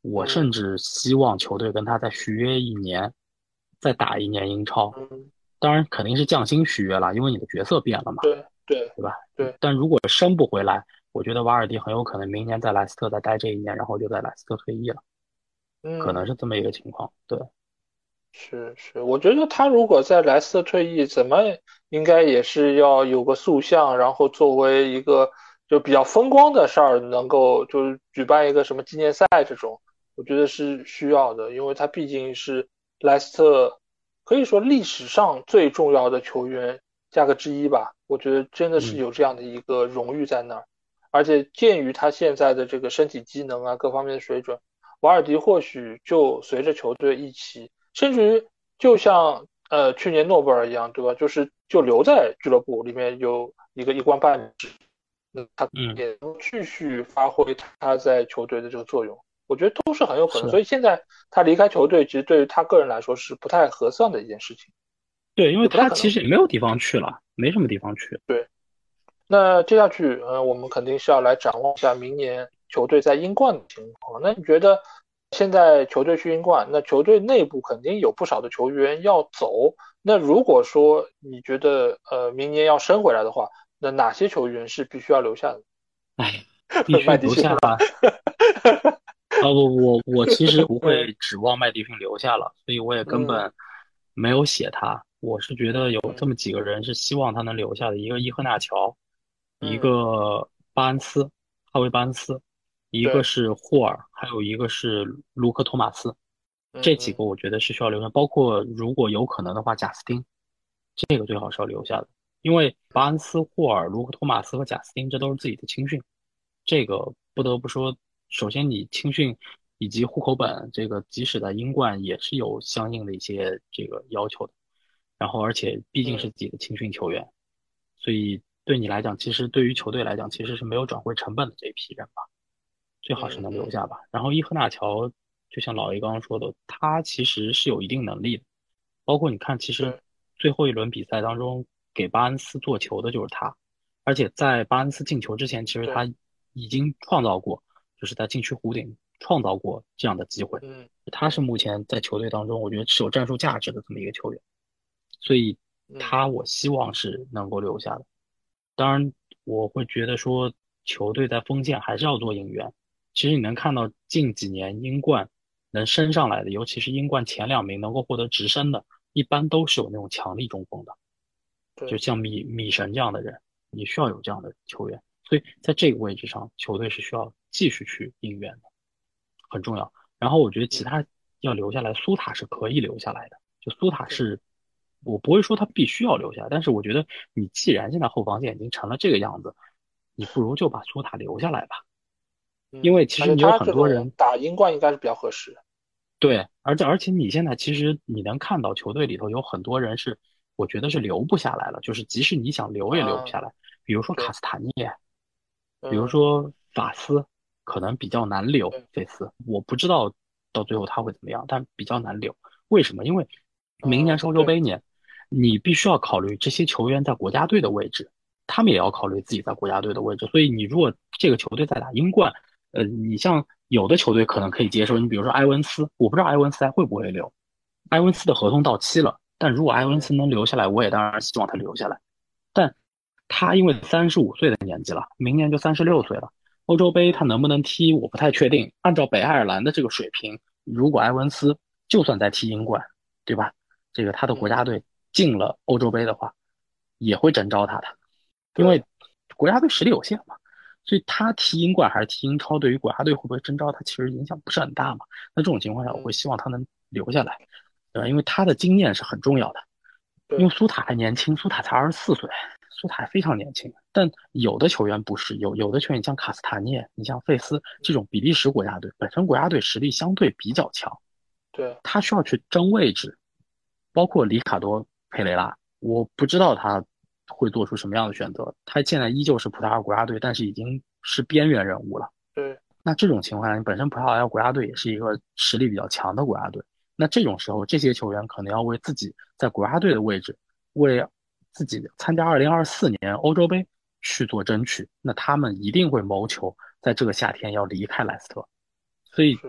B: 我甚
A: 嗯
B: 至希望球队跟他再续约一年，再打一年英超。
A: 嗯，
B: 当然肯定是降薪续约了，因为你的角色变了嘛，
A: 对对
B: 对吧？
A: 对，
B: 但如果升不回来，我觉得瓦尔迪很有可能明年在莱斯特再待这一年，然后就在莱斯特退役了，可能
A: 嗯。
B: 是这么一个情况。对，
A: 是是，我觉得他如果在莱斯特退役，怎么应该也是要有个塑像，然后作为一个就比较风光的事儿，能够就是举办一个什么纪念赛这种，我觉得是需要的，因为他毕竟是莱斯特可以说历史上最重要的球员价格之一吧，我觉得真的是
B: 嗯
A: 有这样的一个荣誉在那儿，而且鉴于他现在的这个身体机能啊，各方面的水准。瓦尔迪或许就随着球队一起，甚至于就像呃去年诺贝尔一样，对吧？就是就留在俱乐部里面有一个一官半职，那他
B: 嗯，
A: 也能继续发挥他在球队的这个作用，我觉得都是很有可能。
B: 是。
A: 所以现在他离开球队，其实对于他个人来说是不太合算的一件事情，
B: 对，因为他其
A: 也不太可能。
B: 实也没有地方去了，没什么地方去。
A: 对，那接下去，呃，我们肯定是要来展望一下明年球队在英冠的情况。那你觉得现在球队去英冠，那球队内部肯定有不少的球员要走。那如果说你觉得呃明年要升回来的话，那哪些球员是必须要留下的？
B: 哎，必须
A: 麦迪逊是吧？
B: 留下。呃，我我我其实不
A: 嗯
B: 会指望麦迪逊留下了，所以我也根
A: 嗯
B: 本没有写他。我是觉得有这
A: 嗯
B: 么几个人是希望他能留下的，一个伊赫纳乔，一
A: 嗯，
B: 个巴恩斯，哈维巴恩斯，一个
A: 对，
B: 是霍尔，还有一个是卢克托马斯。这几
A: 嗯嗯
B: 个我觉得是需要留下，包括如果有可能的话，贾斯汀，这个最好是要留下的，因为巴恩斯、霍尔、卢克托马斯和贾斯汀这都是自己的青训。这个不得不说，首先你青训以及户口本，这个即使在英冠也是有相应的一些这个要求的。然后，而且毕竟是
A: 嗯
B: 自己的青训球员，所以对你来讲，其实对于球队来讲，其实是没有转会成本的这一批人吧，最好是能留
A: 嗯嗯，
B: 下吧。然后伊赫纳乔，就像老 A 刚刚说的，他其实是有一定能力的，包括你看，其实
A: 对
B: 最后一轮比赛当中给巴恩斯做球的就是他，而且在巴恩斯进球之前，其实
A: 对，
B: 他已经创造过，就是在禁区弧顶创造过这样的机会。
A: 嗯
B: 他是
A: 嗯
B: 目前在球队当中，我觉得是有战术价值的这么一个球员，所以
A: 嗯
B: 他我希望是能够留下的。当然，我会觉得说球队在锋线还是要做引援。其实你能看到近几年英冠能升上来的，尤其是英冠前两名能够获得直升的，一般都是有那种强力中锋的，就
A: 对，
B: 像米米神这样的人，你需要有这样的球员。所以在这个位置上，球队是需要继续去引援的，很重要。然后我觉得其
A: 嗯
B: 他要留下来，苏塔是可以留下来的。就苏塔
A: 对，
B: 是，我不会说他必须要留下，但是我觉得你既然现在后防线已经成了这个样子，你不如就把苏塔留下来吧。因
A: 嗯，
B: 为其实你有
A: 而且他这
B: 很多人
A: 种打英冠应该是比较合适。
B: 对，而且而且你现在其实你能看到球队里头有很多人是，我觉得是留不下来了，就是即使你想留也留不
A: 嗯，
B: 下来。比如说卡
A: 对，
B: 斯塔涅，比如
A: 嗯，
B: 说法斯，可能比较难留。
A: 对，
B: 费斯，我不知道到最后他会怎么样，但比较难留。为什么？因为明年
A: 嗯，
B: 是欧洲
A: 对，
B: 杯年，你必须要考虑这些球员在国家队的位置，他们也要考虑自己在国家队的位置。所以你如果这个球队在打英冠，呃，你像有的球队可能可以接受，你比如说埃文斯，我不知道埃文斯还会不会留。埃文斯的合同到期了，但如果埃文
A: 嗯
B: 斯能留下来，我也当然希望他留下来。但他因为三十五岁的年纪了，明年就三十六岁了。欧洲杯他
A: 嗯
B: 能不能踢，我不太确定。按照北爱尔兰的这个水平，如果埃文斯就算在踢英冠，对吧？这个他的国
A: 嗯，
B: 家队进了欧洲杯的话，也会征召他的，因
A: 对，
B: 为国家队实力有限嘛。所以他踢英冠还是踢英超，对于国家队会不会征召他，其实影响不是很大嘛。那这种情况下，我会
A: 嗯
B: 希望他能留下来，对吧？因为他的经验是很重要的。因为
A: 对，
B: 苏塔还年轻，苏塔才二十四岁，苏塔还非常年轻。但有的球员不是，有有的球员你像卡斯塔涅，你像费斯这种比利时国家队，本身国家队实力相对比较强，
A: 对，
B: 他需要去争位置，包括里卡多·佩雷拉，我不知道他会做出什么样的选择。他现在依旧是葡萄牙国家队，但是已经是边缘人物了。
A: 对，
B: 那这种情况下，你本身葡萄牙国家队也是一个实力比较强的国家队，那这种时候，这些球员可能要为自己在国家队的位置，为自己参加二零二四年欧洲杯去做争取。那他们一定会谋求在这个夏天要离开莱斯特。所以
A: 是，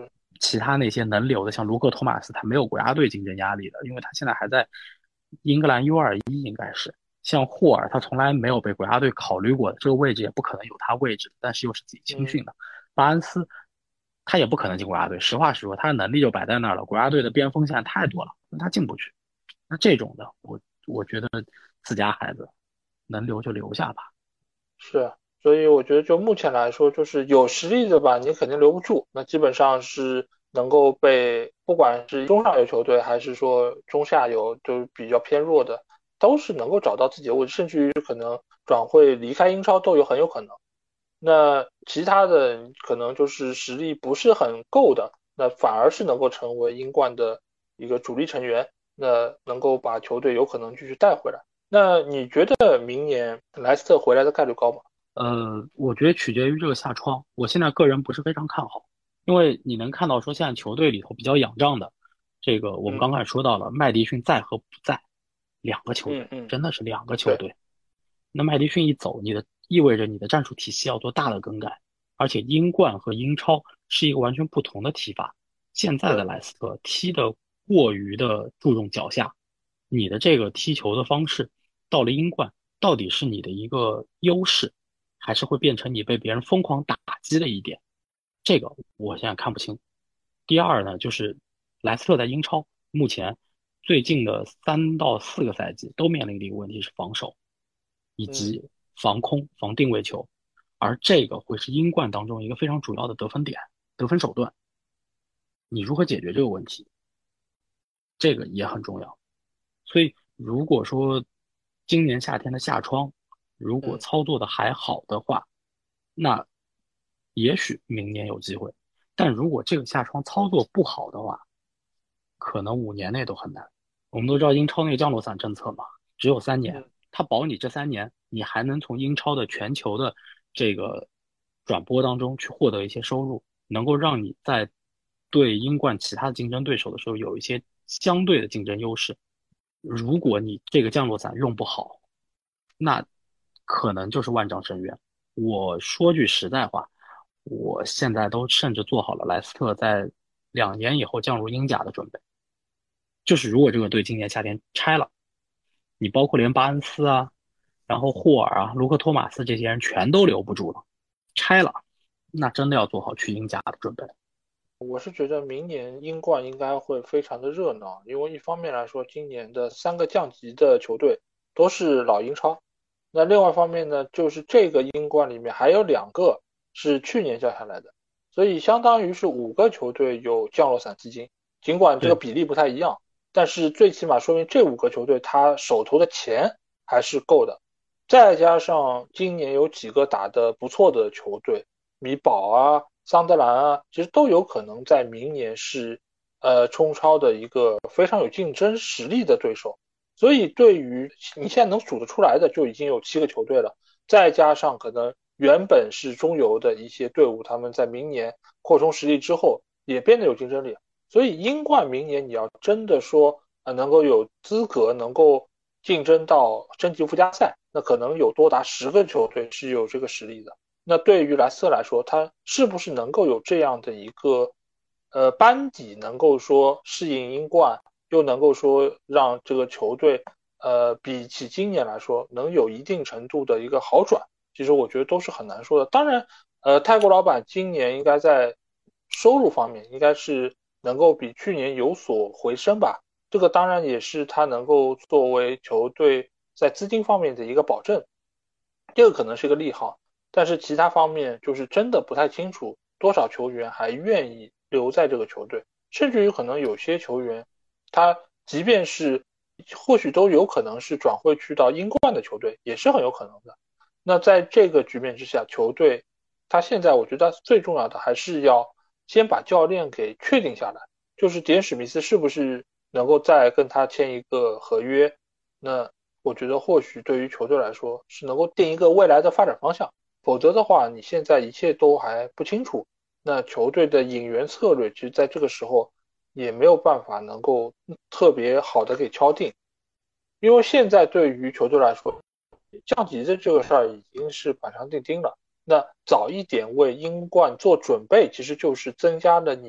B: 其他那些能留的，像卢克托马斯，他没有国家队竞争压力的，因为他现在还在英格兰 U 二一，应该是。像霍尔，他从来没有被国家队考虑过的，这个位置也不可能有他位置，但是又是自己青
A: 嗯，
B: 训的。巴恩斯，他也不可能进国家队。实话实说，他的能力就摆在那儿了，国家队的边锋现在太多了，他进不去。那这种的，我我觉得自家孩子能留就留下吧。
A: 是，所以我觉得就目前来说，就是有实力的吧，你肯定留不住，那基本上是能够被不管是中上游球队还是说中下游，就是比较偏弱的，都是能够找到自己的位置，甚至于可能转会离开英超都有很有可能。那其他的可能就是实力不是很够的，那反而是能够成为英冠的一个主力成员，那能够把球队有可能继续带回来。那你觉得明年莱斯特回来的概率高吗？
B: 呃，我觉得取决于这个下窗。我现在个人不是非常看好，因为你能看到说现在球队里头比较仰仗的，这个我们
A: 嗯
B: 刚才说到了麦迪逊在和不在，两个球队
A: 嗯嗯，
B: 真的是两个球
A: 对
B: 队。那麦迪逊一走，你的意味着你的战术体系要做大的更改，而且英冠和英超是一个完全不同的踢法。现在的
A: 对，
B: 莱斯特踢的过于的注重脚下，你的这个踢球的方式到了英冠，到底是你的一个优势，还是会变成你被别人疯狂打击的一点？这个我现在看不清。第二呢，就是莱斯特在英超目前最近的三到四个赛季都面临的一个问题是防守，以
A: 嗯
B: 及防空、防定位球，而这个会是英冠当中一个非常主要的得分点、得分手段。你如何解决这个问题，这个也很重要。所以，如果说今年夏天的夏窗，如果
A: 嗯。
B: 操作的还好的话，那也许明年有机会。但如果这个夏窗操作不好的话，可能五年内都很难。我们都知道英超那个降落伞政策嘛，只有三年，
A: 嗯
B: 它保你这三年，你还能从英超的全球的这个转播当中去获得一些收入，能够让你在对英冠其他的竞争对手的时候有一些相对的竞争优势。如果你这个降落伞用不好，那可能就是万丈深渊。我说句实在话，我现在都甚至做好了莱斯特在两年以后降入英甲的准备。就是如果这个队今年夏天拆了，你包括连巴恩斯啊，然后霍尔啊、卢克托马斯这些人全都留不住了，拆了，那真的要做好去英甲的准备。
A: 我是觉得明年英冠应该会非常的热闹，因为一方面来说，今年的三个降级的球队都是老英超，那另外一方面呢，就是这个英冠里面还有两个是去年降下来的，所以相当于是五个球队有降落伞基金，尽管这个
B: 对
A: 比例不太一样，但是最起码说明这五个球队他手头的钱还是够的，再加上今年有几个打得不错的球队。米堡啊、桑德兰啊，其实都有可能在明年是呃冲超的一个非常有竞争实力的对手。所以对于你现在能数得出来的就已经有七个球队了，再加上可能原本是中游的一些队伍，他们在明年扩充实力之后也变得有竞争力。所以英冠明年你要真的说呃能够有资格能够竞争到升级附加赛，那可能有多达十个球队是有这个实力的。那对于莱斯特来说，他是不是能够有这样的一个呃班底，能够说适应英冠，又能够说让这个球队呃比起今年来说能有一定程度的一个好转，其实我觉得都是很难说的。当然，呃，泰国老板今年应该在收入方面应该是能够比去年有所回升吧，这个当然也是他能够作为球队在资金方面的一个保证，这个可能是个利好。但是其他方面就是真的不太清楚多少球员还愿意留在这个球队，甚至于可能有些球员，他即便是或许都有可能是转会去到英冠的球队，也是很有可能的。那在这个局面之下，球队他现在我觉得最重要的还是要先把教练给确定下来，就是迪恩史密斯是不是能够再跟他签一个合约，那我觉得或许对于球队来说是能够定一个未来的发展方向。否则的话，你现在一切都还不清楚，那球队的引援策略，其实在这个时候也没有办法能够特别好的给敲定，因为现在对于球队来说，降级的这个事儿已经是板上钉钉了。那早一点为英冠做准备，其实就是增加了你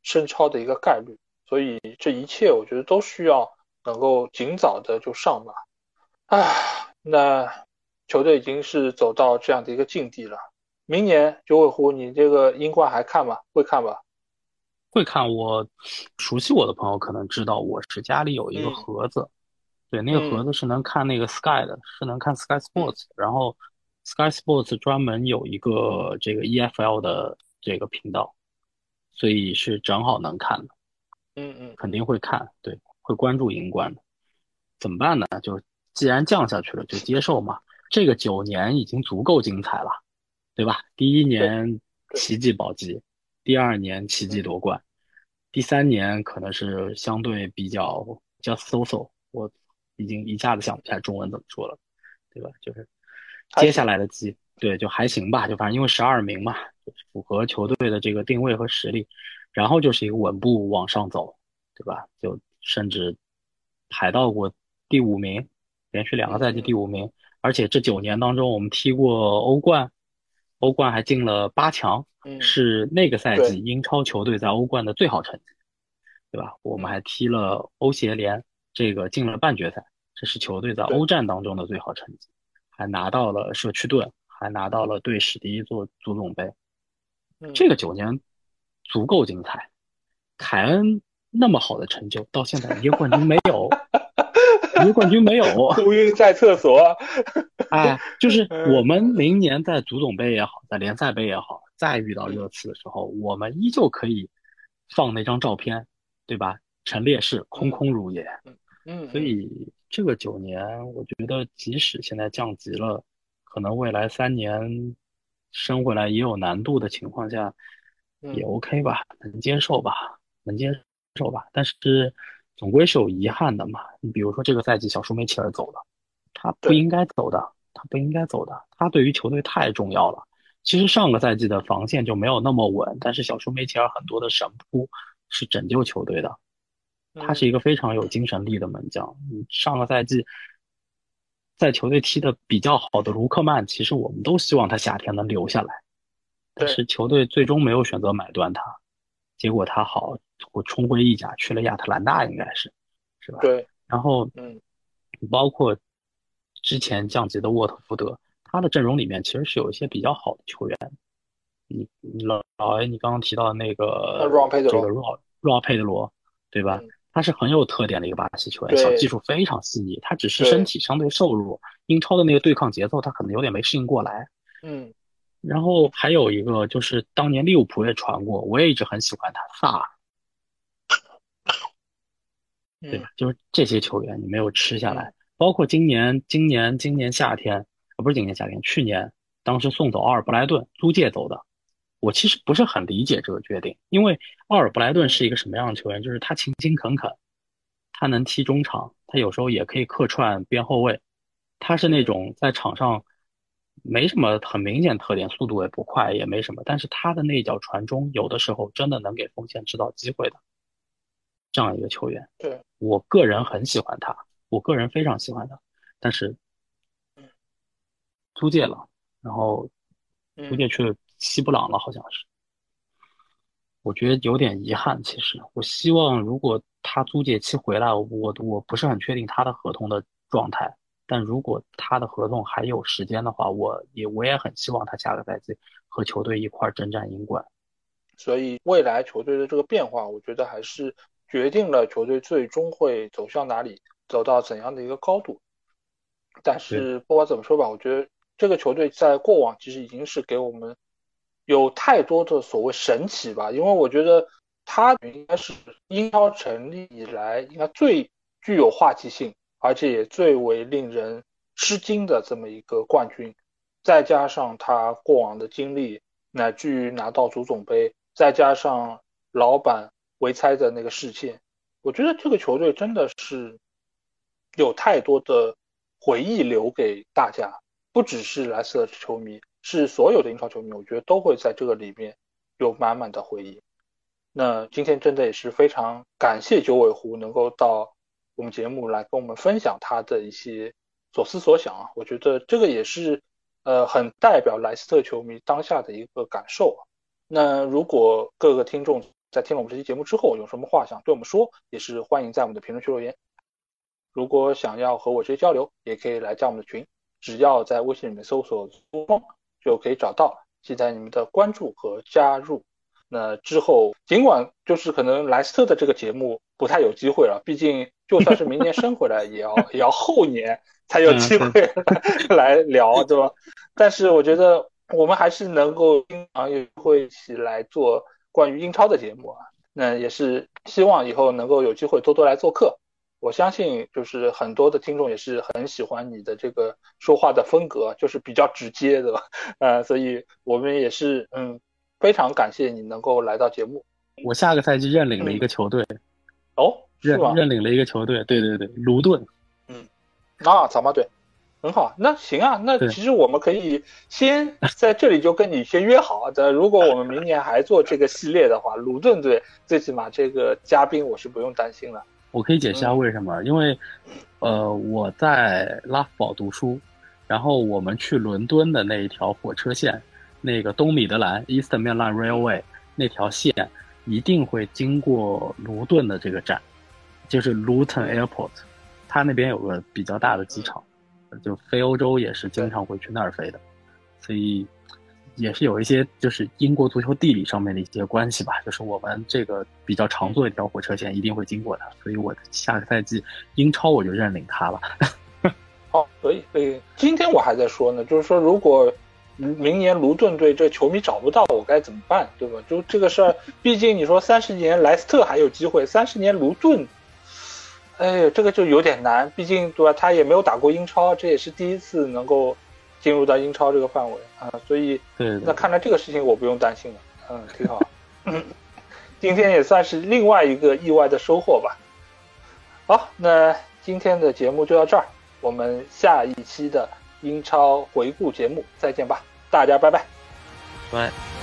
A: 升超的一个概率。所以这一切我觉得都需要能够尽早的就上马。啊，那球队已经是走到这样的一个境地了。明年九尾狐，你这个英冠还看吗？会看吧？
B: 会看我熟悉我的朋友可能知道，我是家里有一个
A: 嗯
B: 盒子，对，那个盒
A: 嗯
B: 子是能看那个 Sky 的，是能看 Sky
A: 嗯
B: Sports，然后 Sky Sports 专门有一个这个 E F L 的这个频道，所以是正好能看的，肯
A: 嗯嗯嗯，
B: 定会看，对，会关注英冠的。怎么办呢？就既然降下去了，就接受嘛。这个九年已经足够精彩了，对吧？第一
A: 对
B: 年
A: 对，
B: 奇迹保级，第二年奇迹
A: 嗯
B: 夺冠，第三年可能是相对比较 just so so，我已经一下子想不起来中文怎么说了，对吧？就是接下
A: 还行。
B: 来的季，对，就还行吧，就反正因为十二名嘛，就符合球
A: 嗯
B: 队的这个定位和实力，然后就是一个稳步往上走，对吧？就甚至排到过第五名，连续两个赛季
A: 嗯嗯
B: 第五名，而且这九年当中我们踢过欧冠，欧冠还进了八强，
A: 嗯，
B: 是那个赛季
A: 对，
B: 英超球队在欧冠的最好成绩，对吧？我们
A: 嗯
B: 还踢了欧协联，这个进了半决赛，这是球队在
A: 对，
B: 欧战当中的最好成绩，还拿到了社区盾，还拿到了队史第一座足总杯。
A: 嗯，
B: 这个九年足够精彩。凯恩那么好的成就，到现在一个冠军没有，一个冠军没有。
A: 哭晕在厕所啊。
B: 哎，就是我
A: 嗯
B: 们明年在足总杯也好，在联赛杯也好，再遇到热
A: 嗯
B: 刺的时候，我们依旧可以放那张照片，对吧？陈烈士，空
A: 嗯
B: 空如也。
A: 嗯嗯嗯，
B: 所以这个九年，我觉得即使现在降级了，可能未来三年升回来也有难度的情况下，也
A: 嗯
B: OK 吧，能接受吧，能接受吧。但是总归是有遗憾的嘛。你比如说这个赛季小舒梅切尔走了，他不
A: 对，
B: 应该走的，他不应该走的，他对于球队太重要了。其实上个赛季的防线就没有那么稳，但是小舒梅切尔很多的神扑是拯救球队的。他是一
A: 嗯
B: 个非常有精神力的门将。嗯上个赛季在球队踢得比较好的卢克曼，其实我们都希望他夏天能留下来，但
A: 对
B: 是球队最终没有选择买断他，结果他好，我重回意甲去了亚特兰大，应该是，是吧？
A: 对，
B: 然后
A: 嗯
B: 包括之前降级的沃特福德，他的阵容里面其实是有一些比较好的球员。你你老老 A，你刚刚提到那
A: 那
B: 个
A: Ron 佩德罗，
B: 这个若若佩德罗，对吧？
A: 嗯
B: 他是很有特点的一个巴西球员，小技
A: 对
B: 术非常细腻，他只是身
A: 对，
B: 体相对瘦弱，英超的那个对抗节奏他可能有点没适应过来。
A: 嗯
B: 然后还有一个就是当年利物浦也传过，我也一直很喜欢他，萨尔，对
A: 嗯
B: 吧？就是这些球员你没有吃下
A: 嗯
B: 来，包括今年今年今年夏天，啊不是今年夏天，去年当时送走奥尔布莱顿租借走的，我其实不是很理解这个决定，因为奥尔布莱顿
A: 嗯
B: 是一个什么样的球员？就是他勤勤恳恳，他能踢中场，他有时候也可以客串边后卫，他是那
A: 嗯
B: 种在场上没什么很明显特点，速度也不快，也没什么，但是他的那一脚传中，有的时候真的能给锋线制造机会的这样一个球员。
A: 对，
B: 我个人很喜欢他，我个人非常喜欢他，但是租借了，然后租
A: 嗯
B: 借去了西布朗了，好像是。我觉得有点遗憾。其实，我希望如果他租借期回来，我我不是很确定他的合同的状态。但如果他的合同还有时间的话，我也我也很希望他下个赛季和球队一块儿征战英冠。
A: 所以未来球队的这个变化，我觉得还是决定了球队最终会走向哪里，走到怎样的一个高度。但
B: 对
A: 是不管怎么说吧，我觉得这个球队在过往其实已经是给我们有太多的所谓神奇吧，因为我觉得他应该是英超成立以来应该最具有话题性，而且也最为令人吃惊的这么一个冠军。再加上他过往的经历，乃至于拿到足总杯，再加上老板维猜的那个视线，我觉得这个球队真的是有太多的回忆留给大家，不只是莱斯特球迷，是所有的英超球迷，我觉得都会在这个里面有满满的回忆。那今天真的也是非常感谢九尾狐能够到我们节目来跟我们分享他的一些所思所想啊，我觉得这个也是呃很代表莱斯特球迷当下的一个感受啊。那如果各个听众在听了我们这期节目之后有什么话想对我们说，也是欢迎在我们的评论区留言。如果想要和我直接交流，也可以来加我们的群，只要在微信里面搜索足梦就可以找到，期待你们的关注和加入。那之后尽管就是可能莱斯特的这个节目不太有机会了，毕竟就算是明年升回来也要也要后年才有机会来聊，对吧？但是我觉得我们还是能够经常也会一起来做关于英超的节目啊。那也是希望以后能够有机会多多来做客。我相信就是很多的听众也是很喜欢你的这个说话的风格，就是比较直接的，呃，所以我们也是嗯非常感谢你能够来到节目。
B: 我下个赛季认领了一个球队，
A: 嗯、哦，是吗？
B: 认认领了一个球队，对对对，卢顿。
A: 嗯，啊，草帽队，很好。那行啊，那其实我们可以先在这里就跟你先约好的，如果我们明年还做这个系列的话，卢顿队最起码这个嘉宾我是不用担心了。
B: 我可以解释下为什么，嗯、因为，呃，我在拉夫堡读书，然后我们去伦敦的那一条火车线，那个东米德兰 （Eastern Main Line Railway） 那条线一定会经过卢顿的这个站，就是 Luton Airport， 它那边有个比较大的机场，就飞欧洲也是经常会去那儿飞的，所以也是有一些就是英国足球地理上面的一些关系吧，就是我们这个比较常坐一条火车线一定会经过它，所以我下个赛季英超我就认领它了。
A: 哦，可以可以。今天我还在说呢，就是说如果明年卢顿队这球迷找不到我该怎么办，对吧？就这个事儿，毕竟你说三十年莱斯特还有机会，三十年卢顿，哎，这个就有点难，毕竟对吧？他也没有打过英超，这也是第一次能够进入到英超这个范围啊，所以
B: 对，
A: 那看来这个事情我不用担心了，嗯，挺好。今天也算是另外一个意外的收获吧。好，那今天的节目就到这儿，我们下一期的英超回顾节目再见吧，大家拜拜。
B: 拜。